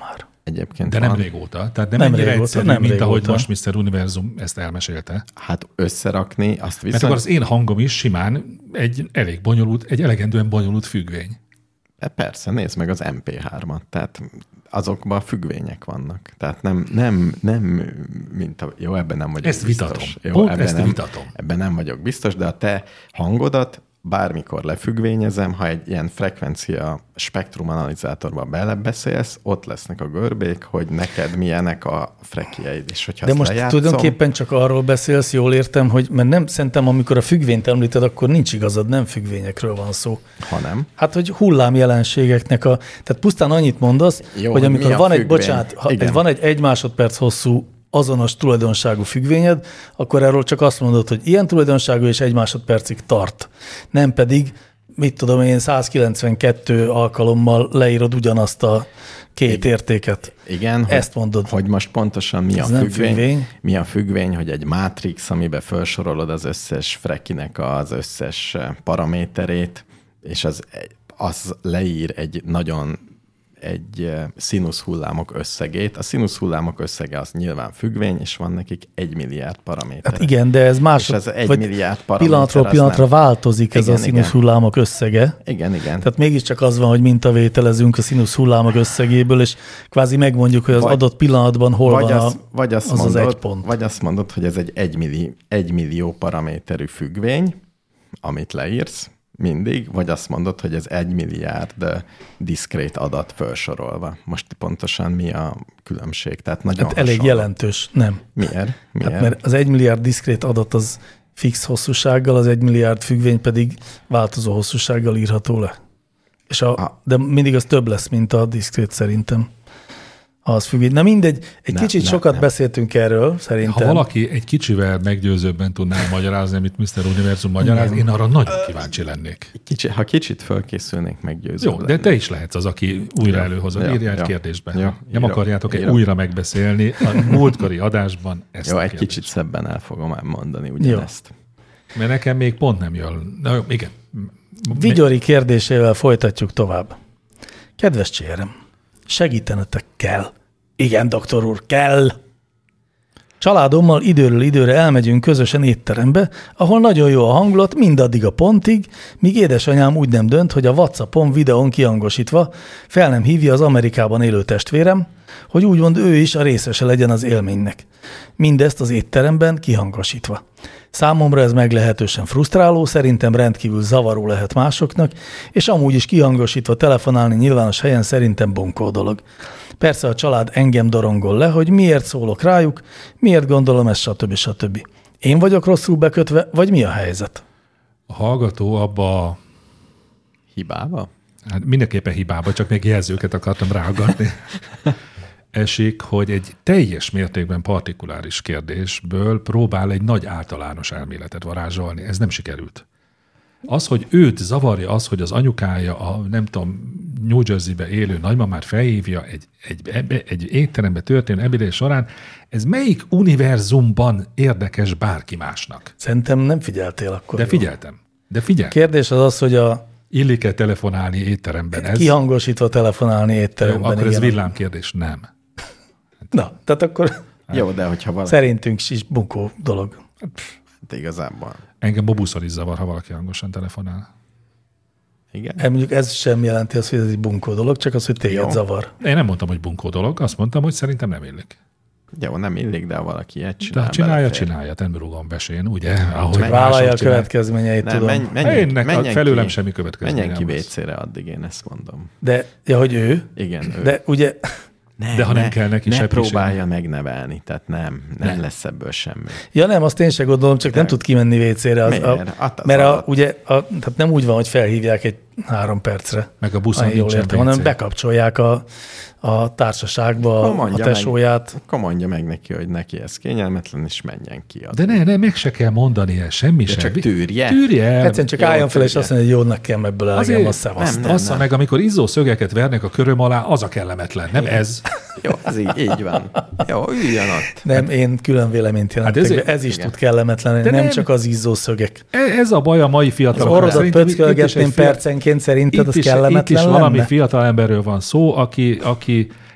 egyébként De van. nem régóta. Tehát nem, Nem ennyire régóta, egyszerű, nem mint régóta. ahogy most miszter Univerzum ezt elmesélte. Hát összerakni, azt Mert viszont... akkor az én hangom is simán egy elég bonyolult, egy elegendően bonyolult függvény. Persze, nézd meg az em pé hármat, tehát azokban függvények vannak. Tehát nem, nem, nem mint a... Jó, ebben nem vagyok Ezt biztos. vitatom. Jó, Pont ebben ezt nem, vitatom. Ebben nem vagyok biztos, de a te hangodat bármikor lefüggvényezem, ha egy ilyen frekvencia spektrum analizátorba belebeszélsz, ott lesznek a görbék, hogy neked milyenek a frekjeid, és hogyha De azt most lejátszom, tulajdonképpen csak arról beszélsz, jól értem, hogy mert nem, szerintem amikor a függvényt említed, akkor nincs igazad, nem függvényekről van szó. hanem Hát, hogy hullámjelenségeknek a... Tehát pusztán annyit mondasz, Jó, Jó, hogy hogy mi amikor a van egy, függvény? bocsánat, ha Igen. egy, van egy egy másodperc hosszú azonos tulajdonságú függvényed, akkor erről csak azt mondod, hogy ilyen tulajdonságú és egy másodpercig tart. Nem pedig, mit tudom én, száz kilencvenkettő alkalommal leírod ugyanazt a két Igen. értéket. igen, Ezt hogy, mondod. hogy most pontosan mi Ez a nem függvény, függvény. mi a függvény, hogy egy mátrix, amiben felsorolod az összes frekinek az összes paraméterét, és az, az leír egy nagyon egy színusz hullámok összegét. A színusz hullámok összege az nyilván függvény, és van nekik egy milliárd paraméter. Hát igen, de ez más, És ez egy vagy milliárd paraméter, pillanatról az pillanatra nem- változik ez Igen, a színusz igen. hullámok összege. Igen, igen. Tehát mégiscsak az van, hogy mintavételezünk a színusz hullámok összegéből, és kvázi megmondjuk, hogy az Vagy- adott pillanatban hol vagy, van az, a, vagy, azt az, az mondod, egy pont. vagy azt mondod, hogy ez egy egymilli, egymillió paraméterű függvény, amit leírsz mindig, vagy azt mondod, hogy ez egy milliárd diszkrét adat felsorolva. Most pontosan mi a különbség? Tehát nagyon Hát elég hasonló. jelentős, nem. Miért? Miért? Hát mert az egy milliárd diszkrét adat az fix hosszúsággal, az egy milliárd függvény pedig változó hosszúsággal írható le. És a, Ah. de mindig az több lesz, mint a diszkrét szerintem. Az függvény. Na mindegy, egy Ne, kicsit ne, sokat nem. beszéltünk erről, szerintem. Ha valaki egy kicsivel meggyőzőbben tudná magyarázni, amit miszter Univerzum magyaráz, én arra nagyon kíváncsi lennék. Kicsi, ha kicsit fölkészülnék, meggyőző. Jó, de te is lehetsz az, aki újra Ja, előhozod. ja, Írjál egy ja. kérdésbe. Ja, Nem írom, akarjátok egy írom. újra megbeszélni a múltkori adásban ezt Jó, a egy kérdést. kicsit szebben el fogom elmondani ugyanezt. Mert nekem még pont nem jön. Na, jó, igen. Vigyori kérdésével folytatjuk tovább. Kedves csérem, segítenetek kell. Igen, doktor úr, kell. Családommal időről időre elmegyünk közösen étterembe, ahol nagyon jó a hangulat mindaddig a pontig, míg édesanyám úgy nem dönt, hogy a WhatsAppon videón kihangosítva fel nem hívja az Amerikában élő testvérem, hogy úgymond ő is a részese legyen az élménynek. Mindezt az étteremben kihangosítva. Számomra ez meglehetősen frusztráló, szerintem rendkívül zavaró lehet másoknak, és amúgy is kihangosítva telefonálni nyilvános helyen szerintem bonkó dolog. Persze a család engem dorongol le, hogy miért szólok rájuk, miért gondolom ezt, stb. stb. Én vagyok rosszul bekötve, vagy mi a helyzet? A hallgató abba a Hibába? hát mindenképpen hibába, csak még jelzőket akartam ráaggatni. Esik, hogy egy teljes mértékben partikuláris kérdésből próbál egy nagy általános elméletet varázsolni. Ez nem sikerült. Az, hogy őt zavarja az, hogy az anyukája a, nem tudom, New Jersey-be élő nagymamát felhívja egy, egy, egy étterembe történő ebédlés során, ez melyik univerzumban érdekes bárki másnak? Szerintem nem figyeltél akkor. De jól. figyeltem. De figyelj. Kérdés az az, hogy a Illik-e telefonálni étteremben? Ez, kihangosítva telefonálni jó, étteremben. akkor ez igen. villámkérdés, nem. Na, tehát akkor Jó, de hogyha valaki... szerintünk is bunkó dolog. Hát igazából. Engem bobuszor is zavar, ha valaki hangosan telefonál. Igen? Hát mondjuk ez sem jelenti azt, hogy ez egy bunkó dolog, csak az, hogy téged Jó. zavar. Én nem mondtam, hogy bunkó dolog, azt mondtam, hogy szerintem nem illik. Jó, nem illik, de ha valaki ilyet De csinál. ha csinálja, belefér. csinálja, nem rúgom besén, ugye? Ahogy Menj, Vállalja a mások csinál. következményeit, Nem, tudom. menj, menjen, Énnek menjen felőlem ki, semmi következménye menjen ki nem vé lesz. cére, addig én ezt mondom. De, ja, hogy ő? Igen, ő. De ugye, ne, de ha ne, nem kell neki ne seppiség. próbálja megnevelni, tehát nem, nem Nem. lesz ebből semmi. ja nem, azt én sem gondolom, csak nem tud kimenni vécére. Az, a, Miért? Hát az mert a, alatt. ugye, a, tehát nem úgy van, hogy felhívják egy három percre, Meg a buszon ha jól nincsen értem, vé cé. hanem bekapcsolják a, a társaságba Akkor a, a mondja tesóját. Meg, akkor mondja meg neki, hogy neki ez kényelmetlen, és menjen ki. De ne, ne, meg se kell mondani el, semmi De sem. csak tűrje. Tűrje el. Egyszerűen csak Jó, álljon fel, és tudja. azt mondja, hogy jó, nekem ebből elegem, Azért a szevaszt. nem, Assza meg, amikor izzó szögeket vernek a köröm alá, az a kellemetlen, nem ez. Jó, ez így, így van. Jó, üljön ott. Nem, én külön véleményt jelentek Hát hát ezért- ez is igen. tud kellemetlen, De nem, nem. csak az izzó szögek. E- Ez a baj a mai Az fiataloknak. orrodat Szerintem itt- itt is pöckölgetném egy fia- percenként, szerinted itt az is, kellemetlen Itt is lenne? valami fiatal emberről van szó, aki, aki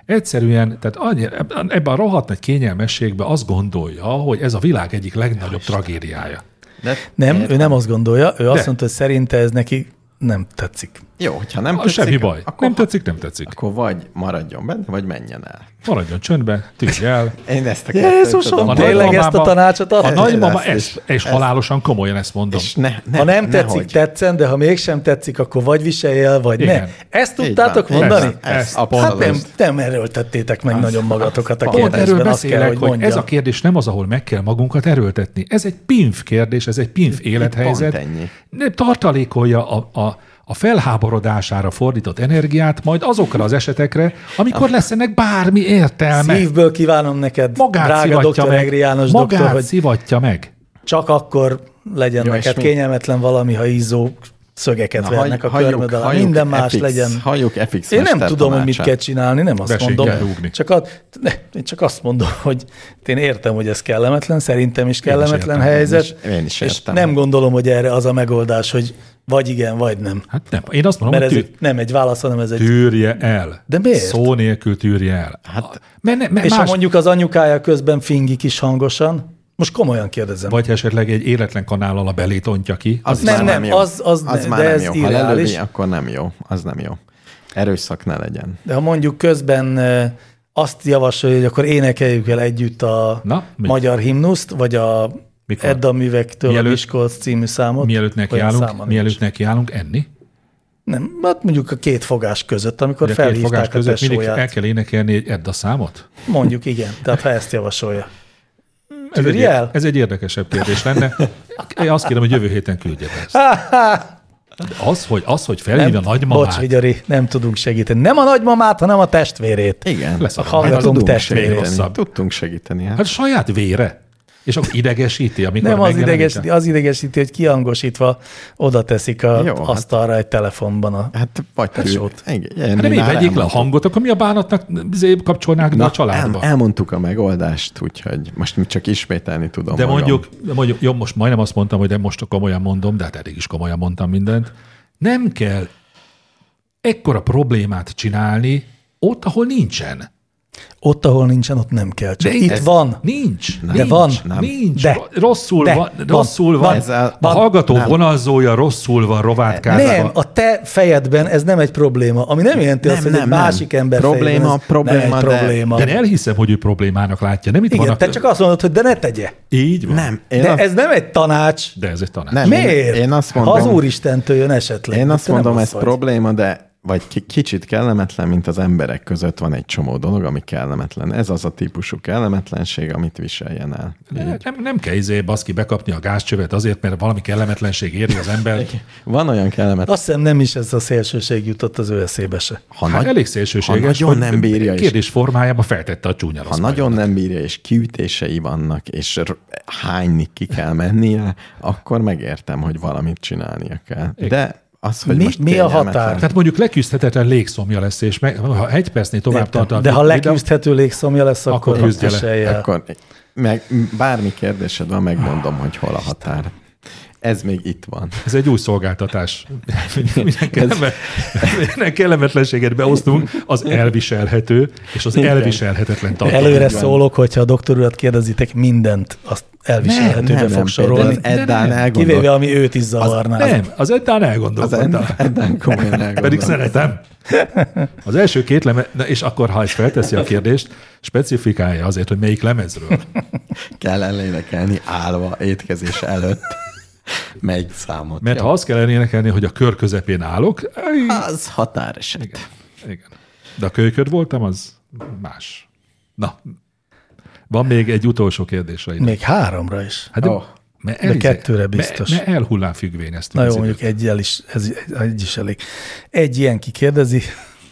Egyszerűen, tehát annyi, ebben a rohadt nagy kényelmességben azt gondolja, hogy ez a világ egyik legnagyobb tragédiája. De Nem, értem. ő nem azt gondolja, ő De. azt mondta, hogy szerinte ez neki nem tetszik. Jó, hogyha nem Ah, tetszik, semmi baj. Akkor, Nem tetszik, nem tetszik. Akkor vagy maradjon benne, vagy menjen el. Maradjon csöndbe, tűnj el. Én ezt a kettőt Jézusom, tudom. tényleg ezt a tanácsot A adta? nagymama ezt ezt, is. és halálosan komolyan ezt mondom. És ne, ne, Ha nem tetszik, nehogy. tetszen, de ha mégsem tetszik, akkor vagy viselj el, vagy Igen. ne. Ezt Így tudtátok van. mondani? Ezt, ezt, Hát Hát abszolút. nem, nem erőltettétek meg nagyon magatokat a Pont erről kérdésben, azt kell, beszélek, hogy hogy, hogy mondjam. ez a kérdés nem az, ahol meg kell magunkat erőltetni. Ez egy pinf kérdés, ez egy pinf élethelyzet. pont ennyi. Nem tartalékolja a, a, a felháborodására fordított energiát majd azokra az esetekre, amikor lesz ennek bármi értelme. Szívből kívánom neked, Magát drága szivatja doktor meg. Egri János Magát doktor, hogy szivatja meg. csak akkor legyen Jó, neked és mi? kényelmetlen valami, ha izzó szögeket Na, vernek a halljuk- körmöd alá. halljuk Minden más F X legyen. Halljuk F X Én nem mester tudom, hogy mit tanácsát. kell csinálni, nem azt Vessék mondom. el rúgni. Csak, ad, ne, én csak azt mondom, hogy én értem, hogy ez kellemetlen, szerintem is kellemetlen értem, helyzet. én is- én is és értem. nem gondolom, hogy erre az a megoldás, hogy vagy igen, vagy nem. Hát nem. Én azt mondom, Mert ez hogy tű, egy, nem egy válasz, hanem ez egy... tűrje el. De miért? Szó nélkül tűrje el. Hát- mert ne, mert És más, ha mondjuk az anyukája közben fingik is hangosan, most komolyan kérdezem. vagy esetleg egy életlen kanállal a belét ontja ki. Az Nem, már nem, jó. az- az az ne- már de nem ez jó. Ha irreális. lelövi, akkor nem jó. Az nem jó. Erőszak ne legyen. De ha mondjuk közben eh, azt javasolja, hogy akkor énekeljük el együtt a Na, mi? magyar himnuszt, vagy a Mikor? Edda művektől Mielőtt- a Miskolc című számot. Mielőtt olyan nekiállunk, száma nincs. mielőtt nekiállunk enni. Nem, hát mondjuk a két fogás között, amikor De a két fogás felhívták a között mindig el tesóját. kell énekelni egy Edda számot? Mondjuk igen, tehát ha ezt javasolja. Ez egy, Tűrje el? ez egy érdekesebb kérdés lenne. Én azt kérem, hogy jövő héten küldje be ezt. De Az, hogy, az, hogy felhívja a nagymamát, Bocs, Vigyari, nem tudunk segíteni. Nem a nagymamát, hanem a testvérét. Igen. Lesz a A hallgatónk tudtunk testvérét. még segíteni. rosszabb. Tudtunk segíteni. Hát. hát saját vére. És akkor idegesíti, amikor Nem az megjelenik. idegesíti, az idegesíti, hogy kihangosítva oda teszik a Jó, hát- asztalra egy telefonban a Hát vagy tű. tesót. Igen, Hát nem így már vegyék le a elmondtuk. hangot, akkor mi a bánatnak zébb kapcsolnák be a családba? el, elmondtuk a megoldást, úgyhogy most csak ismételni tudom De magam. mondjuk, de mondjuk, jó, most majdnem azt mondtam, hogy de most komolyan mondom, de hát eddig is komolyan mondtam mindent. Nem kell ekkora problémát csinálni ott, ahol nincsen. Ott, ahol nincsen, ott nem kell. Csak De itt ez van. Nincs. De nincs, van. Nem. Nincs. De. Rosszul De. van. Van. Rosszul van. Van. Ezzel- A van. hallgató Nem. vonalzója rosszul van rovátkázva. Nem, a te fejedben ez nem egy probléma, ami nem jelenti Nem, azt, hogy nem, egy nem. másik ember Probléma, fejében ez probléma, nem egy de- probléma. De én elhiszem, hogy ő problémának látja. Nem itt Igen, van a... te csak azt mondod, hogy de ne tegye. Így van. Nem, én De azt, ez nem egy tanács. De ez egy tanács. Nem. Miért? én azt Ha mondom- az Úristentől jön esetleg. én azt te nem mondom, az ez vagy. probléma, de vagy ki- kicsit kellemetlen, mint az emberek között van egy csomó dolog, ami kellemetlen. Ez az a típusú kellemetlenség, amit viseljen el. Nem, nem, nem kell izé baszki bekapni a gázcsövet azért, mert valami kellemetlenség éri az ember. Van olyan kellemetlen, Azt hiszem nem is ez a szélsőség jutott az ő eszébe se. ha, Hát nagy, elég ha szélsőséges, nagyon hogy nem bírja, és kérdés formájában feltette a csúnya ha rossz nagyon majomnak. nem bírja, és kiütései vannak, és r- hányni ki kell mennie, akkor megértem, hogy valamit csinálnia kell. De az, hogy Mi- most mi a kényelmetlen- határ? Tehát mondjuk leküzdhetetlen légszomja lesz, és meg, ha egy percnél tovább Értem. tart a De ha videó, leküzdhető légszomja lesz, Akkor akkor, küzdje le. viselj el. Akkor meg, bármi kérdésed van, megmondom, hogy hol a határ. Ez még itt van. ez egy új szolgáltatás. Minden, kellemet, minden kellemetlenséget beosztunk, az elviselhető, és az Igen. elviselhetetlen tartalom. Előre Így van. szólok, hogyha a doktor urat kérdezitek, mindent azt elviselhetőbe fog sorolni. Az Eddán elgondol. Kivéve, ami őt is zavarná. Nem, az Eddán Az elgondolkodtam. Eddán komolyan elgondol. Pedig szeretem. Az első két lemez, na és akkor, ha ezt felteszi a kérdést, specifikálja azért, hogy melyik lemezről. Kell elénekelni állva étkezés előtt. Melyik számot? Mert Jó. ha azt kell elénekelni, hogy a kör közepén állok, Az határeset. igen, igen. De a kölyköd voltam, az más. Na, van még egy utolsó kérdés. Rainer. Még háromra is. Hát de, Ó, mert de kettőre biztos. Mert elhullám függvényeztünk. Na jó, az mondjuk időt. egyel is, ez egy is elég. Egy ilyen kikérdezi,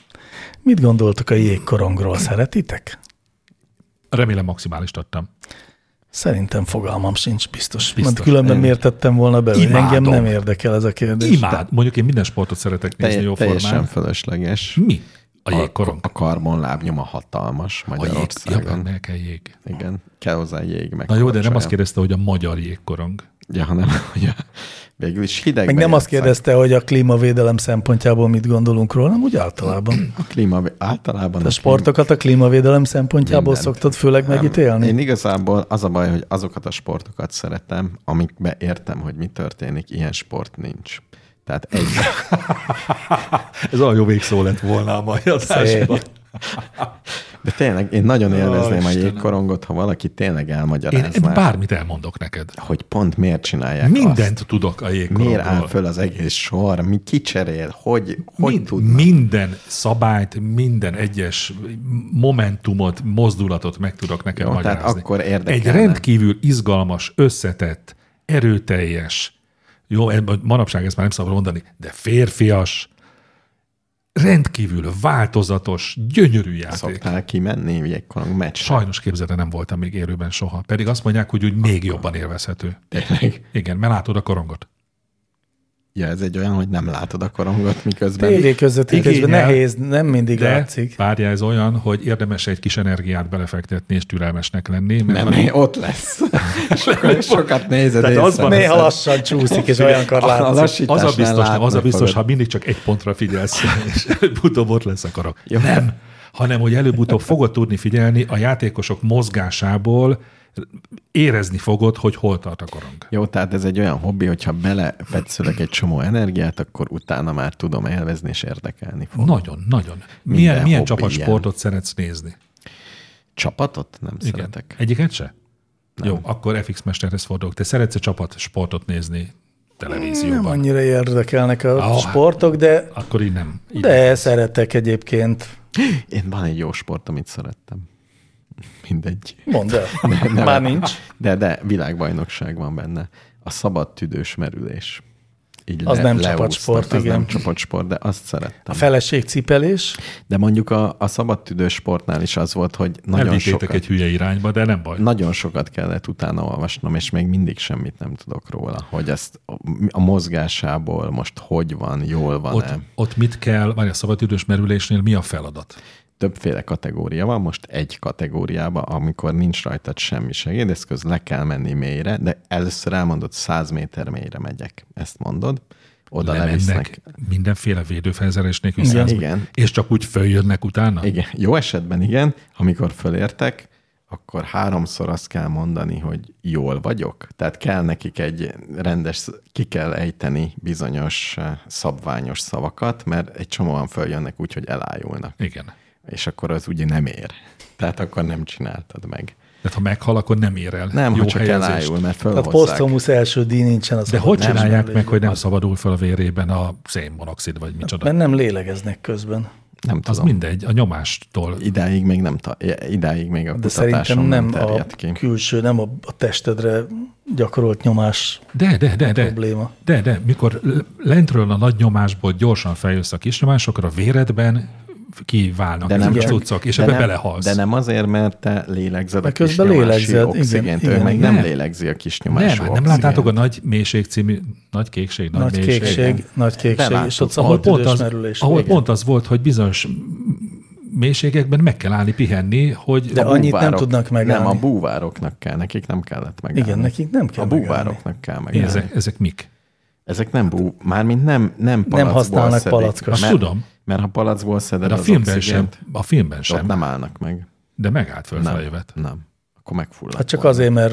mit gondoltok a jégkorongról? Szeretitek? Remélem maximális adtam. Szerintem fogalmam sincs, biztos. Biztos. Mert különben miért tettem volna be, hogy Imádom. engem nem érdekel ez a kérdés. Imád. Mondjuk én minden sportot szeretek nézni te, jóformán. teljesen fölösleges. Mi? A jégkorong. A karbonlábnyoma hatalmas A jég. Magyarországon. Ja, ne kell jég. Igen, kell hozzá jég meg. Na jó, de nem kocsolja. azt kérdezte, hogy a magyar jégkorong. Ja, hanem, hogy a, végül is hidegben Meg nem azt játszák. kérdezte, hogy a klímavédelem szempontjából mit gondolunk róla, hanem úgy általában. A klíma, általában A sportokat a klímavédelem szempontjából Mindent. szoktad főleg megítélni? Én igazából az a baj, hogy azokat a sportokat szeretem, amikbe értem, hogy mi történik, ilyen sport nincs. Tehát egy... Ez olyan jó végszó lett volna a mai adásban. De tényleg, én nagyon élvezném Ó, a Istenem. jégkorongot, ha valaki tényleg Én elmagyarázná, bármit elmondok neked. hogy pont miért csinálják Mindent azt. tudok a Miért jégkorongról. áll föl az egész sor, mi kicserél, hogy, hogy Mind, tudnak. minden szabályt, minden egyes momentumot, mozdulatot meg tudok nekem Jó, tehát magyarázni. akkor Egy érdekelne. rendkívül izgalmas, összetett, erőteljes, jó, manapság ezt már nem szabad mondani, de férfias, rendkívül változatos, gyönyörű játék. Szoktál kimenni jégkorong meccsre? Sajnos képzelde nem voltam még élőben soha. Pedig azt mondják, hogy úgy még jobban élvezhető. Tényleg. Igen, mert látod a korongot. Ja, ez egy olyan, hogy nem látod a korongot, miközben... Tévé közvetítésben Igényel, nehéz, nem mindig De látszik. párja ez olyan, hogy érdemes egy kis energiát belefektetni és türelmesnek lenni. Mert Nem, nem, ott lesz. Sokat, sokat nézed Tehát észre. az van, Néha lassan csúszik, és olyankor A látszik. lassításnál az a biztos, nem, az a látni biztos, fogod. ha mindig csak egy pontra figyelsz, és előbb-utóbb ott lesz a karok. Jó. Nem, hanem hogy előbb-utóbb fogod tudni figyelni a játékosok mozgásából, érezni fogod, hogy hol tart a korong. Jó, tehát ez egy olyan hobbi, hogyha belefetszülök egy csomó energiát, akkor utána már tudom élvezni és érdekelni fog. Nagyon, nagyon. Minden Milyen, milyen hobbi csapatsportot szeretsz nézni? Csapatot nem Igen. szeretek. Egyiket se? Nem. Jó, akkor ef iksz mesterhez fordulok. Te szeretsz-e csapatsportot nézni televízióban? Nem annyira érdekelnek a Ah, sportok, de, Akkor így nem. Így de szeretek egyébként. Én van egy jó sport, amit szerettem. Mindegy. Mondd el. Ne- ne- Már nincs. De, de világbajnokság van benne. A szabad tüdős merülés. Így Az nem leúsznak. csapatsport, az igen. nem csapatsport, de azt szerettem. A felességcipelés. De mondjuk a, a szabad tüdős sportnál is az volt, hogy nagyon Elvittétek sokat, egy hülye irányba, de nem baj. nagyon sokat kellett utána olvasnom, és még mindig semmit nem tudok róla, hogy ezt a mozgásából most hogy van, jól van-e. Ott, ott mit kell, várj, a szabadidős merülésnél mi a feladat? Többféle kategória van, most egy kategóriába, amikor nincs rajtad semmi segédeszköz, le kell menni mélyre, de először elmondod, száz méter mélyre megyek. Ezt mondod, oda levisznek. Lemennek mindenféle védőfelszerelés nélkül Igen. száz- Igen. És csak úgy följönnek utána? Igen, jó esetben igen, amikor fölértek, akkor háromszor azt kell mondani, hogy jól vagyok. Tehát kell nekik egy rendes, ki kell ejteni bizonyos eh, szabványos szavakat, mert egy csomóan följönnek úgy, hogy elájulnak. Igen. És akkor az ugye nem ér. Tehát akkor nem csináltad meg. Tehát ha meghal, akkor nem ér el Nem, jó ha csak helyezést. elájul, mert Tehát fölhozzák. posztumusz első díj nincsen. Az De a hogy nem csinálják merülés. meg, hogy nem szabadul fel a vérében a szénmonoxid, vagy micsoda? Mert nem lélegeznek közben. Nem Az tudom. mindegy, a nyomástól. Idáig még nem, ta- idáig még a De kutatásom szerintem nem nem a terjedt ki. külső, nem a, a testedre gyakorolt nyomás De, de, de, de. probléma. De, de, mikor lentről a nagy nyomásból gyorsan feljössz a kis nyomásokra, a véredben kiválnak De nem ezek a csak- cuccok, és de ebbe nem, belehalsz. De nem azért, mert te lélegzed a Mert kis közben nyomási lélegzed, igen, oxigént, ő igen, meg igen. nem lélegzi a kis nyomású Nem, hát nem oxigént. láttátok a Nagy Mélység című, Nagy Kékség, Nagy, Nagy Mélység, kékség, nagy kékség, és Beláttuk, ott ahol, pont szabadidős az, merülés. ahol Igen. pont az volt, hogy bizonyos mélységekben meg kell állni pihenni, hogy De A annyit nem búvárok- tudnak megállni. Nem, a búvároknak kell, nekik nem kellett megállni. Igen, nekik nem kell A megállni. búvároknak kell Én megállni. ezek, ezek mik? Ezek nem bú, mármint nem, nem palackból használnak szedik. palackot. Azt Mert- tudom. Mert ha palackból szeded De a az filmben sem. oxigént, A filmben ott sem. nem állnak meg. De megállt Nem, fölfelé jövet. nem. Akkor megfullad. Hát csak volna. azért, mert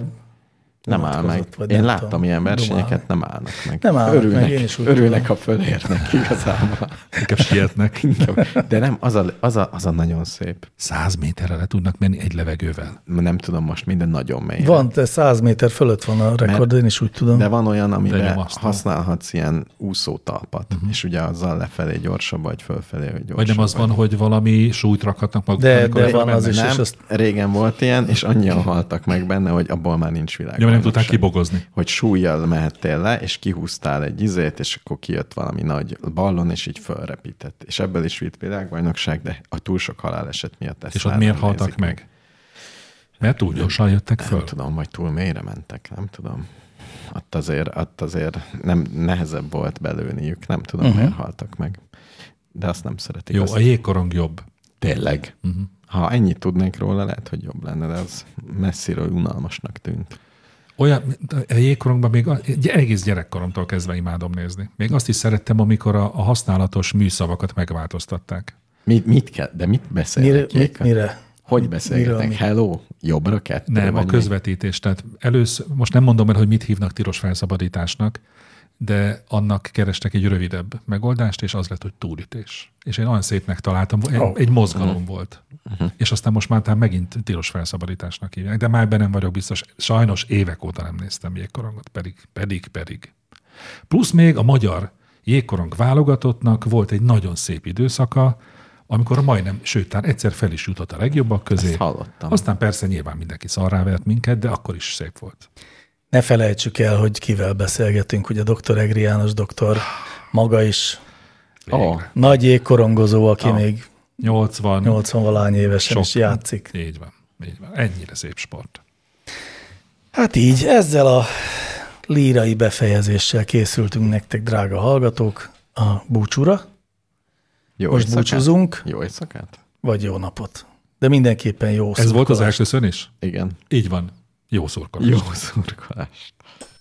Nem áll meg. vonatkozott, vagy Én nem láttam tudom, ilyen versenyeket, dumálni. nem állnak meg. Nem állnak örülnek, meg, én is úgy örülnek, tudom. ha fölérnek igazából. Inkább sietnek. De nem, az a, az, a, az a nagyon szép. Száz méterre le tudnak menni egy levegővel. Nem tudom most minden nagyon mély. van, de száz méter fölött van a rekord, én is úgy tudom. De van olyan, amiben nyomasztó. használhatsz ilyen úszótalpat, uh-huh. és ugye azzal lefelé gyorsabb, vagy fölfelé, hogy gyorsabb. Vagy nem az van, hogy valami súlyt rakhatnak magukra, De- amikor de van fölmennek? az is, Nem, és azt- régen volt ilyen, és annyian haltak meg benne, hogy abból már nincs világ. Ja, mert nem tudták kibogozni. Hogy súlyjal mehettél le, és kihúztál egy izét, és akkor kijött valami nagy ballon, és így fölrepített. És ebből is vitt világbajnokság, de a túl sok haláleset miatt ezt És ott már miért nem haltak nézik meg? Mert túl gyorsan jöttek föl. Nem tudom, vagy túl mélyre mentek, nem tudom. Ott azért, ott azért nem, nehezebb volt belőniük, nem tudom, uh-huh. miért haltak meg. De azt nem szeretik. Jó, azt a jégkorong jobb. Tényleg. Uh-huh. Ha ennyit tudnék róla, lehet, hogy jobb lenne, de az messziről unalmasnak tűnt. Olyan, a jégkorongban még egy egész gyerekkoromtól kezdve imádom nézni. Még azt is szerettem, amikor a, a használatos műszavakat megváltoztatták. Mit, mit kell, de mit beszélnek? Mire? Mit, mire? Hogy beszélgetnek? Mire, Hello? Jobbra kettő? Nem, a közvetítés. Tehát először, most nem mondom el, hogy mit hívnak tilos felszabadításnak, de annak kerestek egy rövidebb megoldást, és az lett, hogy túlütés. És én olyan szépnek találtam, egy, oh. egy mozgalom uh-huh. volt. Uh-huh. És aztán most már talán megint tilos felszabadításnak hívják, de már ebben nem vagyok biztos. Sajnos évek óta nem néztem jégkorongot, pedig, pedig, pedig. Plusz még a magyar jégkorong válogatottnak volt egy nagyon szép időszaka, amikor majdnem, sőt, talán egyszer fel is jutott a legjobbak közé. Ezt hallottam. Aztán persze nyilván mindenki szarrávert minket, de akkor is szép volt. Ne felejtsük el, hogy kivel beszélgetünk, ugye doktor Egri János doktor maga is Oh. nagy jégkorongozó, aki Oh. még nyolcvan nyolcvan-valány évesen is játszik. Így van, így van. Ennyire szép sport. Hát így, ezzel a lírai befejezéssel készültünk nektek, drága hallgatók, a búcsúra. Jó Most éjszakát? búcsúzunk, Jó éjszakát? vagy jó napot. De mindenképpen jó Ez volt az szurkolást. elköszönés? Igen. Így van. Jó szurkolást. Jó szurkolást.